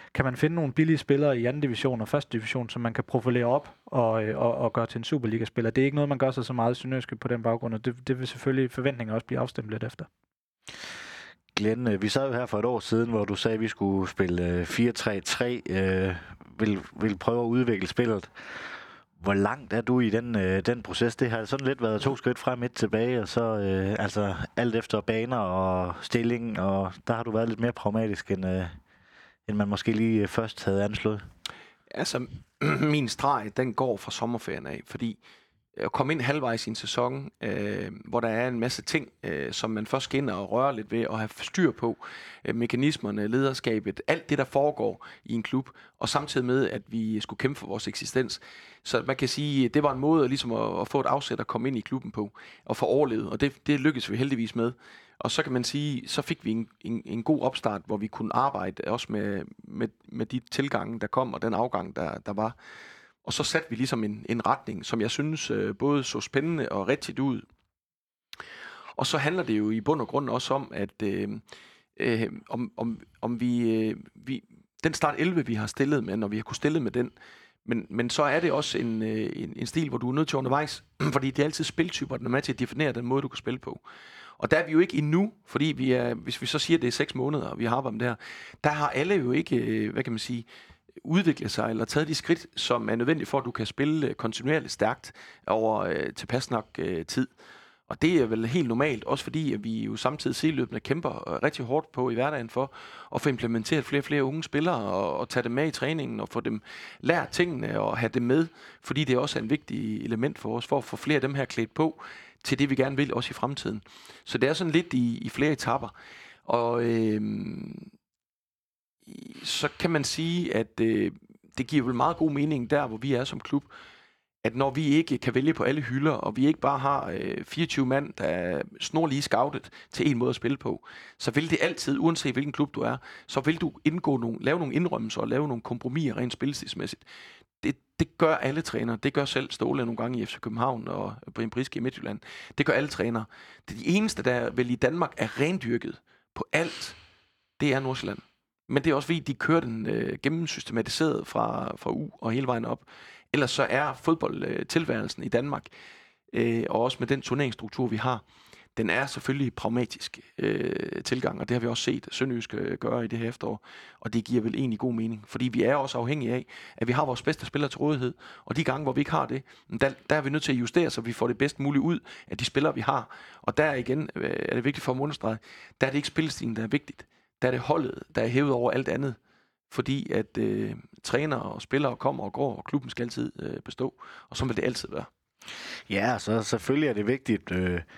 kan man finde nogle billige spillere i anden division og første division, som man kan profilere op og gøre til en Superliga-spiller. Det er ikke noget, man gør sig så meget synøske på den baggrund, og det vil selvfølgelig forventninger også blive afstemt lidt efter. Glenn, vi sad jo her for et år siden, hvor du sagde, at vi skulle spille 4-3-3, vil prøve at udvikle spillet. Hvor langt er du i den proces? Det har sådan lidt været 2 skridt frem, 1 tilbage, og så altså alt efter baner og stilling, og der har du været lidt mere pragmatisk, end man måske lige først havde anslået. Altså, min streg, den går fra sommerferien af, fordi at komme ind halvvejs i en sæson, hvor der er en masse ting, som man først skal ind og røre lidt ved og have styr på. Mekanismerne, lederskabet, alt det, der foregår i en klub, og samtidig med, at vi skulle kæmpe for vores eksistens. Så man kan sige, det var en måde ligesom at få et afsæt at komme ind i klubben på, og få overlevet, og det lykkedes vi heldigvis med. Og så kan man sige, så fik vi en god opstart, hvor vi kunne arbejde også med de tilgange, der kom, og den afgang, der var. Og så satte vi ligesom en retning, som jeg synes både så spændende og rigtigt ud. Og så handler det jo i bund og grund også om, at om vi den start 11, vi har stillet med, når vi har kunnet stille med den, men så er det også en stil, hvor du er nødt til undervejs, fordi det er altid spiltyper, der er med til at definere den måde, du kan spille på. Og der er vi jo ikke endnu, fordi hvis vi så siger, at det er 6 måneder, og vi har arbejdet med det her, der har alle jo ikke, hvad kan man sige, udvikle sig eller taget de skridt, som er nødvendige for, at du kan spille kontinuerligt stærkt over tilpas nok tid. Og det er vel helt normalt, også fordi at vi jo samtidig sideløbende kæmper rigtig hårdt på i hverdagen for at få implementeret flere og flere unge spillere og tage dem med i træningen og få dem lært tingene og have dem med, fordi det også er en vigtig element for os, for at få flere af dem her klædt på til det, vi gerne vil også i fremtiden. Så det er sådan lidt i flere etapper. Og så kan man sige, at det giver vel meget god mening der, hvor vi er som klub, at når vi ikke kan vælge på alle hylder, og vi ikke bare har 24 mand, der er snorlige scoutet til en måde at spille på, så vil det altid, uanset hvilken klub du er, så vil du lave nogle indrømmelser og lave nogle kompromiser rent spilstidsmæssigt. Det gør alle trænere. Det gør selv Ståle nogle gange i FC København og Brian Priske i Midtjylland. Det gør alle trænere. Det er de eneste, der vel i Danmark er rendyrket på alt, det er Nordsjælland. Men det er også fordi, de kører den gennemsystematiseret fra U og hele vejen op. Ellers så er fodboldtilværelsen i Danmark, og også med den turneringsstruktur, vi har, den er selvfølgelig pragmatisk tilgang, og det har vi også set Sønderjysk gøre i det her efterår, og det giver vel egentlig god mening, fordi vi er også afhængige af, at vi har vores bedste spillere til rådighed, og de gange, hvor vi ikke har det, der er vi nødt til at justere, så vi får det bedst muligt ud af de spillere, vi har. Og der igen er det vigtigt for at understrege, der er det ikke spillestilen, der er vigtigt. Der er det holdet, der er hævet over alt andet. Fordi at trænere og spillere kommer og går, og klubben skal altid bestå. Og så vil det altid være. Ja, så selvfølgelig er det vigtigt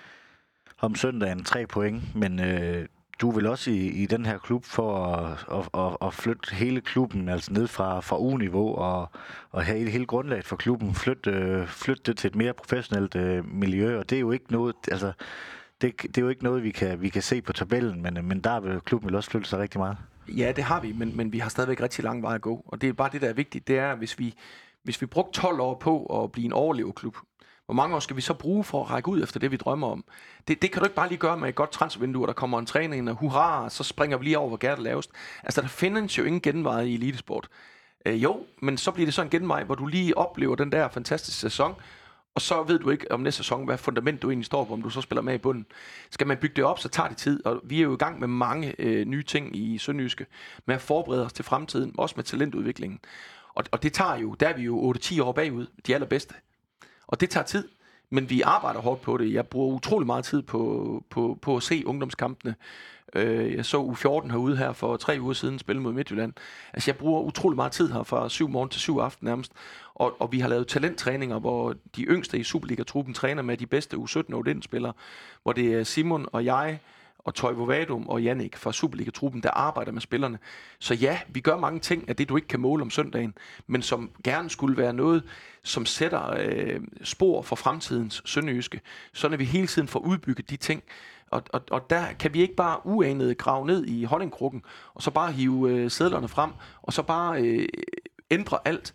om søndagen 3 point, men du er vel også i den her klub for at flytte hele klubben, altså ned fra U-niveau og have hele grundlaget for klubben, flytte det til et mere professionelt miljø, og det er jo ikke noget, altså det er jo ikke noget, vi kan se på tabellen, men der vil klubben vel også flytte sig rigtig meget. Ja, det har vi, men vi har stadigvæk rigtig lang vej at gå. Og det er bare det, der er vigtigt. Det er, hvis vi brugte 12 år på at blive en overleverklub, hvor mange år skal vi så bruge for at række ud efter det, vi drømmer om? Det kan du ikke bare lige gøre med et godt transfervindue, og der kommer en træner ind, og hurra, så springer vi lige over, hvor gært er lavest. Altså, der findes jo ingen genvej i elitesport. Jo, men så bliver det så en genvej, hvor du lige oplever den der fantastiske sæson, og så ved du ikke om næste sæson, hvad fundament du egentlig står på, om du så spiller med i bunden. Skal man bygge det op, så tager det tid, og vi er jo i gang med mange nye ting i Sønderjyske, med at forberede os til fremtiden, også med talentudviklingen. Og det tager jo, der er vi jo 8-10 år bagud, de allerbedste. Og det tager tid, men vi arbejder hårdt på det. Jeg bruger utrolig meget tid på at se ungdomskampene. Jeg så U14 herude her for 3 uger siden spille mod Midtjylland. Altså jeg bruger utrolig meget tid her fra 7 morgen til 7 aften nærmest. Og vi har lavet talenttræninger, hvor de yngste i Superliga-truppen træner med de bedste U17 og U19-spillere. Hvor det er Simon og jeg og Toivo Vadum og Jannik fra Superliga-truppen, der arbejder med spillerne. Så ja, vi gør mange ting af det, du ikke kan måle om søndagen, men som gerne skulle være noget, som sætter spor for fremtidens Sønderjyske, så når vi hele tiden får udbygget de ting. Og der kan vi ikke bare uanet grave ned i honningkrukken, og så bare hive sædlerne frem, og så bare ændre alt.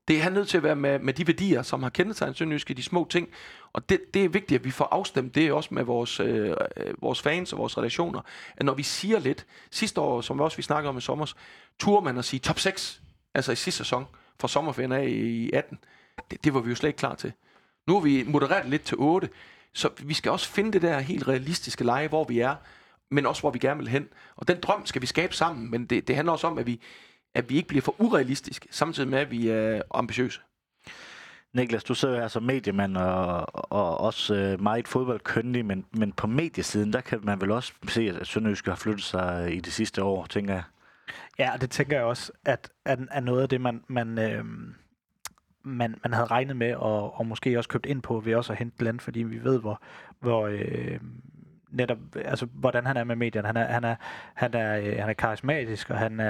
Det er nødt til at være med de værdier, som har kendetegnet Sønderjyske, de små ting. Og det er vigtigt, at vi får afstemt det også med vores fans og vores relationer. At når vi siger lidt, sidste år, som også vi snakkede om i sommer, turde man at sige top 6, altså i sidste sæson, fra sommerferien af i 18. Det var vi jo slet ikke klar til. Nu har vi modereret lidt til 8, så vi skal også finde det der helt realistiske leje, hvor vi er, men også hvor vi gerne vil hen. Og den drøm skal vi skabe sammen, men det handler også om, at vi ikke bliver for urealistiske, samtidig med, at vi er ambitiøse. Niklas, du sidder her som mediemand og også meget fodboldkyndig, men på mediesiden, der kan man vel også se, at Sønderjyske har flyttet sig i de sidste år, tænker jeg. Ja, og det tænker jeg også, at er noget af det, man havde regnet med, og måske også købt ind på, ved også at hente Glenn, fordi vi ved, hvor netop, altså, hvordan han er med medierne. Han er karismatisk, og han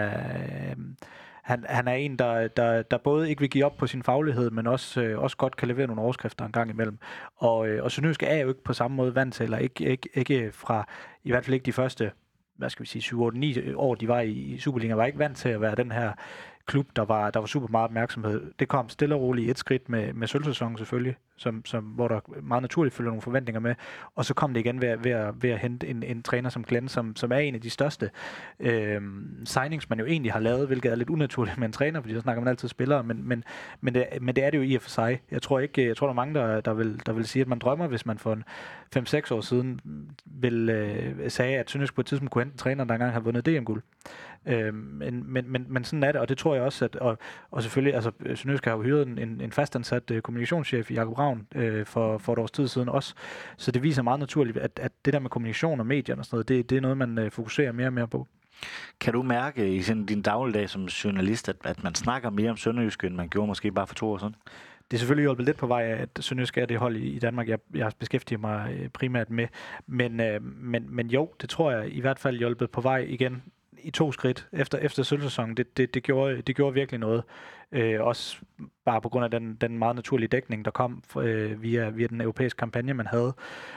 er en, der både ikke vil give op på sin faglighed, men også godt kan levere nogle overskrifter en gang imellem. Og Sønderjyske er jo ikke på samme måde vant til, eller ikke fra, i hvert fald ikke de første, 7-8-9 år, de var i Superligaen, var ikke vant til at være den her klub, der var super meget opmærksomhed. Det kom stille og roligt et skridt med sølvsæsonen selvfølgelig, hvor der meget naturligt følger nogle forventninger med, og så kom det igen ved at hente en træner som Glenn, som er en af de største signings, man jo egentlig har lavet, hvilket er lidt unaturligt med en træner, fordi så snakker man altid spillere, men det er det jo i og for sig. Jeg tror, der er mange, der vil sige, at man drømmer, hvis man for 5-6 år siden sagde, at Sønderjyske på et tidspunkt kunne hente en træner, der engang har vundet DM-guld. Men sådan er det, og det tror jeg også, at og selvfølgelig, altså Sønderjyske har jo hyret en fastansat kommunikationschef, Jakob Ravn, for et års tid siden også, så det viser meget naturligt, at det der med kommunikation og medierne og sådan noget, det er noget, man fokuserer mere og mere på. Kan du mærke i din dagligdag som journalist, at man snakker mere om Sønderjyske, end man gjorde måske bare for 2 år siden? Det er selvfølgelig hjulpet lidt på vej af, at Sønderjyske er det hold i Danmark, jeg beskæftiger mig primært med, men jo, det tror jeg i hvert fald hjulpet på vej igen i 2 skridt efter sølvsæsonen. Det gjorde virkelig noget. Også bare på grund af den meget naturlige dækning, der kom via den europæiske kampagne, man havde.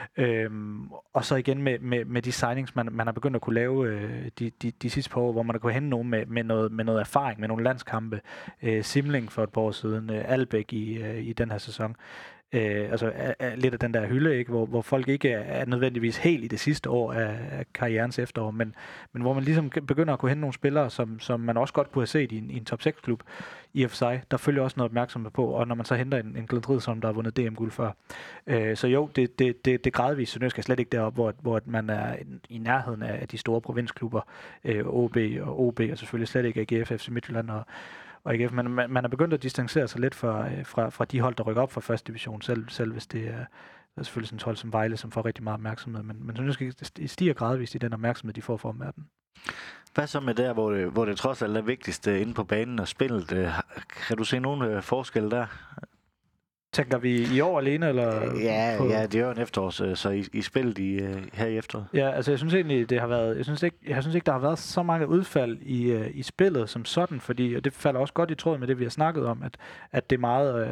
Og så igen med de signings, man har begyndt at kunne lave de sidste par år, hvor man har kunnet hente nogen med noget erfaring, med nogle landskampe. Simling for et par år siden, Albæk i den her sæson. Lidt af den der hylde, ikke? Hvor folk ikke er nødvendigvis helt i det sidste år af karrierens efterår, men hvor man ligesom begynder at kunne hente nogle spillere, som man også godt kunne have set i en top 6-klub i og for sig. Der følger også noget opmærksomhed på, og når man så henter en Glenn Riddersholm, der har vundet DM-guld før. Så jo, det gradvist. Sønderjyske er slet ikke deroppe, hvor man er i nærheden af de store provinsklubber, OB og OB, og selvfølgelig slet ikke AGF, FC Midtjylland og AGF, men man er begyndt at distancere sig lidt fra de hold, der rykker op fra første division, selv hvis det er selvfølgelig sådan et hold som Vejle, som får rigtig meget opmærksomhed, men Sønderjyske stiger gradvist i den opmærksomhed, de får fra omverdenen. Hvad så med der, hvor det trods alt er vigtigst inde på banen og spillet? Kan du se nogle forskelle der? Tænker vi i år alene, eller? Ja, det er jo en efterårs, så I spillet her i efteråret. Ja, altså jeg synes egentlig, det har været, jeg synes ikke, der har været så mange udfald i spillet som sådan, fordi, og det falder også godt i tråd med det, vi har snakket om, at det er meget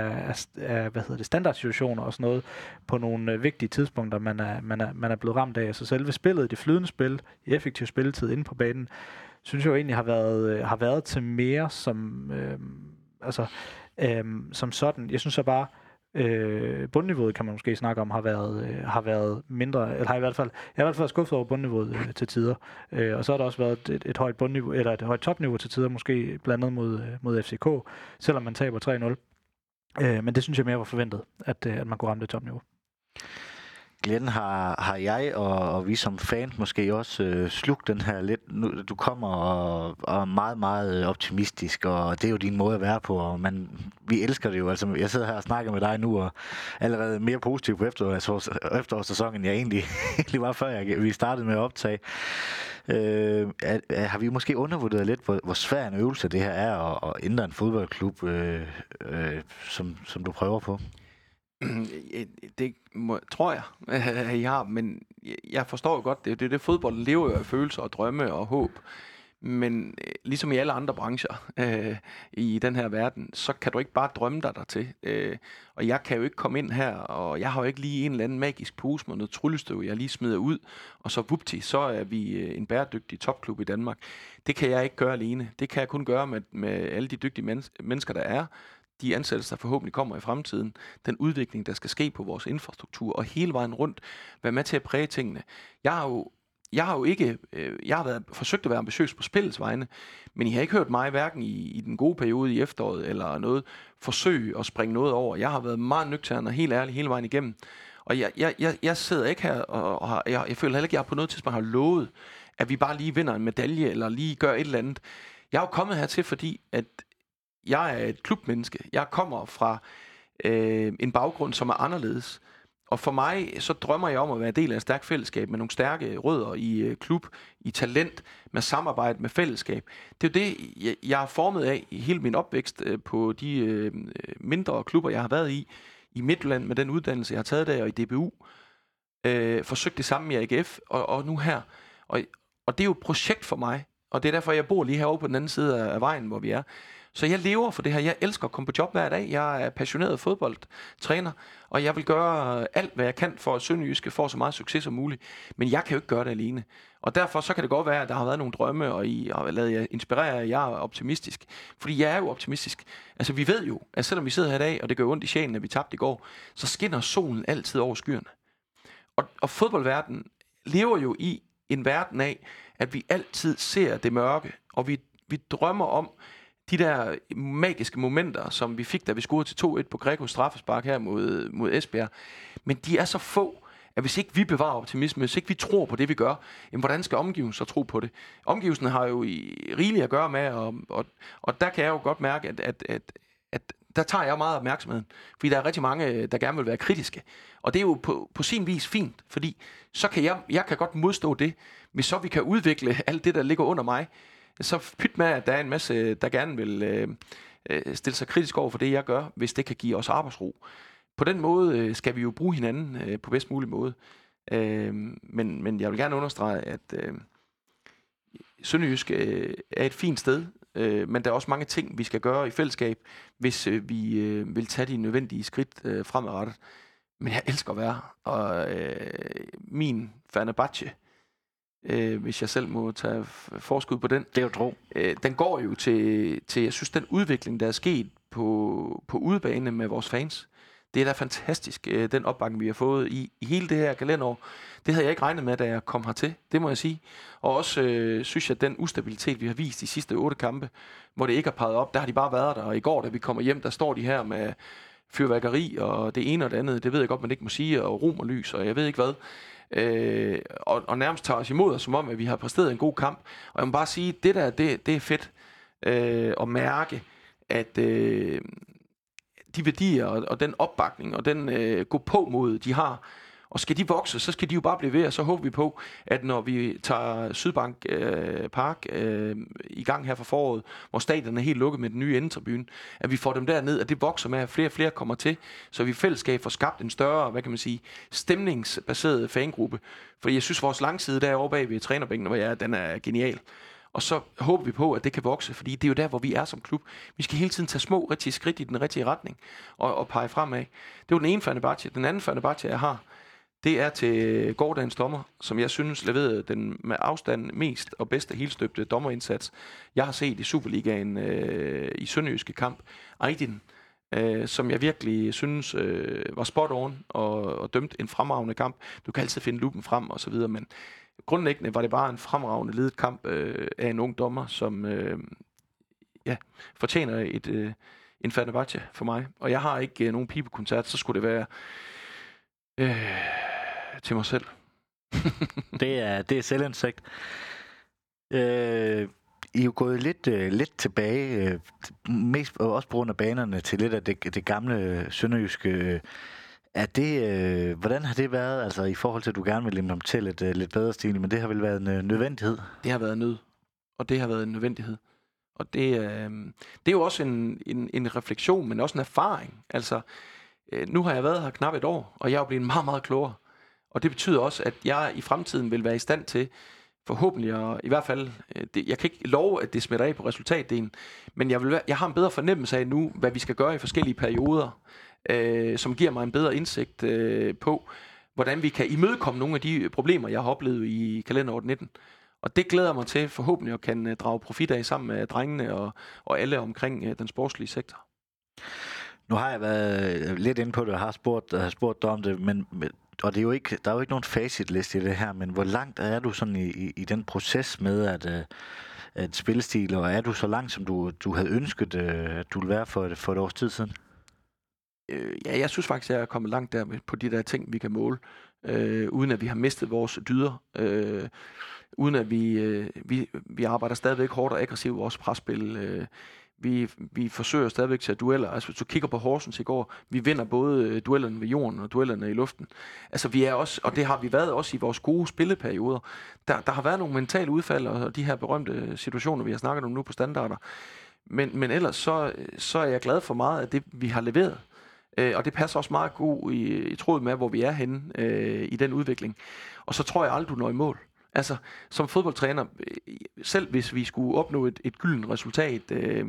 af standardsituationer og sådan noget, på nogle vigtige tidspunkter, man er blevet ramt af. Altså selve spillet, det flydende spil, i effektiv spilletid inde på banen, synes jeg jo egentlig har været til mere som, som sådan. Jeg synes så bare, bundniveauet kan man måske snakke om, har været mindre, eller jeg har i hvert fald skuffet over bundniveauet til tider. Og så har der også været et højt bundniveau, eller et højt topniveau til tider, måske blandet mod FCK, selvom man taber 3-0. Men det synes jeg mere var forventet, at man kunne ramme det topniveau. Glenn, har jeg og vi som fans måske også slugt den her lidt. Du kommer og er meget, meget optimistisk, og det er jo din måde at være på, og vi elsker det jo. Altså, jeg sidder her og snakker med dig nu, og allerede mere positiv på efterårssæsonen, jeg egentlig var før vi startede med at optage. Har vi måske undervurderet lidt, hvor svær en øvelse det her er at ændre en fodboldklub, som du prøver på? Det tror jeg, I har, men jeg forstår jo godt, det fodbold lever jo af følelser og drømme og håb, men ligesom i alle andre brancher i den her verden, så kan du ikke bare drømme dig dertil, og jeg kan jo ikke komme ind her, og jeg har jo ikke lige en eller anden magisk pose med noget tryllestøv, jeg lige smider ud, og så vupti, så er vi en bæredygtig topklub i Danmark. Det kan jeg ikke gøre alene. Det kan jeg kun gøre med alle de dygtige mennesker, der er. de ansættelser, der forhåbentlig kommer i fremtiden, den udvikling, der skal ske på vores infrastruktur, og hele vejen rundt være med til at præge tingene. Jeg har forsøgt at være ambitiøs på spillets vegne, men I har ikke hørt mig hverken i den gode periode i efteråret eller noget forsøg at springe noget over. Jeg har været meget nøgtern og helt ærlig hele vejen igennem. Og jeg sidder ikke her, og jeg føler heller ikke, at jeg på noget tidspunkt har lovet, at vi bare lige vinder en medalje, eller lige gør et eller andet. Jeg er jo kommet hertil, fordi at jeg er et klubmenneske. Jeg kommer fra en baggrund, som er anderledes. Og for mig, så drømmer jeg om at være del af et stærkt fællesskab med nogle stærke rødder i klub, i talent, med samarbejde, med fællesskab. Det er jo det, jeg er formet af i hele min opvækst på de mindre klubber, jeg har været i Midtjylland med den uddannelse, jeg har taget der, og i DBU. Forsøgt det samme i AGF, og nu her. Og det er jo et projekt for mig, og det er derfor, jeg bor lige herovre på den anden side af vejen, hvor vi er. Så jeg lever for det her. Jeg elsker at komme på job hver dag. Jeg er passioneret fodboldtræner, og jeg vil gøre alt, hvad jeg kan for, at Sønderjyske får så meget succes som muligt. Men jeg kan jo ikke gøre det alene. Og derfor så kan det godt være, at der har været nogle drømme, og I har ladet jer inspirere, jeg er optimistisk. Fordi jeg er jo optimistisk. Altså vi ved jo, at selvom vi sidder her i dag, og det gør ondt i sjælen, at vi tabte i går, så skinner solen altid over skyerne. Og fodboldverdenen lever jo i en verden af, at vi altid ser det mørke, og vi drømmer om de der magiske momenter, som vi fik, da vi scorede til 2-1 på Gregos straffespark her mod Esbjerg. Men de er så få, at hvis ikke vi bevarer optimisme, hvis ikke vi tror på det, vi gør, jamen, hvordan skal omgivelsen så tro på det? Omgivelsen har jo rigeligt at gøre med, og der kan jeg jo godt mærke, at der tager jeg meget opmærksomheden. Fordi der er rigtig mange, der gerne vil være kritiske. Og det er jo på sin vis fint, fordi så kan jeg kan godt modstå det, hvis så vi kan udvikle alt det, der ligger under mig. Så pyt med, at der er en masse, der gerne vil stille sig kritisk over for det, jeg gør, hvis det kan give os arbejdsro. På den måde skal vi jo bruge hinanden på bedst mulig måde. Men jeg vil gerne understrege, at Sønderjysk er et fint sted, men der er også mange ting, vi skal gøre i fællesskab, hvis vi vil tage de nødvendige skridt fremadrettet. Men jeg elsker at være, og min Fenerbahce, hvis jeg selv må tage forskud på den. Det er jo tro. Den går jo til, jeg synes, den udvikling, der er sket på udebane med vores fans, det er da fantastisk, den opbakning, vi har fået i hele det her kalenderår. Det havde jeg ikke regnet med, da jeg kom hertil, det må jeg sige. Og også synes jeg, at den ustabilitet, vi har vist de sidste 8 kampe, hvor det ikke er peget op, der har de bare været der. Og i går, da vi kommer hjem, der står de her med fyrværkeri og det ene og det andet. Det ved jeg godt, man ikke må sige, og rom og lys, og jeg ved ikke hvad. Og nærmest tager os imod os, som om, at vi har præsteret en god kamp. Og jeg må bare sige, det der, det er fedt at mærke, at de værdier og den opbakning og den gå på mod, de har, og skal de vokse, så skal de jo bare blive ved, og så håber vi på, at når vi tager Sydbank Park i gang her for foråret, hvor stadion er helt lukket med den nye endetribune, at vi får dem derned, at det vokser med, at flere og flere kommer til, så vi i fællesskab får skabt en større, hvad kan man sige, stemningsbaseret fangruppe. Fordi jeg synes, vores langside derovre bag ved trænerbænken, hvor jeg er, den er genial. Og så håber vi på, at det kan vokse, fordi det er jo der, hvor vi er som klub. Vi skal hele tiden tage små, rigtige skridt i den rigtige retning og pege fremad. Det var den ene Fenerbahce. Den anden Fenerbahce, jeg har, det er til gårdagens dommer, som jeg synes leverede den med afstand mest og bedste helstøbte dommerindsats, jeg har set i Superligaen i Sønderjyske kamp. Aydin, som jeg virkelig synes var spot on og dømt en fremragende kamp. Du kan altid finde lupen frem og så videre, men grundlæggende var det bare en fremragende ledet kamp af en ung dommer, som fortjener en Fenerbahce for mig. Og jeg har ikke nogen pibekoncert, så skulle det være til mig selv. Det er selvindsigt. I er jo gået lidt tilbage, mest også på grund af banerne, til lidt af det gamle sønderjyske. Hvordan har det været, altså i forhold til, at du gerne vil implementere lidt bedre stil, men det har vel været en nødvendighed? Det har været nød, og det har været en nødvendighed. Og det er jo også en refleksion, men også en erfaring. Altså, nu har jeg været her knap et år, og jeg er jo blevet meget, meget klogere. Og det betyder også, at jeg i fremtiden vil være i stand til, forhåbentlig, og i hvert fald, jeg kan ikke love, at det smitter af på resultatdelen, men jeg har en bedre fornemmelse af nu, hvad vi skal gøre i forskellige perioder, som giver mig en bedre indsigt på, hvordan vi kan imødekomme nogle af de problemer, jeg har oplevet i kalenderåret 19. Og det glæder mig til forhåbentlig at kan drage profit af sammen med drengene og alle omkring den sportslige sektor. Nu har jeg været lidt inde på det og har spurgt dig om det, men og det er jo ikke, der er jo ikke nogen facitliste i det her, men hvor langt er du sådan i den proces med at spillestil, og er du så langt, som du havde ønsket, at du ville være for et års tid siden? Ja, jeg synes faktisk, at jeg er kommet langt der på de der ting, vi kan måle, uden at vi har mistet vores dyder, uden at vi arbejder stadigvæk hårdt og aggressivt i vores presspil. Vi forsøger stadigvæk til dueller. Altså, hvis du kigger på Horsens i går, vi vinder både duellerne ved jorden og duellerne i luften. Altså, vi er også, og det har vi været også i vores gode spilleperioder. Der har været nogle mentale udfald, og de her berømte situationer, vi har snakket om nu på standarder. Men ellers så er jeg glad for meget af det, vi har leveret. Og det passer også meget god i tråd med, hvor vi er henne i den udvikling. Og så tror jeg aldrig, du når i mål. Altså, som fodboldtræner, selv hvis vi skulle opnå et gyldent resultat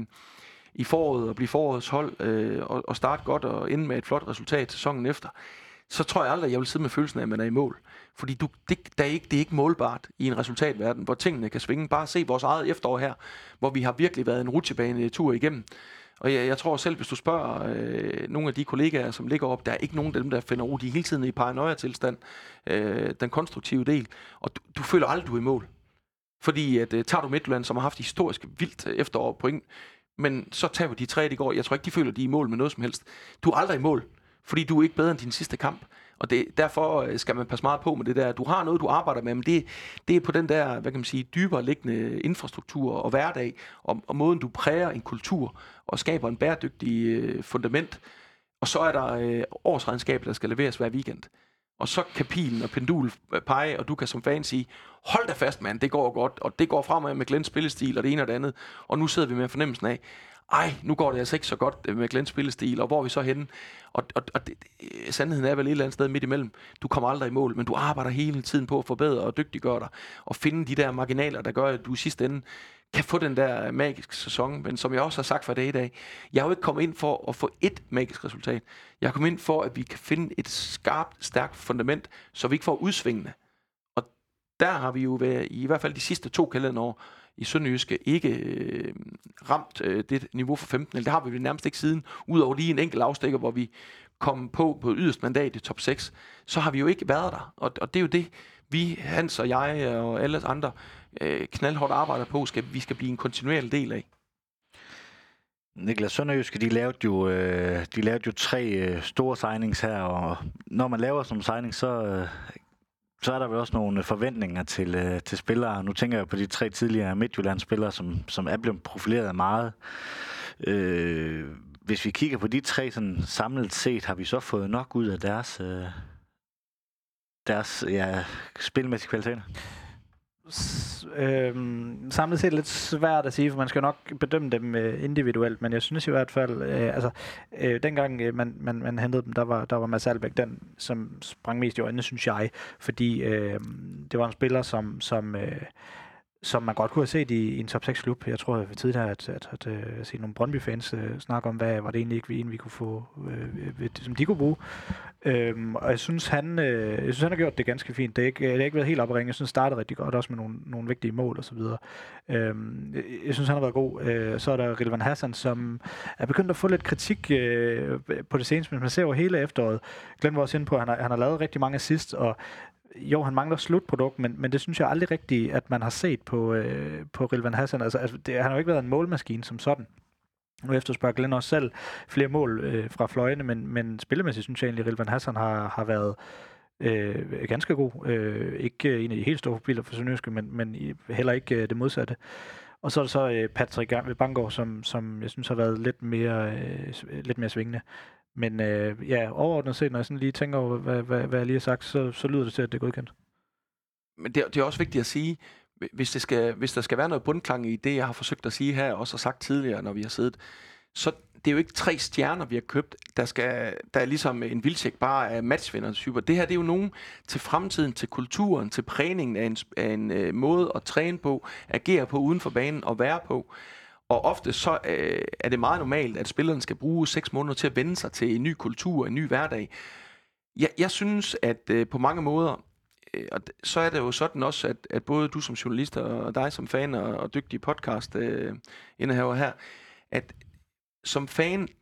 i foråret og blive forårets hold og starte godt og ende med et flot resultat sæsonen efter, så tror jeg aldrig, at jeg vil sidde med følelsen af, at man er i mål. Fordi det er ikke målbart i en resultatverden, hvor tingene kan svinge. Bare se vores eget efterår her, hvor vi har virkelig været en rutsjebane-tur igennem. Og jeg tror selv, hvis du spørger nogle af de kollegaer, som ligger op, der er ikke nogen af dem, der finder ro. De er hele tiden i paranoia-tilstand, den konstruktive del. Og du føler aldrig, du er i mål. Fordi at tager du Midtjylland, som har haft historisk vildt efterår point, men så tager de 3 i går. Jeg tror ikke, de føler, de er i mål med noget som helst. Du er aldrig i mål, fordi du er ikke bedre end din sidste kamp. Og derfor skal man passe meget på med det der. Du har noget, du arbejder med, men det er på den der, hvad kan man sige, dybere liggende infrastruktur og hverdag, og måden, du præger en kultur og skaber en bæredygtig fundament. Og så er der årsregnskab, der skal leveres hver weekend. Og så kan pilen og pendul pege, og du kan som fan sige, hold da fast, mand, det går godt, og det går fremad med Glens spillestil og det ene og det andet. Og nu sidder vi med fornemmelsen af, nu går det altså ikke så godt med Glens spillestil, og hvor er vi så henne? Og sandheden er vel et eller andet sted midt imellem. Du kommer aldrig i mål, men du arbejder hele tiden på at forbedre og dygtiggøre dig, og finde de der marginaler, der gør, at du i sidste ende kan få den der magiske sæson. Men som jeg også har sagt for det i dag, jeg har jo ikke kommet ind for at få et magisk resultat. Jeg har kommet ind for, at vi kan finde et skarpt, stærkt fundament, så vi ikke får udsvingende. Og der har vi jo været, i hvert fald de sidste 2 kalenderår i Sønderjyske ikke ramt det niveau for 15. Eller det har vi nærmest ikke siden, udover lige en enkelt afstikker, hvor vi kom på yderst mandat i top 6. Så har vi jo ikke været der. Og det er jo det, vi, Hans og jeg og alle andre knaldhårdt arbejder på, vi skal blive en kontinuerlig del af. Niklas, Sønderjyske, de lavede jo 3 store signings her, og når man laver sådan en signing, så er der vel også nogle forventninger til spillere. Nu tænker jeg på de 3 tidligere Midtjylland-spillere, som er blevet profileret meget. Hvis vi kigger på de 3 sådan samlet set, har vi så fået nok ud af deres spilmæssige kvaliteter? Samlet set lidt svært at sige, for man skal nok bedømme dem individuelt, men jeg synes i hvert fald, dengang man hentede dem, der var Mads Albeck den, som sprang mest i øjnene, synes jeg, fordi det var en spiller, som man godt kunne have set i en top 6 klub. Jeg tror, det var tidligere at se nogle Brøndby-fans snakke om, hvad var det egentlig ikke, vi kunne få, som de kunne bruge. Og jeg synes, han har gjort det ganske fint. Det har ikke været helt op at ringe. Jeg synes, han startede rigtig godt, også med nogle vigtige mål og så videre. Jeg synes, han har været god. Så er der Rilvan Hassan, som er begyndt at få lidt kritik på det seneste, men man ser jo hele efteråret. Glenn var også inde på, at han har lavet rigtig mange assist, og jo, han mangler slutprodukt, men det synes jeg aldrig rigtigt, at man har set på Rilvan Hassan. Altså han har jo ikke været en målmaskine som sådan. Nu efterspørger Glenn også selv flere mål fra fløjene, men spillemæssigt synes jeg egentlig, at Rilvan Hassan har været ganske god. Ikke en af de helt store biler for Sønderjyske, men heller ikke det modsatte. Og så er der så Patrick Banggaard, som jeg synes har været lidt mere svingende. Men overordnet set, når jeg sådan lige tænker over, hvad jeg lige har sagt, så lyder det til, at det er godkendt. Men det er også vigtigt at sige, hvis der skal være noget bundklang i det, jeg har forsøgt at sige her, også har sagt tidligere, når vi har siddet, så det er jo ikke 3 stjerner, vi har købt, der er ligesom en Wilczek bare af matchvindertyper. Det her, det er jo nogen til fremtiden, til kulturen, til prægningen af en måde at træne på, agere på uden for banen og være på. Og ofte så er det meget normalt, at spillerne skal bruge 6 måneder til at vende sig til en ny kultur, en ny hverdag. Jeg synes, at på mange måder, og så er det jo sådan også, at både du som journalist og dig som fan og dygtig podcast indehaver her, at som fan,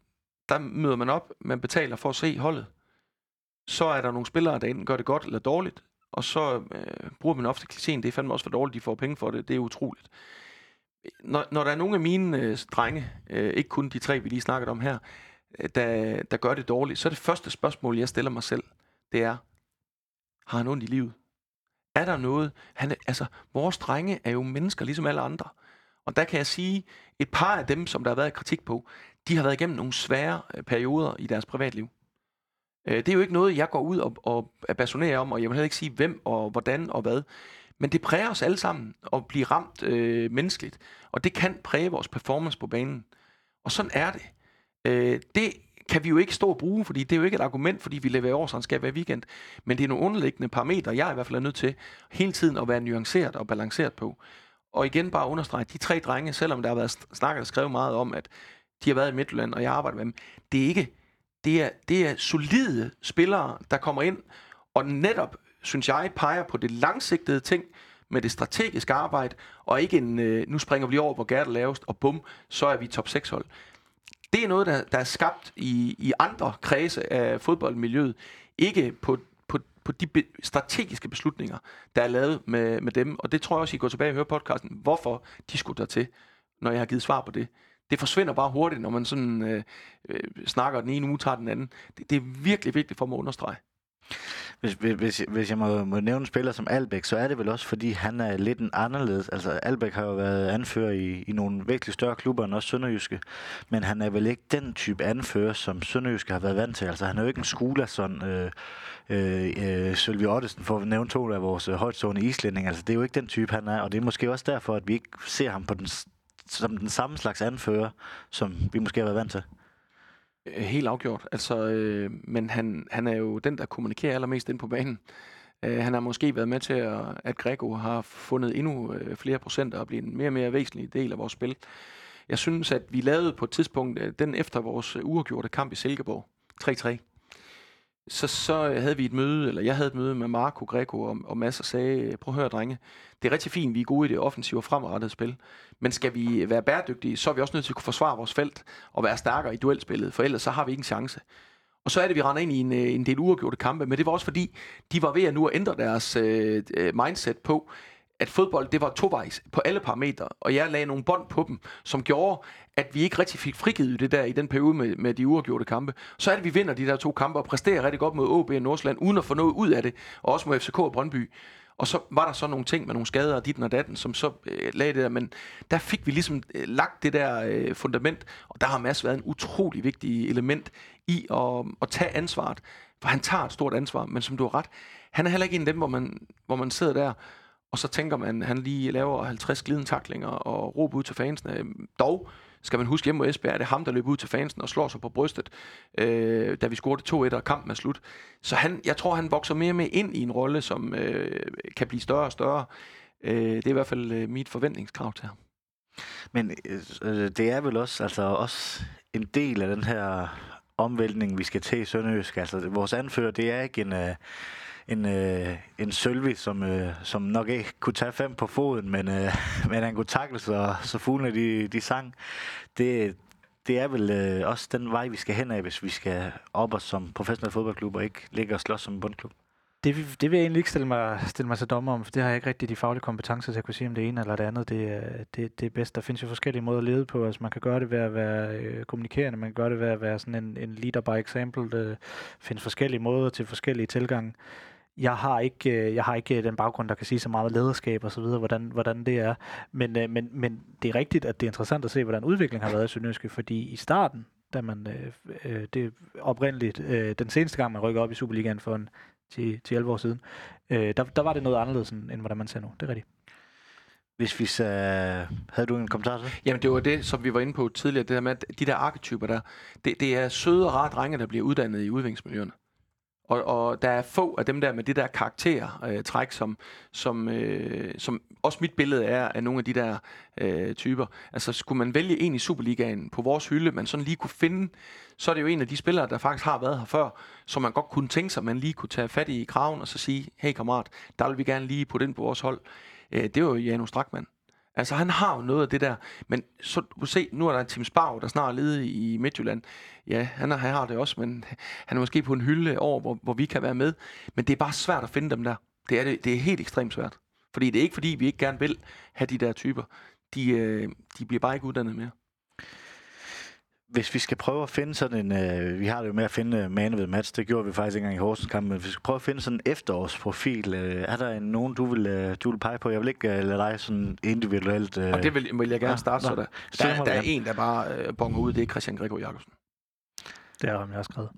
der møder man op, man betaler for at se holdet. Så er der nogle spillere, der enten gør det godt eller dårligt, og så bruger man ofte klichéen, det er fandme også for dårligt, de får penge for det, det er utroligt. Når der er nogle af mine drenge, ikke kun de 3, vi lige snakkede om her, der gør det dårligt, så er det første spørgsmål, jeg stiller mig selv, det er, har han ondt i livet? Er der noget? Vores drenge er jo mennesker, ligesom alle andre. Og der kan jeg sige, et par af dem, som der har været kritik på, de har været igennem nogle svære perioder i deres privatliv. Det er jo ikke noget, jeg går ud og basunerer om, og jeg vil heller ikke sige, hvem og hvordan og hvad. Men det præger os alle sammen at blive ramt menneskeligt. Og det kan præge vores performance på banen. Og sådan er det. Det kan vi jo ikke stå og bruge, fordi det er jo ikke et argument, fordi vi leverer årsregnskab hver weekend. Men det er nogle underliggende parametre, jeg i hvert fald er nødt til hele tiden at være nuanceret og balanceret på. Og igen bare understrege, de 3 drenge, selvom der har været snakket og skrevet meget om, at de har været i Midtjylland, og jeg arbejder med dem, det er ikke... Det er solide spillere, der kommer ind, og netop, synes jeg, peger på det langsigtede ting med det strategiske arbejde, og ikke nu springer vi lige over, hvor Gert er lavest, og bum, så er vi top 6 hold. Det er noget, der er skabt i andre kredse af fodboldmiljøet, ikke på de strategiske beslutninger, der er lavet med dem, og det tror jeg også, I går tilbage og hører podcasten, hvorfor de skulle der til, når jeg har givet svar på det. Det forsvinder bare hurtigt, når man sådan snakker den ene uge, tager den anden. Det er virkelig vigtigt for mig at understrege. Hvis jeg må nævne en spiller som Albæk, så er det vel også, fordi han er lidt en anderledes. Altså, Albæk har jo været anfører i nogle virkelig større klubber end også Sønderjyske, men han er vel ikke den type anfører, som Sønderjyske har været vant til. Altså, han er jo ikke en Skulason, Sølvi Ottesen, for at nævne 2 af vores højtstående islændinge. Altså, det er jo ikke den type, han er, og det er måske også derfor, at vi ikke ser ham som den samme slags anfører, som vi måske har været vant til. Helt afgjort. Men han er jo den, der kommunikerer allermest ind på banen. Han har måske været med til, at Grego har fundet endnu flere procenter og blive en mere og mere væsentlig del af vores spil. Jeg synes, at vi lavede på et tidspunkt, den efter vores uafgjorte kamp i Silkeborg, 3-3, så havde vi et møde, eller jeg havde et møde med Marco, Grego og Mads og sagde, prøv at høre, drenge, det er rigtig fint, vi er gode i det offensive og fremadrettede spil, men skal vi være bæredygtige, så er vi også nødt til at kunne forsvare vores felt og være stærkere i duelspillet, for ellers så har vi ikke en chance. Og så er det, vi render ind i en del uafgjorte kampe, men det var også fordi, de var ved at nu at ændre deres mindset på, at fodbold, det var tovejs på alle parametre, og jeg lagde nogle bånd på dem, som gjorde, at vi ikke rigtig fik frigivet det der i den periode med de uafgjorte kampe. Så er det, vi vinder de der 2 kampe og præsterer rigtig godt mod AB og Nordsjælland, uden at få noget ud af det, og også mod FCK og Brøndby. Og så var der så nogle ting med nogle skader og ditten og datten, som så lagde det der, men der fik vi ligesom lagt det der fundament, og der har Mads været en utrolig vigtig element i at tage ansvaret, for han tager et stort ansvar, men som du har ret, han er heller ikke en af dem, hvor man sidder der, og så tænker man, han lige laver 50 glidentaklinger og råber ud til fansene. Dog skal man huske, hjemme mod Esbjerg, er det ham, der løber ud til fansen og slår sig på brystet, da vi scorede 2-1, og kampen er slut. Så jeg tror, han vokser mere med ind i en rolle, som kan blive større og større. Det er i hvert fald mit forventningskrav til ham. Men det er vel også en del af den her omvæltning, vi skal til i Sønderjysk. Altså, vores anfører, det er ikke en Sølvi, som nok ikke kunne tage 5 på foden, men han kunne takle, så fuglene de sang. Det er vel også den vej, vi skal hen af, hvis vi skal op os som professionel fodboldklub, og ikke ligge og slås som en bundklub. Det vil jeg egentlig ikke stille mig til dommer om, for det har jeg ikke rigtig de faglige kompetencer til at kunne sige, om det ene eller det andet. Det er bedst. Der findes jo forskellige måder at lede på. Altså, man kan gøre det ved at være kommunikerende, man kan gøre det ved at være sådan en leader by example. Der findes forskellige måder til forskellige tilgange. Jeg har ikke den baggrund, der kan sige så meget lederskab og så videre, hvordan det er. Men det er rigtigt, at det er interessant at se, hvordan udviklingen har været i Sønderjyske, fordi i starten, da man det oprindeligt, den seneste gang, man rykker op i Superligaen for 10-11 år siden, der var det noget anderledes, end hvordan man ser nu. Det er rigtigt. Hvis vi havde du en kommentar til? Jamen, det var det, som vi var inde på tidligere, det der med, at de der arketyper der, det er søde og rare drenge, der bliver uddannet i udviklingsmiljøerne. Og der er få af dem der med det der karaktertræk, som også mit billede er af nogle af de der typer. Altså, skulle man vælge en i Superligaen på vores hylde, man sådan lige kunne finde, så er det jo en af de spillere, der faktisk har været her før, som man godt kunne tænke sig, man lige kunne tage fat i kraven og så sige, hey kammerat, der vil vi gerne lige putte ind på vores hold. Det var jo Janus Strakman. Altså, han har jo noget af det der. Men så du se, nu er der en Tim Sparv, der snart er ledig i Midtjylland. Ja, han har det også, men han er måske på en hylde over, hvor vi kan være med. Men det er bare svært at finde dem der. Det er helt ekstremt svært. Fordi det er ikke fordi, vi ikke gerne vil have de der typer. De bliver bare ikke uddannet mere. Hvis vi skal prøve at finde sådan en... vi har det jo med at finde man ved match. Det gjorde vi faktisk ikke engang i Horsens kamp. Men hvis vi skal prøve at finde sådan en efterårsprofil. Er der nogen, du vil pege på? Jeg vil ikke lade dig sådan individuelt... Og det vil jeg gerne starte så der. Der er en, der bare bonger ud. Det er Christian Gregor Jacobsen. Det har jeg skrevet.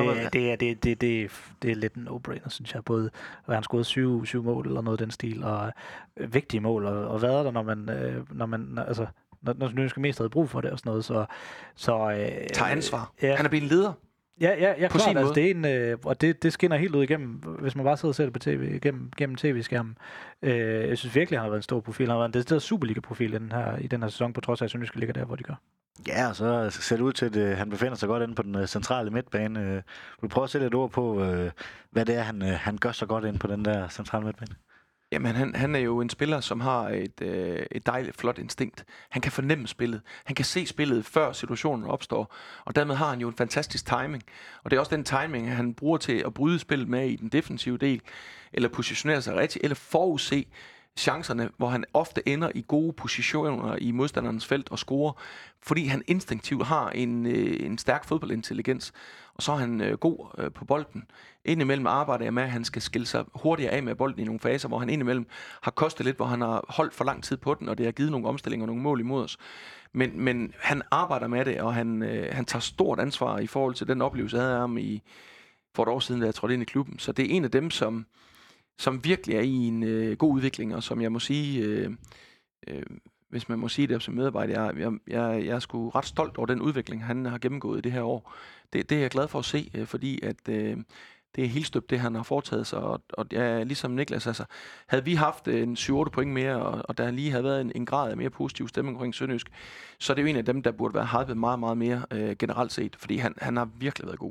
Det er lidt en no-brainer, synes jeg. Både at han scorede 7 mål eller noget af den stil, og vigtige mål, og hvad er der, når man altså, når Sønderjyske mest havde brug for det og sådan noget, så tager ansvar. Ja. Han er blevet en leder. Ja, på klart, altså, det er en, og det skinner helt ud igennem, hvis man bare sidder og ser det på tv, gennem tv-skærmen. Jeg synes virkelig, han har været en stor profil. Han har været en decideret Superliga-profil i den her sæson, på trods af, at Sønderjyske ligger der, hvor de gør. Ja, og så ser det ud til, at han befinder sig godt inde på den centrale midtbane. Vil du prøve at sætte et ord på, hvad det er, han gør så godt inde på den der centrale midtbane? Jamen, han er jo en spiller, som har et dejligt, flot instinkt. Han kan fornemme spillet. Han kan se spillet, før situationen opstår. Og dermed har han jo en fantastisk timing. Og det er også den timing, han bruger til at bryde spillet med i den defensive del, eller positionere sig rigtigt, eller forudse chancerne, hvor han ofte ender i gode positioner i modstanderens felt og scorer, fordi han instinktivt har en stærk fodboldintelligens, og så er han god på bolden. Indimellem arbejder jeg med, at han skal skille sig hurtigere af med bolden i nogle faser, hvor han indimellem har kostet lidt, hvor han har holdt for lang tid på den, og det har givet nogle omstillinger og nogle mål imod os. Men han arbejder med det, og han tager stort ansvar i forhold til den oplevelse, jeg havde af ham for et år siden, da jeg trådte ind i klubben. Så det er en af dem, som virkelig er i en god udvikling, og som jeg må sige, hvis man må sige det som medarbejder, jeg er sgu ret stolt over den udvikling, han har gennemgået i det her år. Det er jeg glad for at se, fordi at det er helt støbt, det han har foretaget sig, og ja, ligesom Niklas, altså, havde vi haft en 7-8 point mere, og der lige havde været en grad af mere positiv stemning omkring Sønderjysk, så er det jo en af dem, der burde være hypet meget, meget mere generelt set, fordi han har virkelig været god.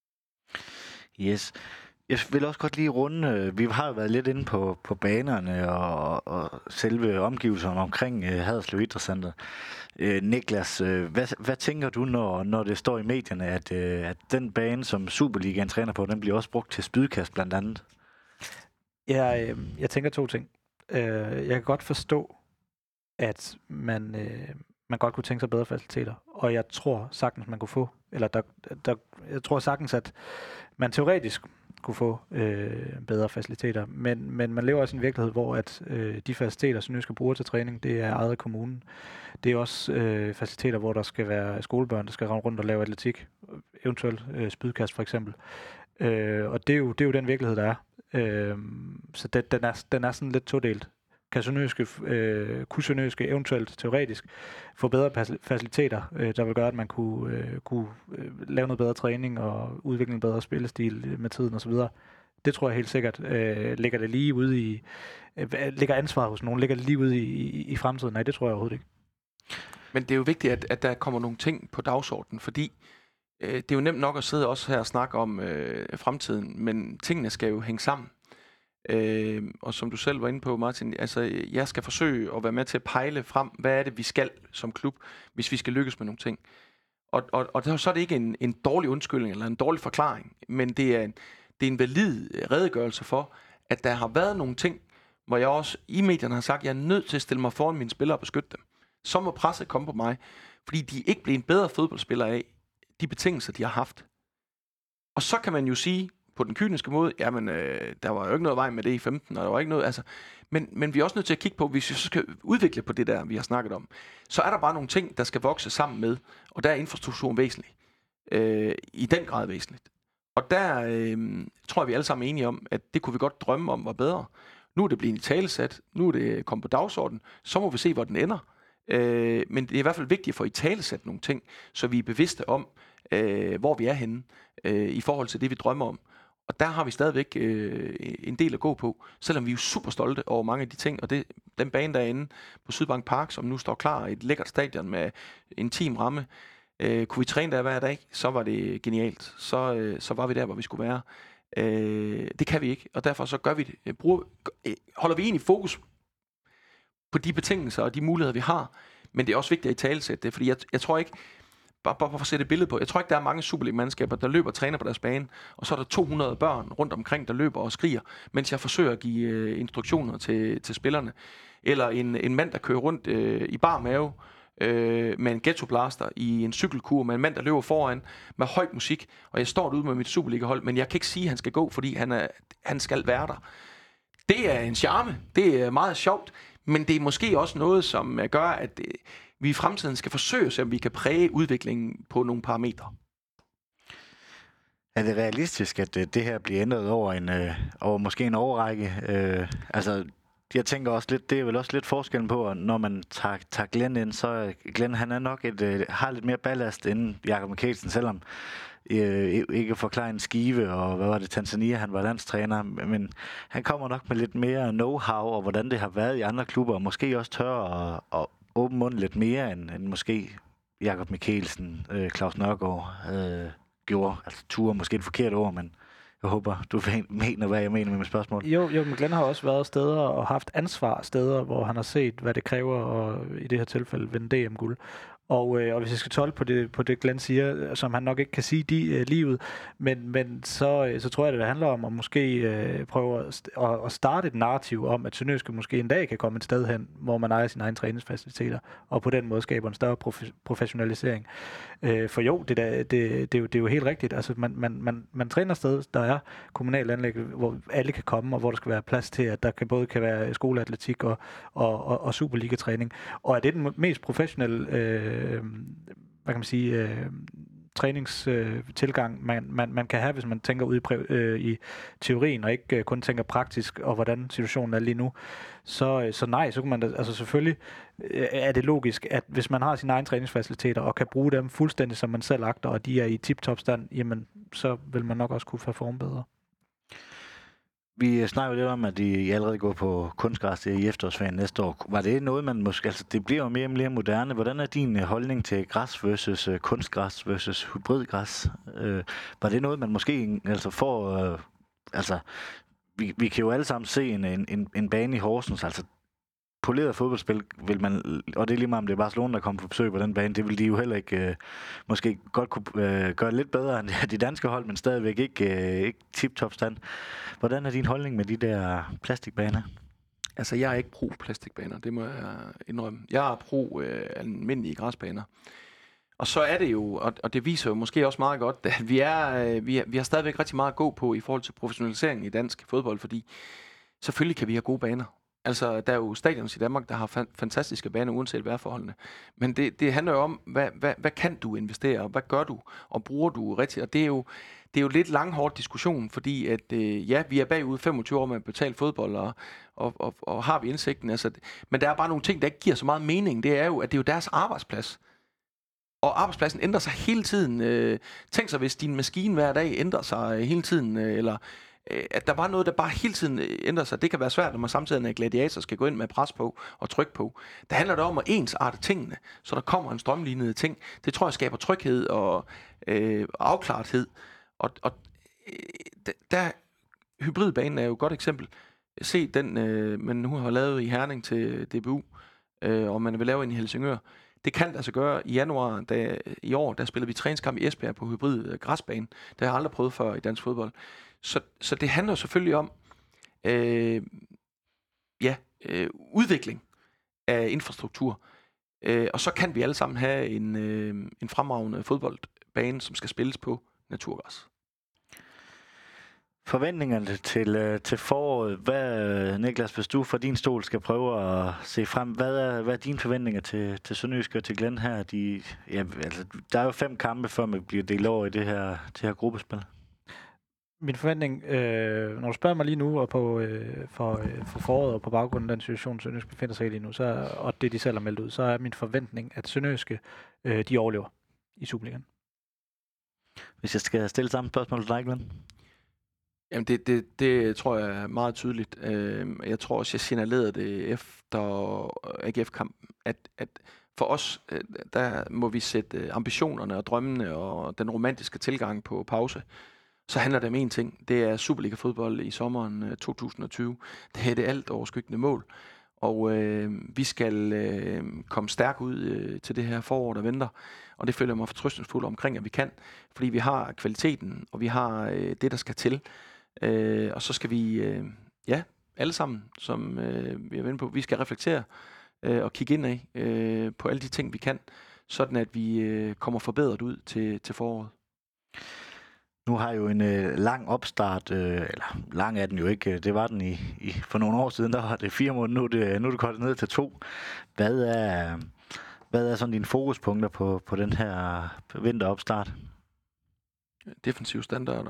Yes. Jeg vil også godt lige runde, vi har jo været lidt inde på banerne og selve omgivelserne omkring Haderslev Idrætscenter. Niklas, hvad tænker du, når det står i medierne, at den bane, som Superligaen træner på, den bliver også brugt til spydkast blandt andet? Jeg tænker 2 ting. Jeg kan godt forstå, at man godt kunne tænke sig bedre faciliteter, og jeg tror sagtens, man kunne få, eller jeg tror sagtens, at man teoretisk kunne få bedre faciliteter, men man lever også i en virkelighed, hvor at de faciliteter, som nu skal bruge til træning, det er ejet af kommunen. Det er også faciliteter, hvor der skal være skolebørn, der skal rende rundt og lave atletik, eventuelt spydkast for eksempel. Og det er jo den virkelighed, der er. Så den er sådan lidt todelt. Kunne Sønderjyske eventuelt teoretisk få bedre faciliteter, der vil gøre, at man kunne lave noget bedre træning og udvikle en bedre spillestil med tiden osv. Det tror jeg helt sikkert ligger det lige ude i ligger ansvaret hos nogen, ligger det lige ude i fremtiden. Nej, det tror jeg overhovedet ikke. Men det er jo vigtigt, at der kommer nogle ting på dagsordenen, fordi det er jo nemt nok at sidde også her og snakke om fremtiden, men tingene skal jo hænge sammen. Og som du selv var inde på, Martin, altså jeg skal forsøge at være med til at pejle frem, hvad er det, vi skal som klub, hvis vi skal lykkes med nogle ting. Og så er det ikke en dårlig undskyldning eller en dårlig forklaring, men det er en valid redegørelse for, at der har været nogle ting, hvor jeg også i medierne har sagt, at jeg er nødt til at stille mig foran mine spillere og beskytte dem. Så må presset komme på mig, fordi de ikke bliver en bedre fodboldspiller af de betingelser, de har haft. Og så kan man jo sige, på den kyniske måde, jamen, der var jo ikke noget vej med det i 15, og der var ikke noget, altså, men vi er også nødt til at kigge på, hvis vi så skal udvikle på det der, vi har snakket om, så er der bare nogle ting, der skal vokse sammen med, og der er infrastrukturen væsentlig. I den grad væsentligt. Og der tror jeg, vi alle sammen er enige om, at det kunne vi godt drømme om var bedre. Nu er det blevet italesat, nu er det kommet på dagsordenen, så må vi se, hvor den ender. Men det er i hvert fald vigtigt at få italesat nogle ting, så vi er bevidste om, hvor vi er henne, i forhold til det, vi drømmer om. Og der har vi stadigvæk en del at gå på, selvom vi er jo super stolte over mange af de ting, og den bane derinde på Sydbank Park, som nu står klar, et lækkert stadion med en intim ramme, kunne vi træne der hver dag, så var det genialt. Så var vi der, hvor vi skulle være. Det kan vi ikke, og derfor så gør vi det. Holder vi egentlig fokus på de betingelser og de muligheder, vi har. Men det er også vigtigt at italesætte det, fordi jeg tror ikke, bare for at sætte et billede på, jeg tror ikke, der er mange Superliga-mandskaber, der løber og træner på deres bane, og så er der 200 børn rundt omkring, der løber og skriger, mens jeg forsøger at give instruktioner til spillerne. Eller en mand, der kører rundt i bar mave, med en ghettoblaster i en cykelkur, med en mand, der løber foran med høj musik, og jeg står derude med mit Superliga-hold, men jeg kan ikke sige, at han skal gå, fordi han skal være der. Det er en charme, det er meget sjovt, men det er måske også noget, som gør, at vi i fremtiden skal forsøge at se, om vi kan præge udviklingen på nogle parametre. Er det realistisk, at det her bliver ændret over måske en årrække? Altså, jeg tænker også lidt, det er vel også lidt forskellen på, at når man tager Glenn ind, så Glenn, han er nok har lidt mere ballast end Jakob Mikkelsen, selvom ikke forklare en skive, og hvad var det, Tanzania, han var landstræner, men han kommer nok med lidt mere know-how, og hvordan det har været i andre klubber, og måske også tør at åbne munden lidt mere, end måske Jakob Mikkelsen, Claus Nørgaard gjorde. Altså ture måske et forkert ord, men jeg håber, du mener, hvad jeg mener med mit spørgsmål. Jo, men Glenn har også været steder og haft ansvar steder, hvor han har set, hvad det kræver, og i det her tilfælde vinde DM-guld. Og hvis jeg skal tolke på det Glenn siger, som han nok ikke kan sige livet, men så tror jeg, det handler om at måske prøve at starte et narrativ om, at Sønderjyske måske en dag kan komme et sted hen, hvor man ejer sine egne træningsfaciliteter, og på den måde skaber en større professionalisering. For jo, det er jo helt rigtigt. Altså, man træner sted, der er kommunalt anlæg, hvor alle kan komme, og hvor der skal være plads til, at der både kan være skoleatletik og Superliga-træning. Og er det den mest professionelle hvad kan man sige, træningstilgang, man kan have, hvis man tænker ud i teorien, og ikke kun tænker praktisk, og hvordan situationen er lige nu. Så nej, så kan man altså selvfølgelig er det logisk, at hvis man har sine egne træningsfaciliteter, og kan bruge dem fuldstændig, som man selv agter, og de er i tip-top stand, jamen, så vil man nok også kunne performe bedre. Vi snakker lidt om, at I allerede går på kunstgræs i efterårsferien næste år. Var det noget, man måske... Altså, det bliver jo mere og mere moderne. Hvordan er din holdning til græs versus kunstgræs versus hybridgræs? Var det noget, man måske får... Vi kan jo alle sammen se en bane i Horsens, altså poleret fodboldspil vil man, og det er lige meget om det er Barcelona, der kommer på besøg på den bane, det vil de jo heller ikke måske godt kunne gøre lidt bedre end de danske hold, men stadigvæk ikke tip-top stand. Hvordan er din holdning med de der plastikbaner? Altså, jeg er ikke pro plastikbaner, det må jeg indrømme. Jeg er pro almindelige græsbaner. Og så er det jo, og det viser jo måske også meget godt, at vi har stadigvæk rigtig meget at gå på i forhold til professionaliseringen i dansk fodbold, fordi selvfølgelig kan vi have gode baner. Altså, der er jo stadions i Danmark, der har fantastiske baner, uanset vejrforholdene. Men det handler jo om, hvad kan du investere, og hvad gør du, og bruger du rigtigt? Og det er jo lidt langhårdt diskussion, fordi at, vi er bagud 25 år med at betale fodbold, og har vi indsigten. Altså, men der er bare nogle ting, der ikke giver så meget mening. Det er jo, at det er jo deres arbejdsplads. Og arbejdspladsen ændrer sig hele tiden. Tænk sig, hvis din maskine hver dag ændrer sig hele tiden, eller at der var noget, der bare hele tiden ændrer sig. Det kan være svært, når man samtidig en gladiator skal gå ind med pres på og tryk på. Der handler det om at ensarte tingene, så der kommer en strømlignende ting. Det tror jeg skaber tryghed og afklarethed. Og der hybridbanen er jo et godt eksempel. Se den, man nu har lavet i Herning til DBU, og man vil lave en i Helsingør. Det kan altså gøre i januar i år, der spiller vi træningskamp i Esbjerg på hybrid græsbane. Det har jeg aldrig prøvet før i dansk fodbold. Så det handler selvfølgelig om udvikling af infrastruktur. Og så kan vi alle sammen have en fremragende fodboldbane, som skal spilles på naturgræs. Forventningerne til foråret. Hvad, Niklas, hvis du fra din stol skal prøve at se frem, hvad er dine forventninger til Sønderjyske og til Glenn her? Der er jo 5 kampe, før man bliver delt over i det her gruppespil. Min forventning, når du spørger mig lige nu, og for foråret og på baggrund af den situation, Sønderjyske befinder sig i lige nu, og det de selv har meldt ud, så er min forventning, at Sønderjyske, de overlever i Superligaen. Hvis jeg skal stille samme spørgsmål til dig, Glenn? Jamen, det tror jeg er meget tydeligt. Jeg tror også, jeg signalerede det efter AGF-kampen, at for os, der må vi sætte ambitionerne og drømmene og den romantiske tilgang på pause. Så handler det om én ting. Det er Superliga-fodbold i sommeren 2020. Det er det alt overskyggende mål. Og vi skal komme stærkt ud til det her forår, der venter. Og det føler jeg mig fortrøstningsfuld omkring, at vi kan. Fordi vi har kvaliteten, og vi har det, der skal til. Og så skal vi, alle sammen, som vi er vendt på, vi skal reflektere og kigge ind af på alle de ting, vi kan. Sådan at vi kommer forbedret ud til foråret. Nu har jo en lang opstart, eller lang er den jo ikke, det var den for nogle år siden, der var det 4 måneder, nu er det kortet ned til 2. Hvad er sådan dine fokuspunkter på den her vinteropstart? Defensive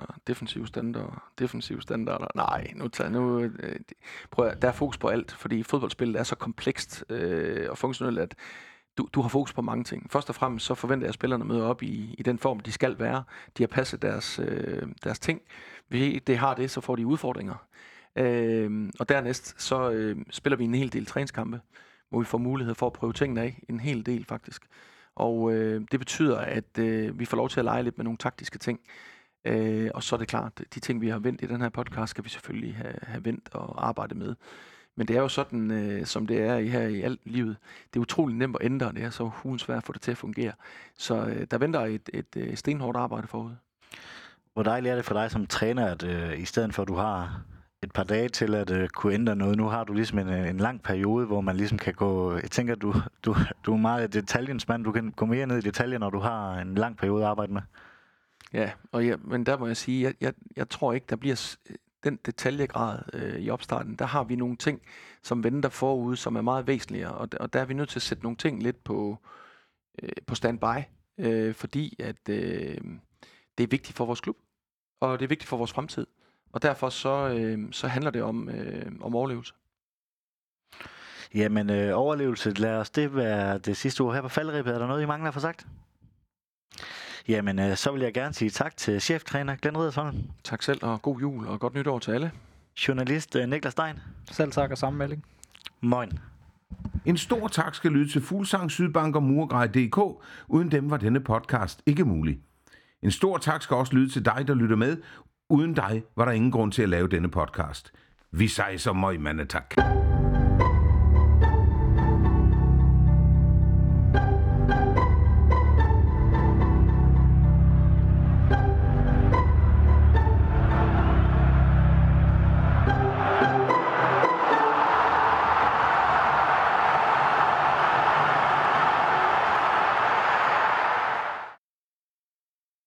standarder. Nej, prøv at, der er fokus på alt, fordi fodboldspillet er så komplekst og funktionelt, at du har fokus på mange ting. Først og fremmest så forventer jeg, at spillerne møder op i den form, de skal være. De har passet deres ting. Hvis det har det, så får de udfordringer. Og dernæst så spiller vi en hel del træningskampe, hvor vi får mulighed for at prøve tingene af. En hel del faktisk. Og det betyder, at vi får lov til at lege lidt med nogle taktiske ting. Og så er det klart, de ting, vi har vendt i den her podcast, skal vi selvfølgelig have vendt og arbejde med. Men det er jo sådan, som det er her i alt livet. Det er utroligt nemt at ændre, det er så svært at få det til at fungere. Så der venter et stenhårdt arbejde forude. Hvor dejligt er det for dig som træner, at i stedet for at du har et par dage til at kunne ændre noget, nu har du ligesom en lang periode, hvor man ligesom kan gå. Jeg tænker, du er meget detaljens mand. Du kan gå mere ned i detaljer, når du har en lang periode at arbejde med. Ja, men der må jeg sige, jeg tror ikke, der bliver den detaljegrad i opstarten. Der har vi nogle ting, som venter forude, som er meget væsentlige, og der er vi nødt til at sætte nogle ting lidt på standby, fordi at det er vigtigt for vores klub, og det er vigtigt for vores fremtid. Og derfor så handler det om overlevelse. Jamen, overlevelse, lad os det være det sidste ord her på falderebet. Er der noget, I mangler at få sagt? Jamen, så vil jeg gerne sige tak til cheftræner Glenn Riddersholm. Tak selv, og god jul, og godt nytår til alle. Journalist Niklas Stein. Selv tak og sammenmelding. Moin. En stor tak skal lyde til Fuglsang, Sydbank og Murgrej.dk. Uden dem var denne podcast ikke mulig. En stor tak skal også lyde til dig, der lytter med. Uden dig var der ingen grund til at lave denne podcast. Vi sejser møg, mandetak.